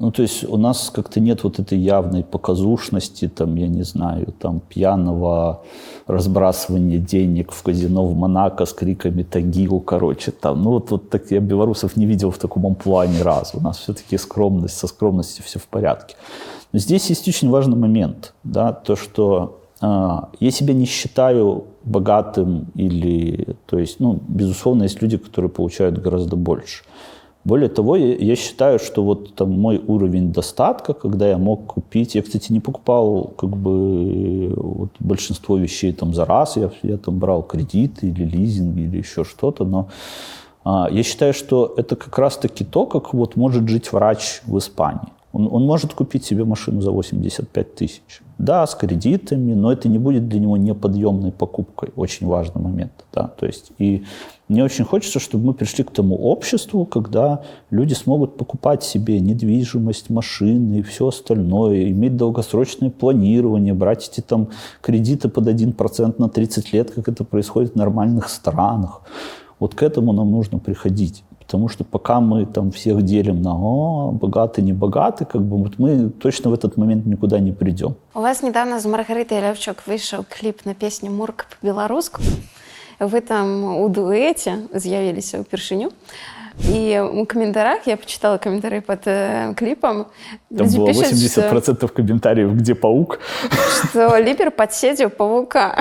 Ну, то есть у нас как-то нет вот этой явной показушности, там, я не знаю, там, пьяного разбрасывания денег в казино в Монако с криками «Тагил», короче, там. Ну, вот, вот так я белорусов не видел в таком амплуа ни разу. У нас все-таки скромность, со скромностью все в порядке. Но здесь есть очень важный момент, да, то, что э, я себя не считаю богатым или, то есть, ну, безусловно, есть люди, которые получают гораздо больше. Более того, я, я считаю, что вот там мой уровень достатка, когда я мог купить, я, кстати, не покупал как бы вот, большинство вещей там за раз, я, я там брал кредиты или лизинг или еще что-то, но а, я считаю, что это как раз-таки то, как вот может жить врач в Испании. Он, он может купить себе машину за восемьдесят пять тысяч. Да, с кредитами, но это не будет для него неподъемной покупкой. Очень важный момент. Да? То есть, и мне очень хочется, чтобы мы пришли к тому обществу, когда люди смогут покупать себе недвижимость, машины и все остальное, иметь долгосрочное планирование, брать эти там кредиты под один процент на тридцать лет, как это происходит в нормальных странах. Вот к этому нам нужно приходить. Потому что пока мы там всех делим на «О, богатый, не богатый», как бы вот мы точно в этот момент никуда не придем. У вас недавно с Маргаритой Левчук вышел клип на песню «Мурка по-белоруску». Вы там у дуэте з'явились упершыню. И у комментариях, я почитала комментарии под э, клипом. Там было пишут, восемьдесят процентов что, комментариев, где паук. Что Липер подседзіў павука.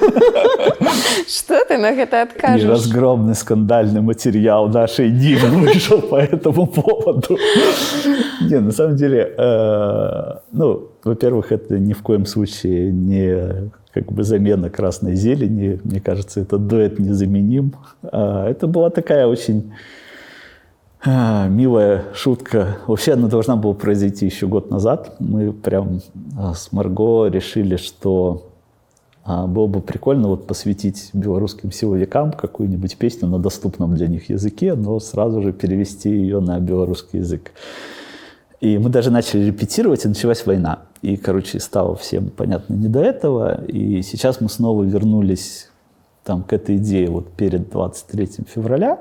Что ты на это откажешь? И разгромный скандальный материал нашей Димы вышел по этому поводу. Не, на самом деле, э, ну, во-первых, это ни в коем случае не как бы замена красной зелени. Мне кажется, этот дуэт незаменим. Это была такая очень а, милая шутка. Вообще она должна была произойти еще год назад. Мы прям а, с Марго решили, что а, было бы прикольно вот посвятить белорусским силовикам какую-нибудь песню на доступном для них языке, но сразу же перевести ее на белорусский язык. И мы даже начали репетировать, и началась война. И, короче, стало всем понятно не до этого. И сейчас мы снова вернулись там, к этой идее вот перед двадцать третьим февраля.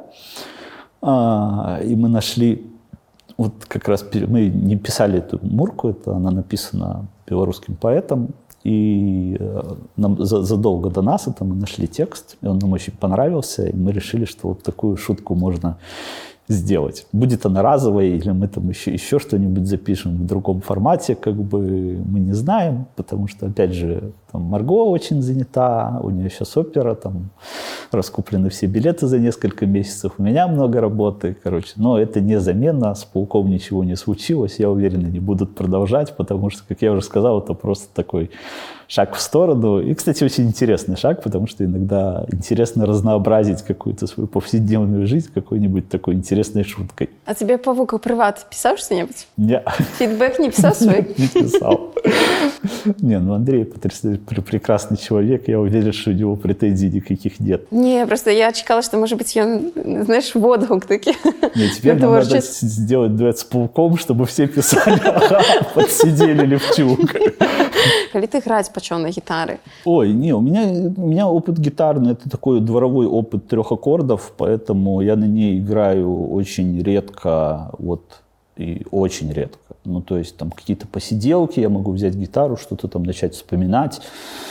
А, и мы нашли, вот как раз мы не писали эту мурку, это она написана белорусским поэтом. И нам задолго до нас это мы нашли текст, и он нам очень понравился. И мы решили, что вот такую шутку можно сделать. Будет она разовая, или мы там еще, еще что-нибудь запишем в другом формате, как бы мы не знаем, потому что, опять же, там Марго очень занята, у нее сейчас опера, там раскуплены все билеты за несколько месяцев, у меня много работы, короче. Но это не замена, с пауком ничего не случилось, я уверен, они будут продолжать, потому что, как я уже сказал, это просто такой шаг в сторону. И, кстати, очень интересный шаг, потому что иногда интересно разнообразить какую-то свою повседневную жизнь какой-нибудь такой интересной шуткой. А тебе павук у приват писал что-нибудь? Нет. Фидбэк не писал свой? Не писал. Не, ну Андрей прекрасный человек, я уверен, что у него претензий никаких нет. Не, просто я чекала, что, может быть, он, знаешь, водгук таки. Нет, теперь нам надо сделать дуэт с пауком, чтобы все писали «Ага, подсидели Левчук». Коли ты играть почему на гитаре? Ой, не, у меня, у меня опыт гитарный, это такой дворовой опыт трех аккордов, поэтому я на ней играю очень редко, вот, и очень редко. Ну, то есть там какие-то посиделки, я могу взять гитару, что-то там начать вспоминать,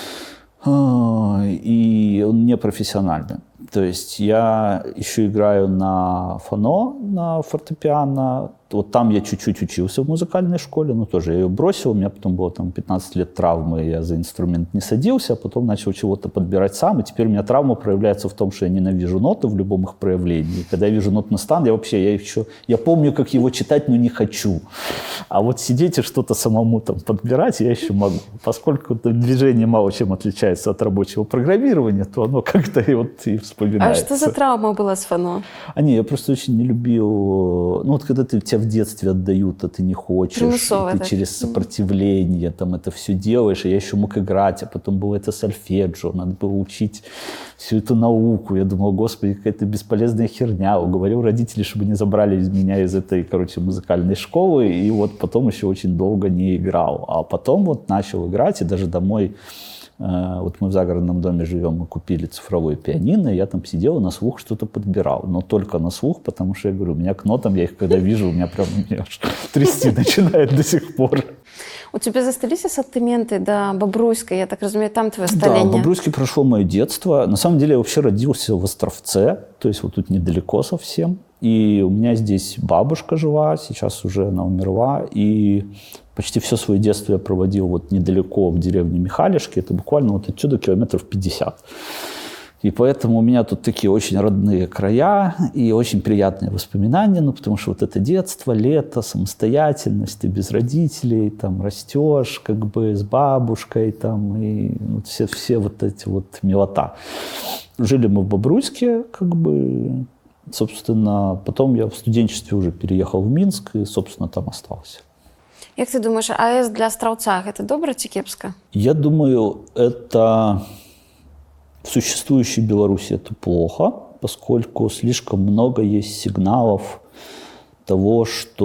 и он не профессиональный. То есть я еще играю на фано, на фортепиано. Вот там я чуть-чуть учился в музыкальной школе, но тоже я ее бросил. У меня потом было там пятнадцать лет травмы, я за инструмент не садился, а потом начал чего-то подбирать сам. И теперь у меня травма проявляется в том, что я ненавижу ноты в любом их проявлении. Когда я вижу нотный стан, я вообще, я еще, я помню, как его читать, но не хочу. А вот сидеть и что-то самому там подбирать я еще могу. Поскольку движение мало чем отличается от рабочего программирования, то оно как-то и вот и вспоминается. А что за травма была с фано? А не, я просто очень не любил... Ну вот когда ты, тебя в детстве отдают, а ты не хочешь, Примусово, и ты да. через сопротивление там это все делаешь, и я еще мог играть, а потом было это сольфеджио, надо было учить всю эту науку. Я думал, господи, какая-то бесполезная херня. Уговорил родителей, чтобы не забрали меня из этой, короче, музыкальной школы, и вот потом еще очень долго не играл. А потом вот начал играть, и даже домой Вот мы в загородном доме живем, мы купили цифровое пианино, и я там сидел и на слух что-то подбирал. Но только на слух, потому что я говорю, у меня к нотам, я их когда вижу, у меня прям меня аж трясти начинает до сих пор. У тебя застались ассортименты до Бобруйска, я так разумею, там твое столение? Да, в Бобруйске прошло мое детство. На самом деле я вообще родился в Островце, то есть вот тут недалеко совсем. И у меня здесь бабушка жила, сейчас уже она умерла. И почти все свое детство я проводил вот недалеко в деревне Михалишки. Это буквально вот отсюда километров пятьдесят. И поэтому у меня тут такие очень родные края и очень приятные воспоминания, ну, потому что вот это детство, лето, самостоятельность, ты без родителей, там, растешь как бы с бабушкой, там, и ну, все, все вот эти вот милота. Жили мы в Бобруйске, как бы, собственно, потом я в студенчестве уже переехал в Минск и, собственно, там остался. Як ти думаєш, АЕС для Остраўца – это добра ці кепска? Я думаю, это... В существующей Беларуси это плохо, поскольку слишком много есть сигналов того,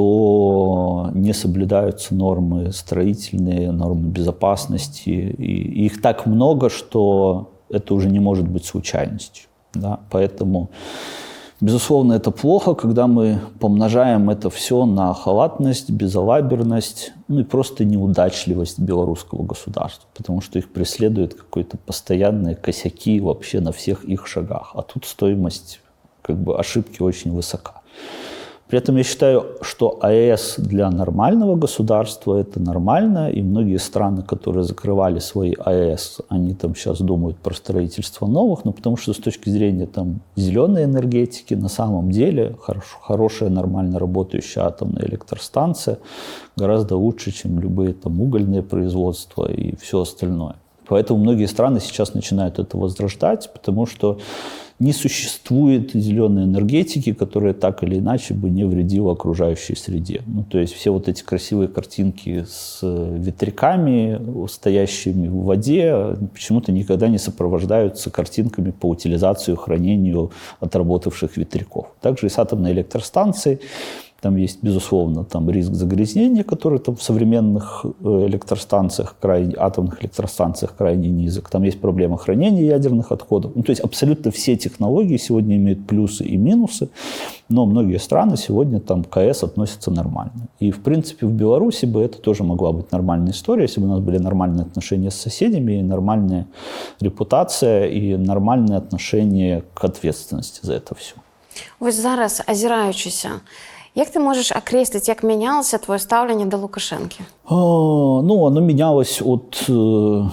что не соблюдаются нормы строительные, нормы безопасности. И их так много, что это уже не может быть случайностью. Да? Поэтому, безусловно, это плохо, когда мы помножаем это все на халатность, безалаберность, ну и просто неудачливость белорусского государства, потому что их преследуют какие-то постоянные косяки вообще на всех их шагах. А тут стоимость как бы ошибки очень высока. При этом я считаю, что АЭС для нормального государства – это нормально, и многие страны, которые закрывали свои АЭС, они там сейчас думают про строительство новых, но потому что с точки зрения там зеленой энергетики на самом деле хорош, хорошая, нормально работающая атомная электростанция гораздо лучше, чем любые там угольные производства и все остальное. Поэтому многие страны сейчас начинают это возрождать, потому что не существует зеленой энергетики, которая так или иначе бы не вредила окружающей среде. Ну, то есть все вот эти красивые картинки с ветряками, стоящими в воде, почему-то никогда не сопровождаются картинками по утилизации и хранению отработавших ветряков. Также и с атомной электростанцией. Там есть, безусловно, там риск загрязнения, который там в современных электростанциях, крайне, атомных электростанциях крайне низок. Там есть проблема хранения ядерных отходов. Ну, то есть абсолютно все технологии сегодня имеют плюсы и минусы, но многие страны сегодня там к АЭС относятся нормально. И, в принципе, в Беларуси бы это тоже могла быть нормальная история, если бы у нас были нормальные отношения с соседями, и нормальная репутация, и нормальное отношение к ответственности за это все. Ось зараз, азіраючися, як ти можеш окреслити, як мінялося твоє ставлення до Лукашенки? А, ну, оно менялось от э,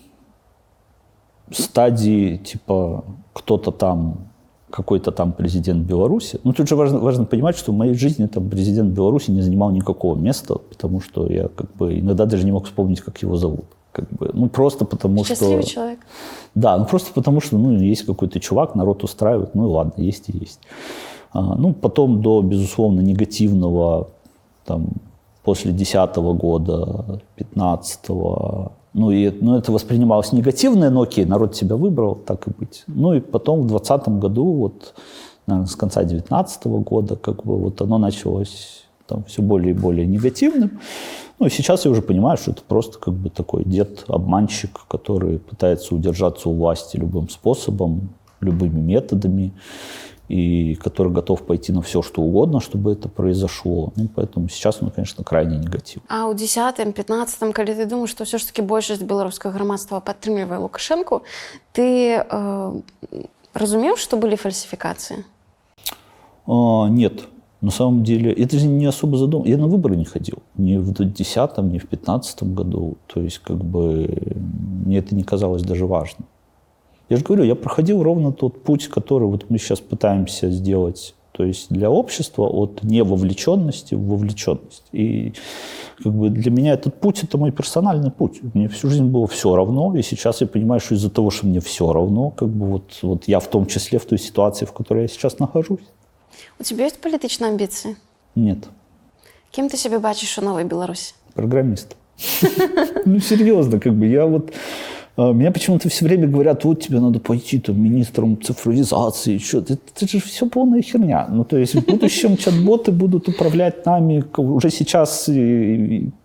стадии, типа, кто-то там, какой-то там президент Беларуси. Ну, тут же важно, важно понимать, что в моей жизни там президент Беларуси не занимал никакого места, потому что я как бы иногда даже не мог вспомнить, как его зовут. Как бы, ну, просто потому Счастливый что... человек. Да, ну, просто потому что, ну, есть какой-то чувак, народ устраивает, ну, и ладно, есть и есть. А, ну, потом до, безусловно, негативного, там, после десятого года, пятнадцатого, ну, и, ну, это воспринималось негативно, но окей, народ себя выбрал, так и быть. Ну, и потом в двадцатом году, вот, наверное, с конца девятнадцатого года, как бы, вот оно началось там все более и более негативным. Ну, и сейчас я уже понимаю, что это просто как бы такой дед-обманщик, который пытается удержаться у власти любым способом, любыми методами, и который готов пойти на все, что угодно, чтобы это произошло. Ну, поэтому сейчас он, конечно, крайне негативный. А у десятым, пятнадцатым, когда ты думаешь, что все ж таки большасць беларускага грамадства падтрымлівае Лукашенку, ты э, разумеў, что были фальсификации? А, нет. На самом деле, это же не особо задумал. Я на выборы не ходил. Ни в десятом, ни в пятнадцатом году. То есть, как бы, мне это не казалось даже важным. Я же говорю, я проходил ровно тот путь, который вот мы сейчас пытаемся сделать, то есть для общества, от невовлеченности в вовлеченность. И как бы для меня этот путь – это мой персональный путь. Мне всю жизнь было все равно, и сейчас я понимаю, что из-за того, что мне все равно, как бы вот, вот я в том числе в той ситуации, в которой я сейчас нахожусь. У тебя есть политичные амбиции? Нет. Кем ты себя бачишь у новой Беларуси? Программист. Ну, серьезно, как бы я вот... Меня почему-то все время говорят, вот тебе надо пойти там министром цифровизации, что-то. Это же все полная херня. Ну, то есть в будущем чат-боты будут управлять нами. Уже сейчас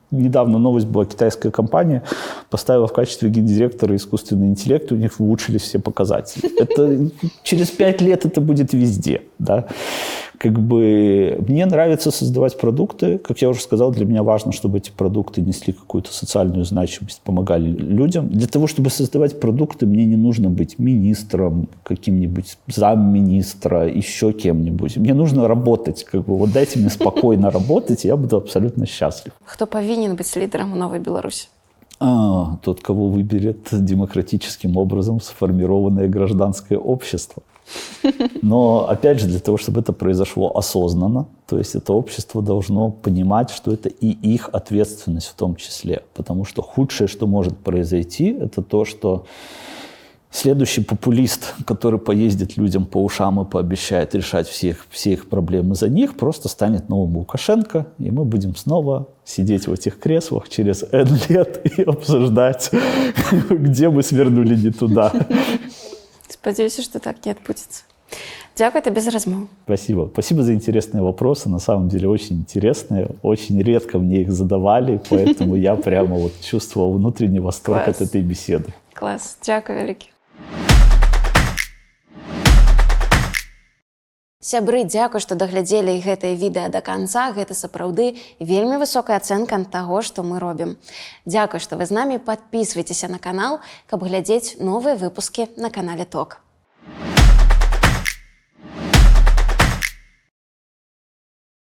недавно новость была, китайская компания поставила в качестве гендиректора искусственный интеллект, у них улучшились все показатели. Это, через пять лет это будет везде. Да? Как бы, мне нравится создавать продукты. Как я уже сказал, для меня важно, чтобы эти продукты несли какую-то социальную значимость, помогали людям. Для того, чтобы создавать продукты, мне не нужно быть министром, каким-нибудь замминистра, еще кем-нибудь. Мне нужно работать. Как бы, вот дайте мне спокойно работать, и я буду абсолютно счастлив. Кто повинен быть лидером в Новой Беларуси? А, тот, кого выберет демократическим образом сформированное гражданское общество. Но, опять же, для того, чтобы это произошло осознанно, то есть это общество должно понимать, что это и их ответственность в том числе. Потому что худшее, что может произойти, это то, что следующий популист, который поездит людям по ушам и пообещает решать все их, все их проблемы за них, просто станет новым Лукашенко, и мы будем снова сидеть в этих креслах через N лет и обсуждать, где мы свернули не туда. Спадзяюся, что так не отбудется. Дякую тебе за размову. Спасибо. Спасибо за интересные вопросы. На самом деле очень интересные. Очень редко мне их задавали, поэтому я прямо вот чувствовал внутренний восторг Класс. от этой беседы. Класс. Дякую вялікі. Сябры, дзякуй, што даглядзелі гэтае відэа да канца. Гэта сапраўды вельмі высокая ацэнка таго, што мы робім. Дзякуй, што вы з намі. Падпісвайцеся на канал, каб глядзець новыя выпускі на канале Ток.